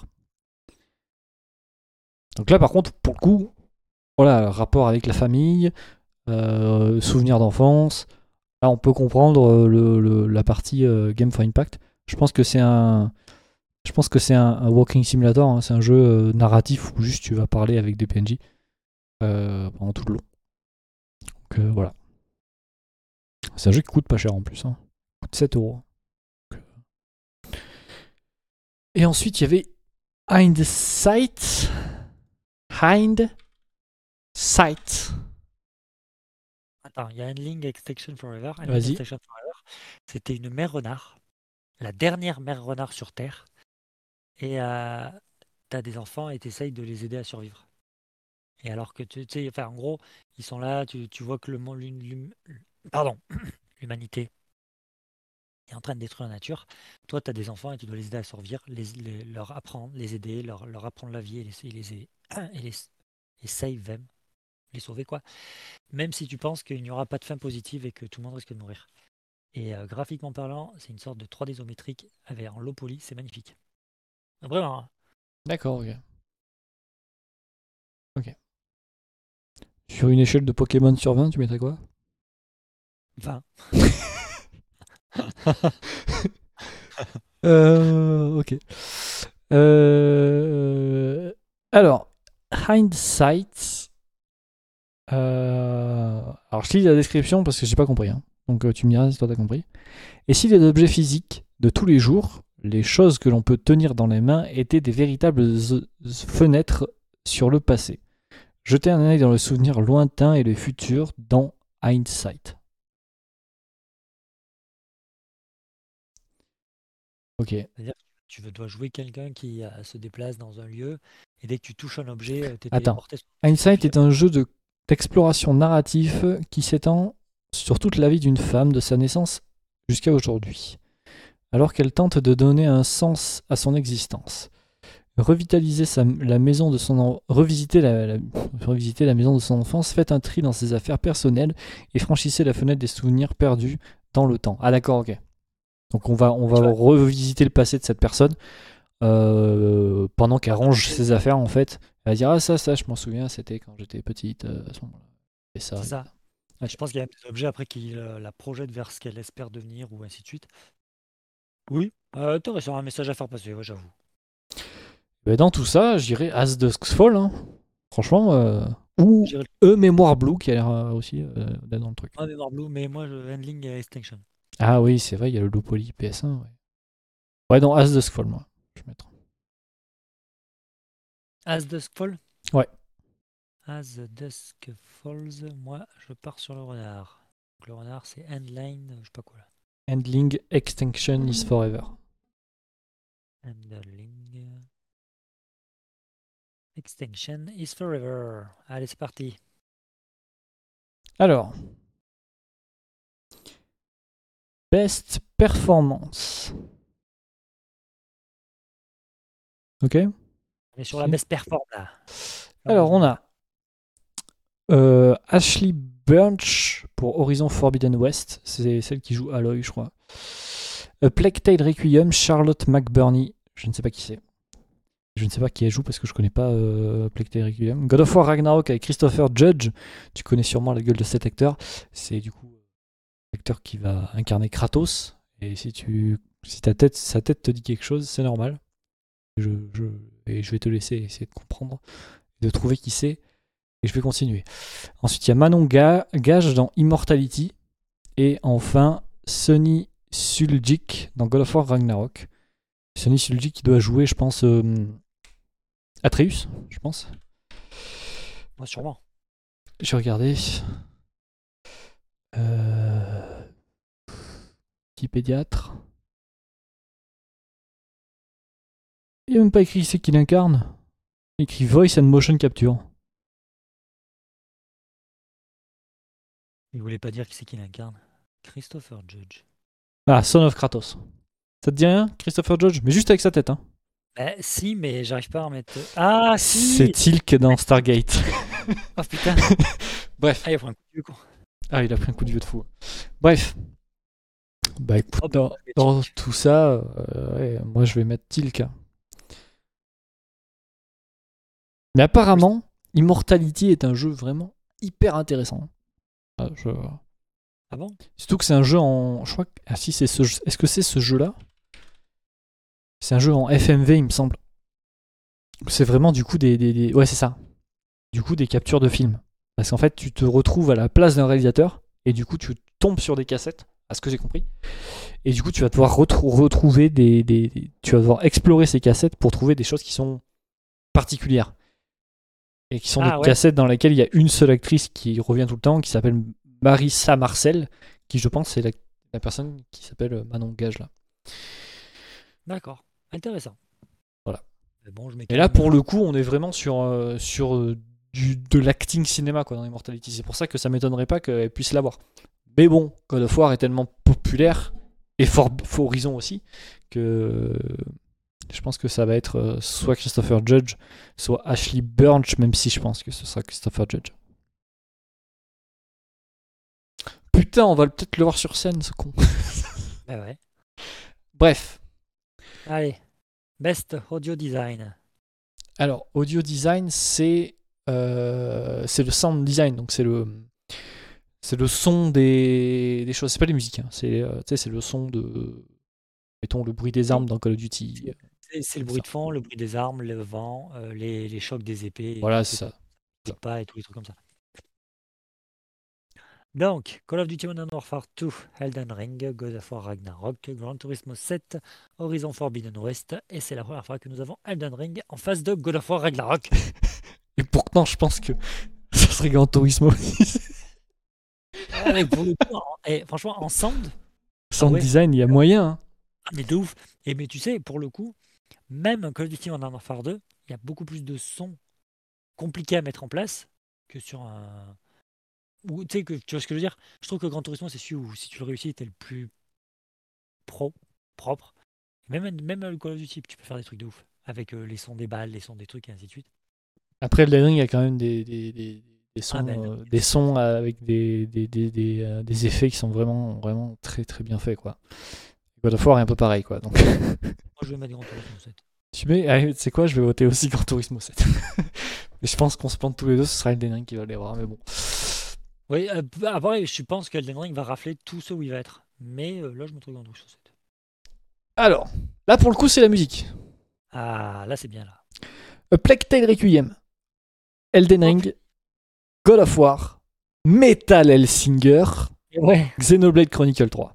Donc là, par contre, pour le coup, voilà, rapport avec la famille, euh, souvenirs d'enfance. Là, on peut comprendre euh, le, le- la partie euh, Game for Impact. Je pense que c'est un, je pense que c'est un, un walking simulator. Hein. C'est un jeu euh, narratif où juste tu vas parler avec des P N J euh, pendant tout le long. Donc euh, voilà. C'est un jeu qui coûte pas cher en plus. Hein. Il coûte sept euros. Et ensuite, il y avait Hindsight. Hindsight. Attends, il y a Handling Extinction Forever. Handling Vas-y. Extinction Forever, c'était une mère renard, la dernière mère renard sur Terre. Et euh, tu as des enfants et tu essayes de les aider à survivre. Et alors que tu tu sais, enfin, en gros, ils sont là, tu, tu vois que le monde. l'une- l'une- Pardon. l'humanité est en train de détruire la nature. Toi, tu as des enfants et tu dois les aider à survivre, les, les- leur apprendre, les aider, leur, leur apprendre la vie et les, et les, et les, et save them, les sauver quoi. Même si tu penses qu'il n'y aura pas de fin positive et que tout le monde risque de mourir. Et euh, graphiquement parlant, c'est une sorte de trois D isométrique avec en low poly, c'est magnifique. Vraiment, hein. D'accord, ok. Ok. Sur une échelle de Pokémon sur vingt, tu mettrais quoi? vingt. Euh, ok. Euh, alors, Hindsight. Euh, alors, je lis la description parce que j'ai pas compris, hein. Donc, euh, tu me diras si toi t'as compris. Et si les objets physiques de tous les jours, les choses que l'on peut tenir dans les mains, étaient des véritables z- fenêtres sur le passé? Jetez un œil dans le souvenir lointain et le futur dans Hindsight. Ok. C'est-à-dire que tu veux- dois jouer quelqu'un qui euh, se déplace dans un lieu et dès que tu touches un objet, tu es Attends. téléporté sur Hindsight est un jeu de- d'exploration narrative qui s'étend sur toute la vie d'une femme de sa naissance jusqu'à aujourd'hui, alors qu'elle tente de donner un sens à son existence. Revitaliser sa- la maison de son en- revisiter la, la- revisiter la maison de son enfance, faites un tri dans ses affaires personnelles et franchissez la fenêtre des souvenirs perdus dans le temps. Ah d'accord, ok. Donc on va, on va Tu vois, revisiter le passé de cette personne euh, pendant qu'elle range ses affaires en fait. Elle va dire ah ça, ça, je m'en souviens, c'était quand j'étais petite euh, à ce moment-là. Et ça. c'est Et ça. ça. Je Ok. pense qu'il y a des objets après qui euh, la projettent vers ce qu'elle espère devenir ou ainsi de suite. Oui, euh, intéressant, un message à faire passer, ouais, j'avoue. Ben, dans tout ça, j'irais As Dusk Fall, hein. Franchement. euh, Ou J'irai E Mémoire Blue qui a l'air euh, aussi euh, d'être dans le truc. le mémoire blue, mais moi, je handling et extinction. Ah oui, c'est vrai, il y a le Low Poly P S un. Ouais, ouais dans As Dusk Fall, moi. Je vais mettre. As Dusk Fall. Ouais. As Dusk Falls, moi, je pars sur le renard. Donc, le renard, c'est handline, je sais pas quoi là. Handling Extinction is Forever. Handling. Extinction is forever. Allez, c'est parti. Alors. Best Performance. Ok. On est sur la Si. best perform là. Là, Alors, on on est- a euh, Ashley Burch pour Horizon Forbidden West. C'est celle qui joue Aloy, je crois. A Plague Tale Requiem, Charlotte McBurney. Je ne sais pas qui c'est. Je ne sais pas qui elle joue parce que je connais pas euh, Plague Tale Requiem. God of War Ragnarok avec Christopher Judge. Tu connais sûrement la gueule de cet acteur. C'est du coup l'acteur qui va incarner Kratos. Et si tu, si ta tête, sa tête te dit quelque chose, c'est normal. Je, je, et je vais te laisser essayer de comprendre, de trouver qui c'est. Et je vais continuer. Ensuite, il y a Manon Ga- Gage dans Immortality. Et enfin, Sonny Suljic dans God of War Ragnarok. Sonny Suljic qui doit jouer, je pense, euh, Atreus, je pense. Moi, sûrement. Je vais regarder. Euh... Petit pédiatre. Il n'y a même pas écrit c'est qui l'incarne. Il y a écrit Voice and Motion Capture. Il voulait pas dire qui c'est qui l'incarne. Christopher Judge. Ah, Son of Kratos. Ça te dit rien, Christopher Judge? Mais juste avec sa tête, hein. Eh, si, mais j'arrive pas à remettre. Ah, si. C'est Tilk dans Stargate. Oh putain. Bref. Ah, il a pris un coup de vieux, quoi. Ah, il a pris un coup de vieux de fou. Bref. Bah écoute, Oh, bah, dans, ouais, dans Tilk. tout ça, euh, ouais, moi je vais mettre Tilk. Mais apparemment, Immortality est un jeu vraiment hyper intéressant. Ah, je- Ah bon? Surtout que c'est un jeu en. Je crois que. Ah si, c'est ce jeu- Est-ce que c'est ce jeu-là? C'est un jeu en F M V, il me semble. C'est vraiment du coup des, des- des- Ouais, c'est ça. Du coup, des captures de films. Parce qu'en fait, tu te retrouves à la place d'un réalisateur et du coup, tu tombes sur des cassettes, à ce que j'ai compris. Et du coup, tu vas devoir retrou- retrouver des, des- des- Tu vas devoir explorer ces cassettes pour trouver des choses qui sont particulières. Et qui sont Ah, des ouais. cassettes dans lesquelles il y a une seule actrice qui revient tout le temps, qui s'appelle Marissa Marcel, qui je pense c'est la, la personne qui s'appelle Manon Gage là. D'accord. Intéressant. Voilà. Mais bon, je mets Et quand là, même- pour le coup, on est vraiment sur, euh, sur euh, du, de l'acting cinéma quoi, dans Immortality. C'est pour ça que ça m'étonnerait pas qu'elle puisse l'avoir. Mais bon, God of War est tellement populaire, et For- Horizon aussi, que je pense que ça va être euh, soit Christopher Judge, soit Ashley Burch, même si je pense que ce sera Christopher Judge. Putain, on va peut-être le voir sur scène, ce con. Bah ouais. Bref. Allez, Best Audio Design. Alors, audio design, c'est euh, c'est le sound design, donc c'est le c'est le son des, des choses. C'est pas les musiques, hein. C'est euh, tu sais, c'est le son de, mettons, le bruit des armes dans Call of Duty. C'est, c'est le comme bruit ça. de fond, le bruit des armes, le vent, euh, les, les chocs des épées, Voilà, et c'est tout, ça. les pas et tous les trucs comme ça. Donc, Call of Duty Modern Warfare deux, Elden Ring, God of War Ragnarok, Gran Turismo sept, Horizon Forbidden West, et c'est la première fois que nous avons Elden Ring en face de God of War Ragnarok. Et pourtant, je pense que ça serait Gran Turismo. Ah, mais pour le coup, en- et franchement, en sound, Sound ouais. design, il y a moyen. Hein. ah, mais de ouf. Et mais tu sais, pour le coup, même Call of Duty Modern Warfare deux, il y a beaucoup plus de sons compliqués à mettre en place que sur un. Ou tu sais que tu vois ce que je veux dire? Je trouve que Gran Turismo, c'est celui où si tu le réussis, t'es le plus pro, propre. Même, même le Call of Duty, tu peux faire des trucs de ouf. Avec euh, les sons des balles, les sons des trucs, et ainsi de suite. Après, Elden Ring, il y a quand même des, des, des, des sons, Ah, ben, euh, des sons avec des, des, des, des, euh, des effets qui sont vraiment, vraiment très, très bien faits, quoi. God of War est un peu pareil, quoi. Donc, moi, je vais mettre Gran Turismo sept. tu mets, ah, tu sais quoi, je vais voter aussi Gran Turismo sept. Mais je pense qu'on se plante tous les deux, ce sera Elden Ring qui va les voir, mais bon. Oui, euh, après, je pense qu'Elden Ring va rafler tout ce où il va être. Mais euh, là, je mettrai Gran Turismo sept. Alors, là pour le coup, c'est la musique. Ah, là, c'est bien, là. A Plague Tale Requiem, Elden Ring, God of War, Metal Hellsinger, Ouais. Xenoblade Chronicle trois.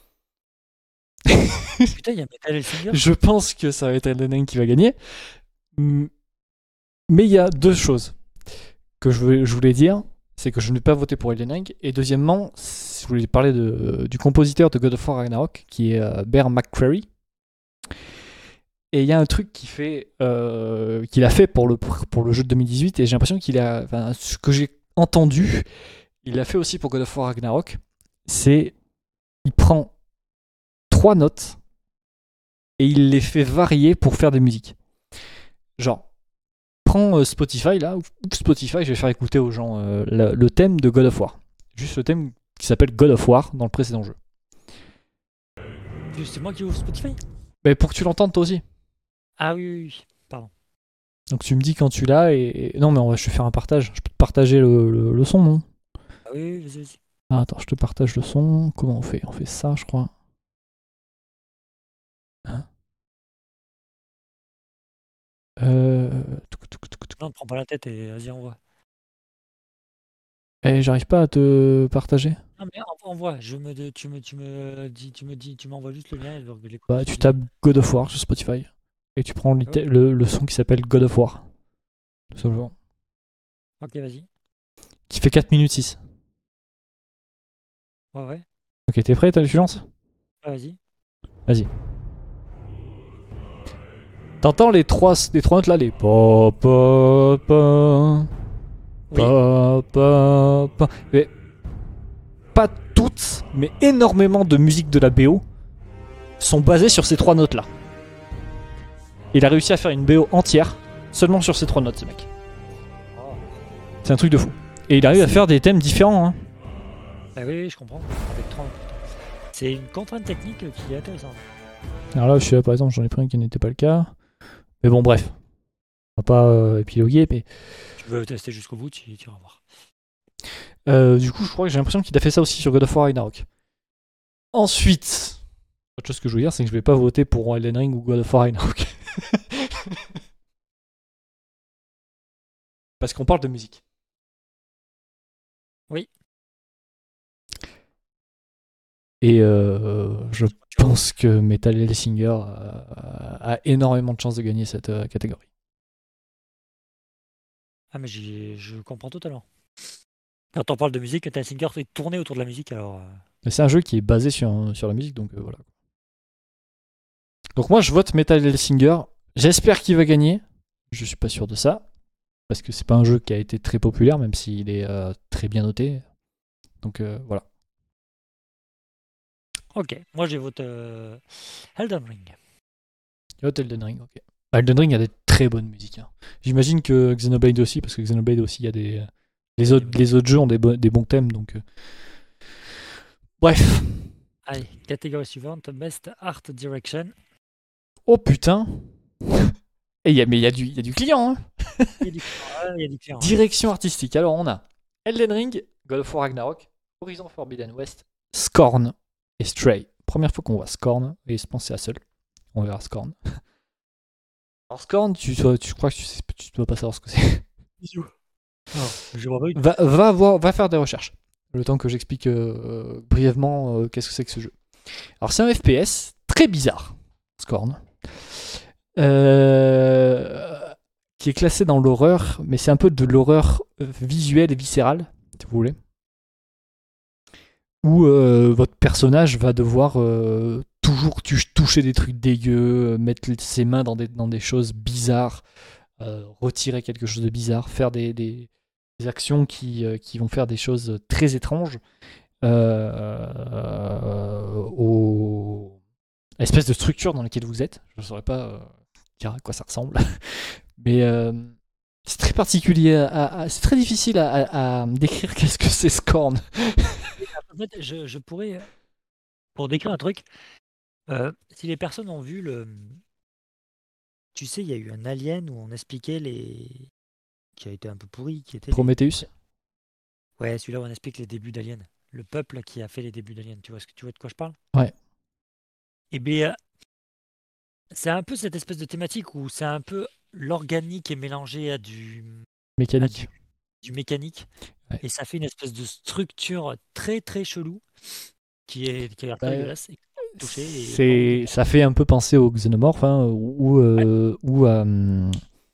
Putain, il y a Metal Hellsinger. Je pense que ça va être Elden Ring qui va gagner. Mais il y a deux choses que je voulais, je voulais dire. C'est que je ne vais pas voter pour Elden Ring. Et deuxièmement, je voulais parler de, du compositeur de God of War Ragnarok, qui est euh, Bear McCreary. Et il y a un truc qu'il fait, euh, qu'il a fait pour le, pour le jeu de deux mille dix-huit, et j'ai l'impression qu'il a, enfin, ce que j'ai entendu, il l'a fait aussi pour God of War Ragnarok. C'est, il prend trois notes et il les fait varier pour faire des musiques. Genre, prends euh, Spotify là, ou Spotify, je vais faire écouter aux gens euh, le, le thème de God of War. Juste le thème qui s'appelle God of War dans le précédent jeu. C'est moi qui ouvre Spotify. Mais pour que tu l'entendes toi aussi. Ah oui, oui, oui. Pardon. Donc tu me dis quand tu l'as et... et- Non mais on va, je vais faire un partage. Je peux te partager le, le, le son, non? Ah oui, oui, vas-y, vas-y. Ah, attends, je te partage le son. Comment on fait? On fait ça, je crois. Hein euh... touc, touc, touc, touc. Non, ne prends pas la tête et vas-y, envoie. Eh, j'arrive pas à te partager. Non, mais en- envoie. Je me, de- tu me, tu me dis, tu me dis, tu m'envoies juste le lien et je vais l'écouter. Bah, tu tapes God of War sur Spotify et tu prends Ok. le, le son qui s'appelle God of War. Tout simplement. Ok, vas-y. Qui fait quatre minutes six. Ouais, ouais. Ok, t'es prêt? Tu lances? Ouais, vas-y. Vas-y. T'entends les trois, les trois notes là, les pa pa pa Oui. pa pa pa. Mais pas toutes, mais énormément de musique de la B O sont basées sur ces trois notes là. Il a réussi à faire une B O entière seulement sur ces trois notes, ce mec. Oh. C'est un truc de fou. Et il arrive à faire des thèmes différents. Hein. Bah oui, oui, je comprends. Avec trois. C'est une contrainte technique qui est intéressante. Alors là, je suis là, par exemple, j'en ai pris un qui n'était pas le cas. Mais bon, bref. On va pas euh, épiloguer, mais... Tu veux tester jusqu'au bout, tu, tu iras voir. Euh, du coup, je crois que j'ai l'impression qu'il a fait ça aussi sur God of War Ragnarok. Ensuite, autre chose que je veux dire, c'est que je vais pas voter pour Elden Ring ou God of War Ragnarok. Parce qu'on parle de musique. Oui. Et euh, je pense que Metal Hellsinger a, a énormément de chances de gagner cette euh, catégorie. Ah, mais j'y- je comprends totalement. Quand on parle de musique, Metal Singer est tourné autour de la musique, alors. euh, Mais c'est un jeu qui est basé sur, sur la musique, donc euh, voilà. Donc moi, je vote Metal Hellsinger. J'espère qu'il va gagner. Je suis pas sûr de ça. Parce que c'est pas un jeu qui a été très populaire, même s'il est euh, très bien noté. Donc euh, voilà. Ok, moi j'ai voté euh, Elden Ring. Et autre Elden Ring, ok. Bah, Elden Ring a des très bonnes musiques. hein. J'imagine que Xenoblade aussi, parce que Xenoblade aussi, il y a des. Les Oui, autres, oui. les autres jeux ont des, bo- des bons thèmes, donc. euh. Bref. Allez, catégorie suivante, Best Art Direction. Oh putain. Et y a, mais il y, a du- il y a du client, hein. Il y a du, ah, il y a du client, ouais. Direction artistique. Alors, on a Elden Ring, God of War Ragnarok, Horizon Forbidden West, Scorn et Stray. Première fois qu'on voit Scorn, et je pense que c'est la seule. On verra Scorn. Alors, Scorn, tu, tu, tu crois que tu, sais, tu dois pas savoir ce que c'est. Bisous. Alors, je vois pas une- Va, va, voir, va faire des recherches. Le temps que j'explique euh, brièvement euh, qu'est-ce que c'est que ce jeu. Alors, c'est un F P S très bizarre, Scorn. Euh, qui est classé dans l'horreur, mais c'est un peu de l'horreur euh, visuelle et viscérale, si vous voulez. Où euh, votre personnage va devoir euh, toujours tu- toucher des trucs dégueux, mettre ses mains dans des, dans des choses bizarres, euh, retirer quelque chose de bizarre, faire des, des, des actions qui, euh, qui vont faire des choses très étranges euh, euh, aux espèces de structures dans lesquelles vous êtes. Je ne saurais pas euh, dire à quoi ça ressemble. Mais euh, c'est très particulier, à- à- à- c'est très difficile à, à- à décrire qu'est-ce que c'est Scorn. En fait, je, je pourrais, pour décrire un truc, euh, si les personnes ont vu le. Tu sais, il y a eu un Alien où on expliquait les. Qui a été un peu pourri, qui était les. Prometheus. Ouais, celui-là où on explique les débuts d'Alien. Le peuple qui a fait les débuts d'Alien. Tu vois ce que tu vois de quoi je parle? Ouais. Eh bien, c'est un peu cette espèce de thématique où c'est un peu l'organique est mélangé à du, à Mécanique. du, du mécanique. Ouais. Et ça fait une espèce de structure très très chelou qui est qui a l'air très Bah, dégueulasse. Et touché et c'est, ça fait un peu penser au Xenomorph, hein, ou, euh, ou à, hum,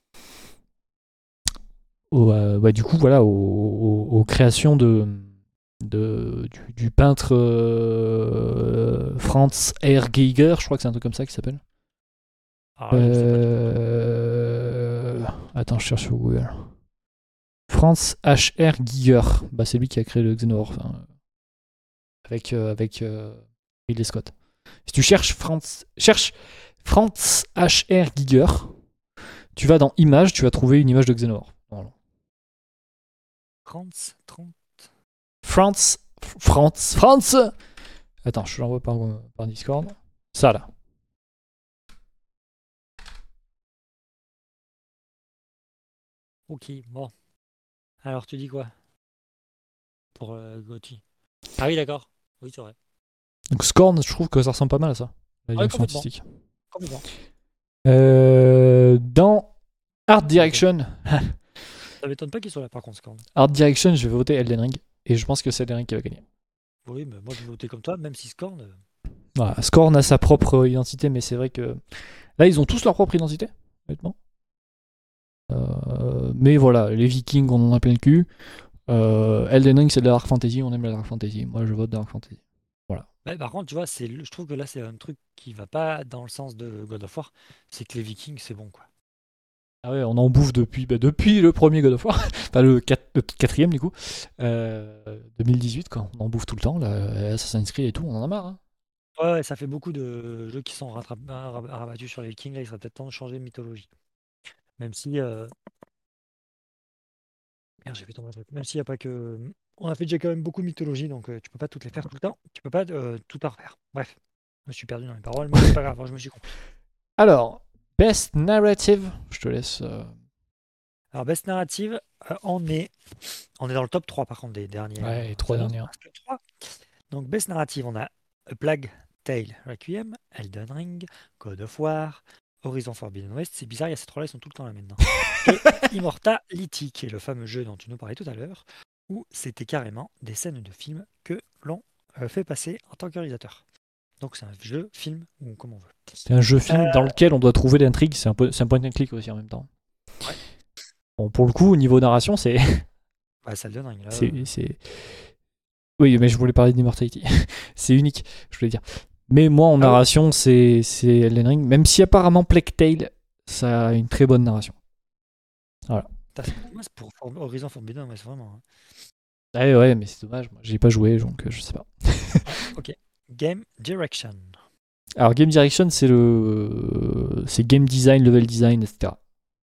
au, euh, ouais, du coup, voilà, aux, aux- aux créations de, de, du, du peintre euh, Franz R. Geiger, je crois que c'est un truc comme ça qui s'appelle. Ah, je sais pas du tout. Euh... Attends, je cherche sur Google. Franz H R. Giger. Bah, c'est lui qui a créé le Xenomorph. hein, avec euh, avec euh, Ridley Scott. Si tu cherches Franz, cherche Franz H R. Giger, tu vas dans Images, tu vas trouver une image de Xenomorph. Voilà. trente, trente. Franz, Franz, Franz. Attends, je l'envoie par, par Discord. Ça là. Ok, bon. Alors, tu dis quoi pour euh, Gauthier? Ah oui, d'accord. Oui, c'est vrai. Donc Scorn, je trouve que ça ressemble pas mal à ça, la Ouais, direction complètement. artistique. Complètement. Euh, dans Art Direction, Ça m'étonne pas qu'il soit là par contre, Scorn. Art Direction, je vais voter Elden Ring et je pense que c'est Elden Ring qui va gagner. Oui, mais moi je vais voter comme toi, même si Scorn. euh, Voilà, Scorn a sa propre identité, mais c'est vrai que là, ils ont tous leur propre identité, honnêtement. Euh, mais voilà, les Vikings, on en a plein le cul. Euh, Elden Ring, c'est de la Dark Fantasy, on aime la Dark Fantasy. Moi, je vote Dark Fantasy. bah, par contre, tu vois, c'est, le- je trouve que là c'est un truc qui va pas dans le sens de God of War. C'est que les Vikings, c'est bon quoi. Ah ouais, on en bouffe depuis, bah, depuis le premier God of War, enfin le, quatre- le quatrième du coup, euh, deux mille dix-huit, quoi. On en bouffe tout le temps, là, Assassin's Creed et tout, on en a marre. hein. Ouais, ouais, ça fait beaucoup de jeux qui sont rattrap- rab- rabattus sur les Vikings. Là, il serait peut-être temps de changer de mythologie. Même si. euh, Merde, j'ai fait tomber un truc. Même s'il n'y a pas que. On a fait déjà quand même beaucoup de mythologie, donc euh, tu peux pas toutes les faire tout le temps. Tu peux pas euh, tout en refaire. Bref, je me suis perdu dans les paroles, mais c'est pas grave, je me suis compris. Alors, Best Narrative, je te laisse. euh, Alors, Best Narrative, euh, on, est... on est dans le top trois par contre des derniers. Ouais, les euh, trois salons. dernières. Parce que trois. Donc, Best Narrative, on a A Plague Tale Requiem, Elden Ring, God of War, Horizon Forbidden West. C'est bizarre, il y a ces trois-là, ils sont tout le temps là maintenant. Et Immortality, qui est le fameux jeu dont tu nous parlais tout à l'heure, où c'était carrément des scènes de films que l'on euh, fait passer en tant que réalisateur. Donc c'est un jeu, film, ou comme on veut. C'est un jeu-film Euh, dans lequel on doit trouver l'intrigue, c'est un, peu- c'est un point and click aussi en même temps. Ouais. Bon, pour le coup, au niveau narration, c'est. Ouais, ça le donne, là. c'est, c'est... Oui, mais je voulais parler d'Immortality. c'est unique, je voulais dire. Mais moi, en Ah ouais. narration, c'est, c'est Elden Ring. Même si apparemment Plague Tale, ça a une très bonne narration. Putain, c'est- moi, c'est pour For- Horizon Forbidden, mais c'est vraiment. hein. Ouais, ouais, mais c'est dommage. Moi, j'ai pas joué, donc euh, je sais pas. Ok. Game Direction. Alors, Game Direction, c'est le, c'est game design, level design, et cetera.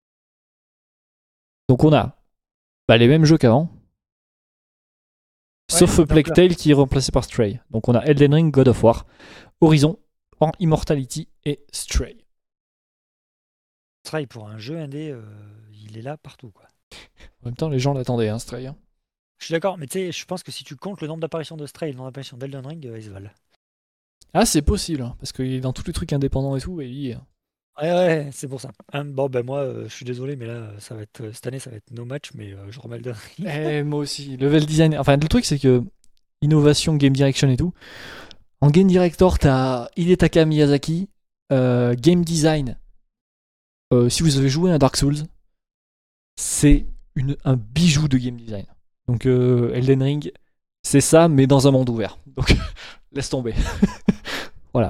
Donc, on a bah, les mêmes jeux qu'avant, Ouais, sauf donc Plague là- Tale qui est remplacé par Stray. Donc, on a Elden Ring, God of War, Horizon, Immortality et Stray. Stray pour un jeu indé, euh, il est là partout, quoi. En même temps, les gens l'attendaient, hein, Stray. hein. Je suis d'accord, mais tu sais, je pense que si tu comptes le nombre d'apparitions de Stray et le nombre d'apparitions d'Elden Ring, euh, ils se valent. Ah, c'est possible, hein, parce qu'il est dans tous les trucs indépendants et tout, et lui, euh, Ouais, ouais, c'est pour ça. Hein, bon, ben moi, euh, je suis désolé, mais là, ça va être, cette année, ça va être no match, mais euh, je remets Elden Ring. Eh, moi aussi. Level design. Enfin, le truc, c'est que innovation, game direction et tout. En game director, t'as Hidetaka Miyazaki. Euh, game design. Euh, si vous avez joué à Dark Souls, c'est une, un bijou de game design. Donc, euh, Elden Ring, c'est ça, mais dans un monde ouvert. Donc, laisse tomber. Voilà.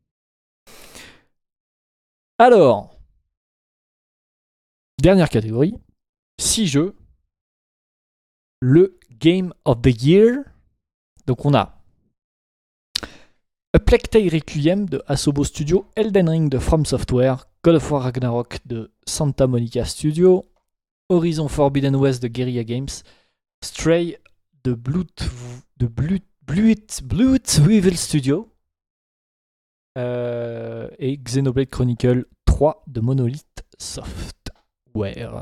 Alors, dernière catégorie. six jeux. Le Game of the Year. Donc, on a A Plague Tale Requiem de Asobo Studio, Elden Ring de From Software, God of War Ragnarok de Santa Monica Studio, Horizon Forbidden West de Guerrilla Games, Stray de Blood, de Blood, Blood, Blood Weevil Studio euh, et Xenoblade Chronicle trois de Monolith Software.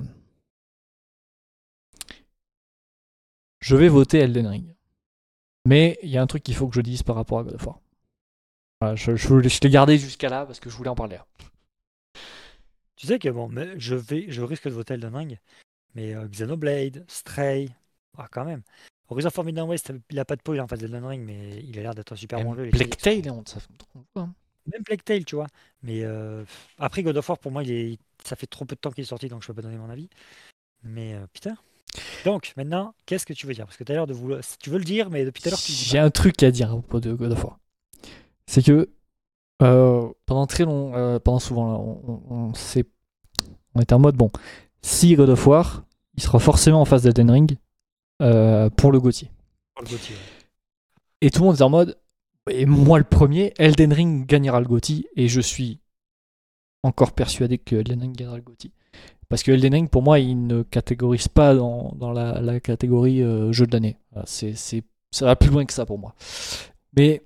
Je vais voter Elden Ring. Mais il y a un truc qu'il faut que je dise par rapport à God of War. Voilà, je, je, je l'ai gardé jusqu'à là parce que je voulais en parler. Tu sais que bon, mais je vais, je risque de voter Elden Ring, mais euh, Xenoblade, Stray, ah, quand même. Horizon Forbidden West, il a pas de peau, il est en face d'Elden Ring, mais il a l'air d'être un super bon jeu. Les Plague critiques Tale, sont- on, ça fait longtemps qu'on le voit, hein. Même Plague Tale, tu vois. Mais euh, après God of War, pour moi, il est, ça fait trop peu de temps qu'il est sorti, donc je peux pas donner mon avis. Mais euh, putain. Donc maintenant, qu'est-ce que tu veux dire? Parce que tu as l'air de vouloir, tu veux le dire, mais depuis tout à l'heure tu le dis J'ai pas. un truc à dire à propos de God of War. C'est que euh, pendant très long, euh, pendant souvent, là, on, on, on, s'est- on était en mode bon, si God of War, il sera forcément en face d'Elden Ring euh, pour le Gauthier. Pour le Gauthier, ouais. Et tout le monde est en mode, et moi le premier, Elden Ring gagnera le Gauthier, et je suis encore persuadé que Elden Ring gagnera le Gauthier. Parce que Elden Ring, pour moi, il ne catégorise pas dans, dans la, la catégorie euh, jeu de l'année. Voilà, c'est, c'est, ça va plus loin que ça pour moi. Mais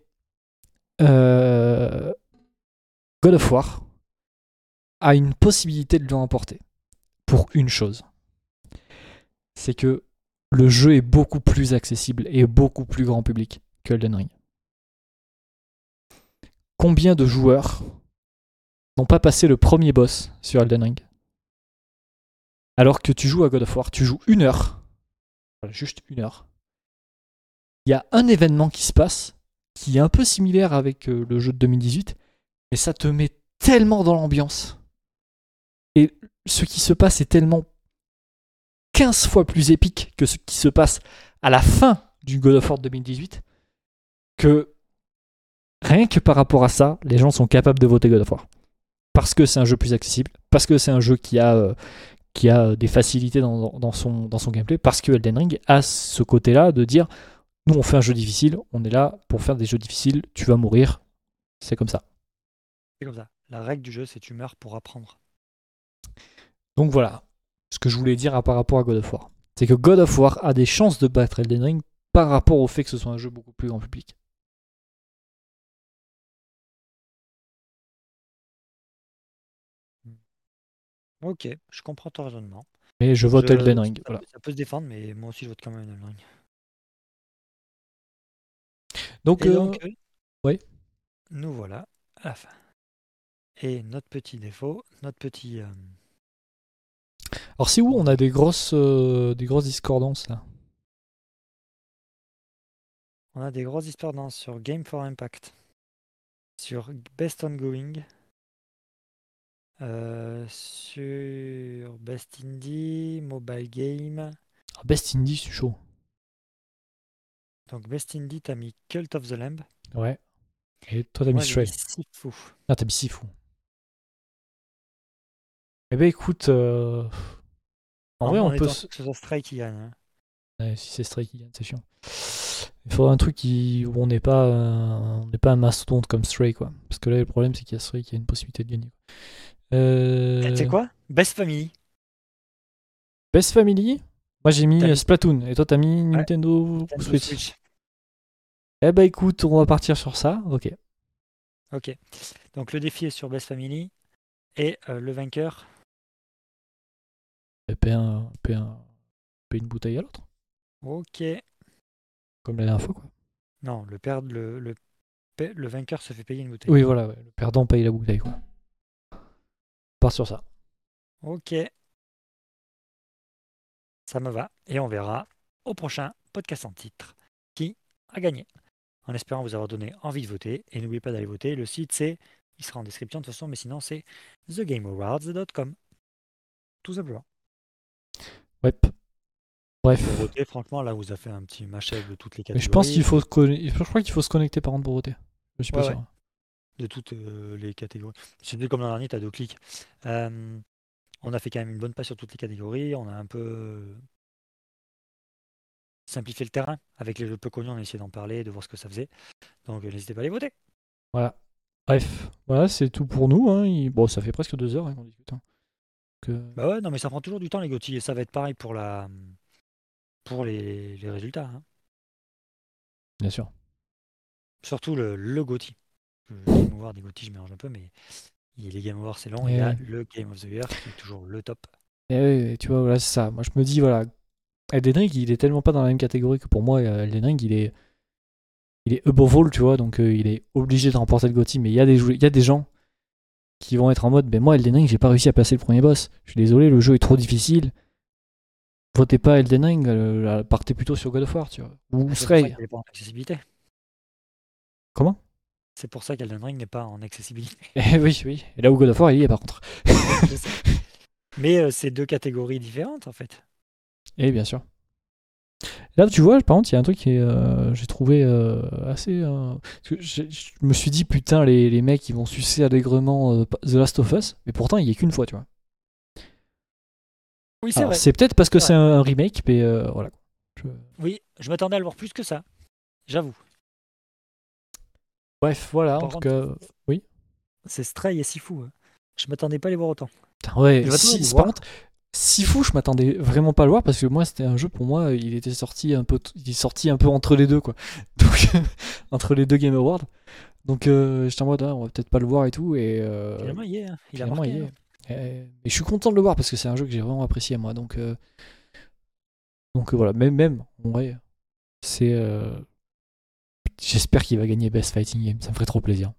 euh, God of War a une possibilité de l'emporter pour une chose. C'est que le jeu est beaucoup plus accessible et beaucoup plus grand public que Elden Ring. Combien de joueurs n'ont pas passé le premier boss sur Elden Ring? Alors que tu joues à God of War, tu joues une heure, voilà, juste une heure. Il y a un événement qui se passe qui est un peu similaire avec euh, le jeu de deux mille dix-huit, mais ça te met tellement dans l'ambiance. Et ce qui se passe est tellement quinze fois plus épique que ce qui se passe à la fin du God of War deux mille dix-huit que rien que par rapport à ça, les gens sont capables de voter God of War. Parce que c'est un jeu plus accessible, parce que c'est un jeu qui a, euh, qui a des facilités dans, dans, son, dans son gameplay, parce que Elden Ring a ce côté-là de dire nous on fait un jeu difficile, on est là pour faire des jeux difficiles, tu vas mourir, c'est comme ça. C'est comme ça. La règle du jeu, c'est tu meurs pour apprendre. Donc voilà ce que je voulais dire par rapport à God of War. C'est que God of War a des chances de battre Elden Ring par rapport au fait que ce soit un jeu beaucoup plus grand public. Ok, je comprends ton raisonnement. Mais je vote Je- Elden Ring. ça, Voilà. ça peut se défendre, mais moi aussi je vote quand même Elden Ring. Donc, Et euh, donc, euh, ouais. nous voilà à la fin. Et notre petit défaut, notre petit. euh, Alors c'est où on a des grosses, euh, des grosses discordances là. On a des grosses discordances sur Game for Impact, sur Best Ongoing, euh, sur Best Indie, Mobile Game. Ah, Best Indie, c'est chaud. Donc Best Indie, t'as mis Cult of the Lamb. Ouais. Et toi t'as mis Moi j'ai mis Stray. Sifu. Ah t'as mis Sifu. Eh ben écoute, euh, en En, vrai en on peut. étant Se... sûr que ce soit Stray qui gagne. hein. Ouais, si c'est Stray qui gagne, c'est chiant. Il faudrait un truc qui, où on n'est pas, euh, on n'est pas un mastodonte comme Stray, quoi. Parce que là, le problème, c'est qu'il y a Stray qui a une possibilité de gagner. Tu sais Euh... quoi? Best Family. Best Family? Moi, j'ai mis T'as euh, mis Splatoon. Et toi, t'as mis ouais, Nintendo Nintendo Switch. Switch. Eh ben, écoute, on va partir sur ça. Ok. Ok. Donc le défi est sur Best Family. Et euh, le vainqueur. Et paie, un, paie, un, paie une bouteille à l'autre. Ok. Comme la dernière fois, quoi. Non, le, perd, le, le, pa- le vainqueur se fait payer une bouteille. Oui, voilà. Ouais. Le perdant paye la bouteille, quoi. On part sur ça. Ok. Ça me va. Et on verra au prochain podcast en titre qui a gagné. En espérant vous avoir donné envie de voter. Et n'oubliez pas d'aller voter. Le site, c'est. Il sera en description de toute façon, mais sinon, c'est the game awards dot com. Tout simplement. Ouais. Pour Bref. voter, franchement, là, vous avez fait un petit mashup de toutes les Mais je pense catégories. qu'il faut, se conne- je crois qu'il faut se connecter par contre pour voter. Je suis pas Ouais, sûr. ouais. De toutes euh, les catégories. C'est plus comme l'an dernier, tu as deux clics. Euh, on a fait quand même une bonne passe sur toutes les catégories. On a un peu euh, simplifié le terrain. Avec les jeux peu connus, on a essayé d'en parler, de voir ce que ça faisait. Donc euh, n'hésitez pas à aller voter. Voilà. Bref. Voilà, c'est tout pour nous. Hein. Il- Bon, ça fait presque deux heures hein, qu'on discute. Hein. Que... Bah ouais, non, mais ça prend toujours du temps, les GOTY. Et ça va être pareil pour, la... pour les, les résultats. Hein. Bien sûr. Surtout le, le GOTY. Le Game Award des GOTY, je mélange un peu, mais il- les Game Awards, c'est long. Et Il y a ouais. le Game of the Year qui est toujours le top. Et ouais, tu vois, voilà, c'est ça. Moi, je me dis, voilà, Elden Ring, il est tellement pas dans la même catégorie que pour moi, euh, Elden Ring, il est, il est above all, tu vois, donc euh, il est obligé de remporter le GOTY. Mais il y a des, jou- il y a des gens qui vont être en mode, ben moi, Elden Ring, j'ai pas réussi à passer le premier boss. Je suis désolé, le jeu est trop difficile. Votez pas Elden Ring, euh, partez plutôt sur God of War, tu vois. Ou C'est pour ça Stray. qu'il n'est pas en accessibilité. Comment? C'est pour ça qu'Elden Ring n'est pas en accessibilité. Eh oui, oui. Et là où God of War, il y est par contre. Je sais. Mais euh, c'est deux catégories différentes en fait. Et bien sûr. Là, tu vois, par contre, il y a un truc que euh, j'ai trouvé euh, assez. euh, parce que j'ai- je me suis dit, putain, les, les mecs, ils vont sucer allègrement euh, The Last of Us, mais pourtant, il y est qu'une fois, tu vois. Oui, c'est Alors, vrai. c'est peut-être parce que C'est c'est vrai. un, un remake, mais euh, voilà. Je- Oui, je m'attendais à le voir plus que ça. J'avoue. Bref, voilà, en Par tout contre, cas. Oui. c'est Stray et Sifu. Hein. Je m'attendais pas à les voir autant. Putain, ouais, Il va toujours si, le si- par voir. contre, Sifu, je m'attendais vraiment pas à le voir parce que moi, c'était un jeu pour moi, il était sorti un peu, il est sorti un peu entre les deux, quoi. Donc, entre les deux Game Awards. Donc, euh, j'étais en mode, ah, on va peut-être pas le voir et tout. Et euh, Finalement, il y est. Hein. Il a finalement, marqué. il y Hein. est. Et, et je suis content de le voir parce que c'est un jeu que j'ai vraiment apprécié, moi. Donc, euh, donc euh, voilà, même, même, en vrai, c'est. euh, j'espère qu'il va gagner Best Fighting Game, ça me ferait trop plaisir.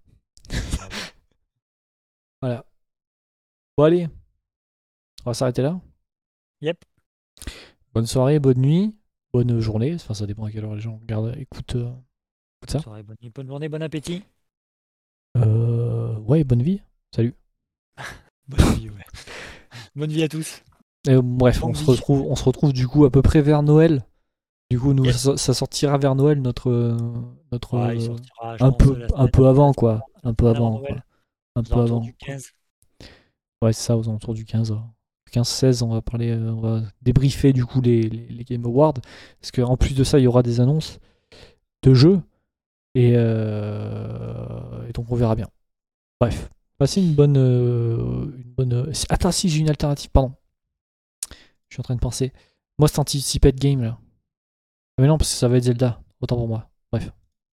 Voilà. Bon, allez, on va s'arrêter là. Yep. Bonne soirée, bonne nuit, bonne journée. Enfin, ça dépend à quelle heure les gens regardent, écoutent, euh, écoutent ça. Bonne soirée, bonne nuit, bonne journée, bon appétit. Euh, ouais, bonne vie. Salut. Bonne vie, ouais. Bonne vie à tous. Et, euh, bref, Bonne on se, vie. retrouve, on se retrouve du coup à peu près vers Noël. Du coup, nous, Yes. ça, ça sortira vers Noël notre. euh, notre Ouais, il euh, sortira, je un, pense, peu, la un semaine- peu avant, la quoi. semaine- Un peu semaine avant avant, Noël. quoi. Un Aux peu alentours avant. du quinze. Ouais, c'est ça, aux alentours du quinze. quinze seize, on va parler, euh, on va débriefer du coup les, les, les Game Awards. Parce qu'en plus de ça, il y aura des annonces de jeux. Et, euh, et donc on verra bien. Bref, passez une bonne. euh, une bonne euh, si- Attends, si j'ai une alternative, pardon. Je suis en train de penser. Moi, c'est Anticipate Game là. Mais non, parce que ça va être Zelda. Autant pour moi. Bref.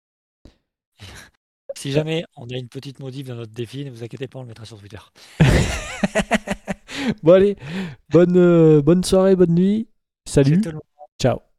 Si jamais on a une petite modif dans notre défi, ne vous inquiétez pas, on le mettra sur Twitter. Bon, allez. Bonne, euh, bonne soirée, bonne nuit. Salut Salut. tout le monde. Ciao.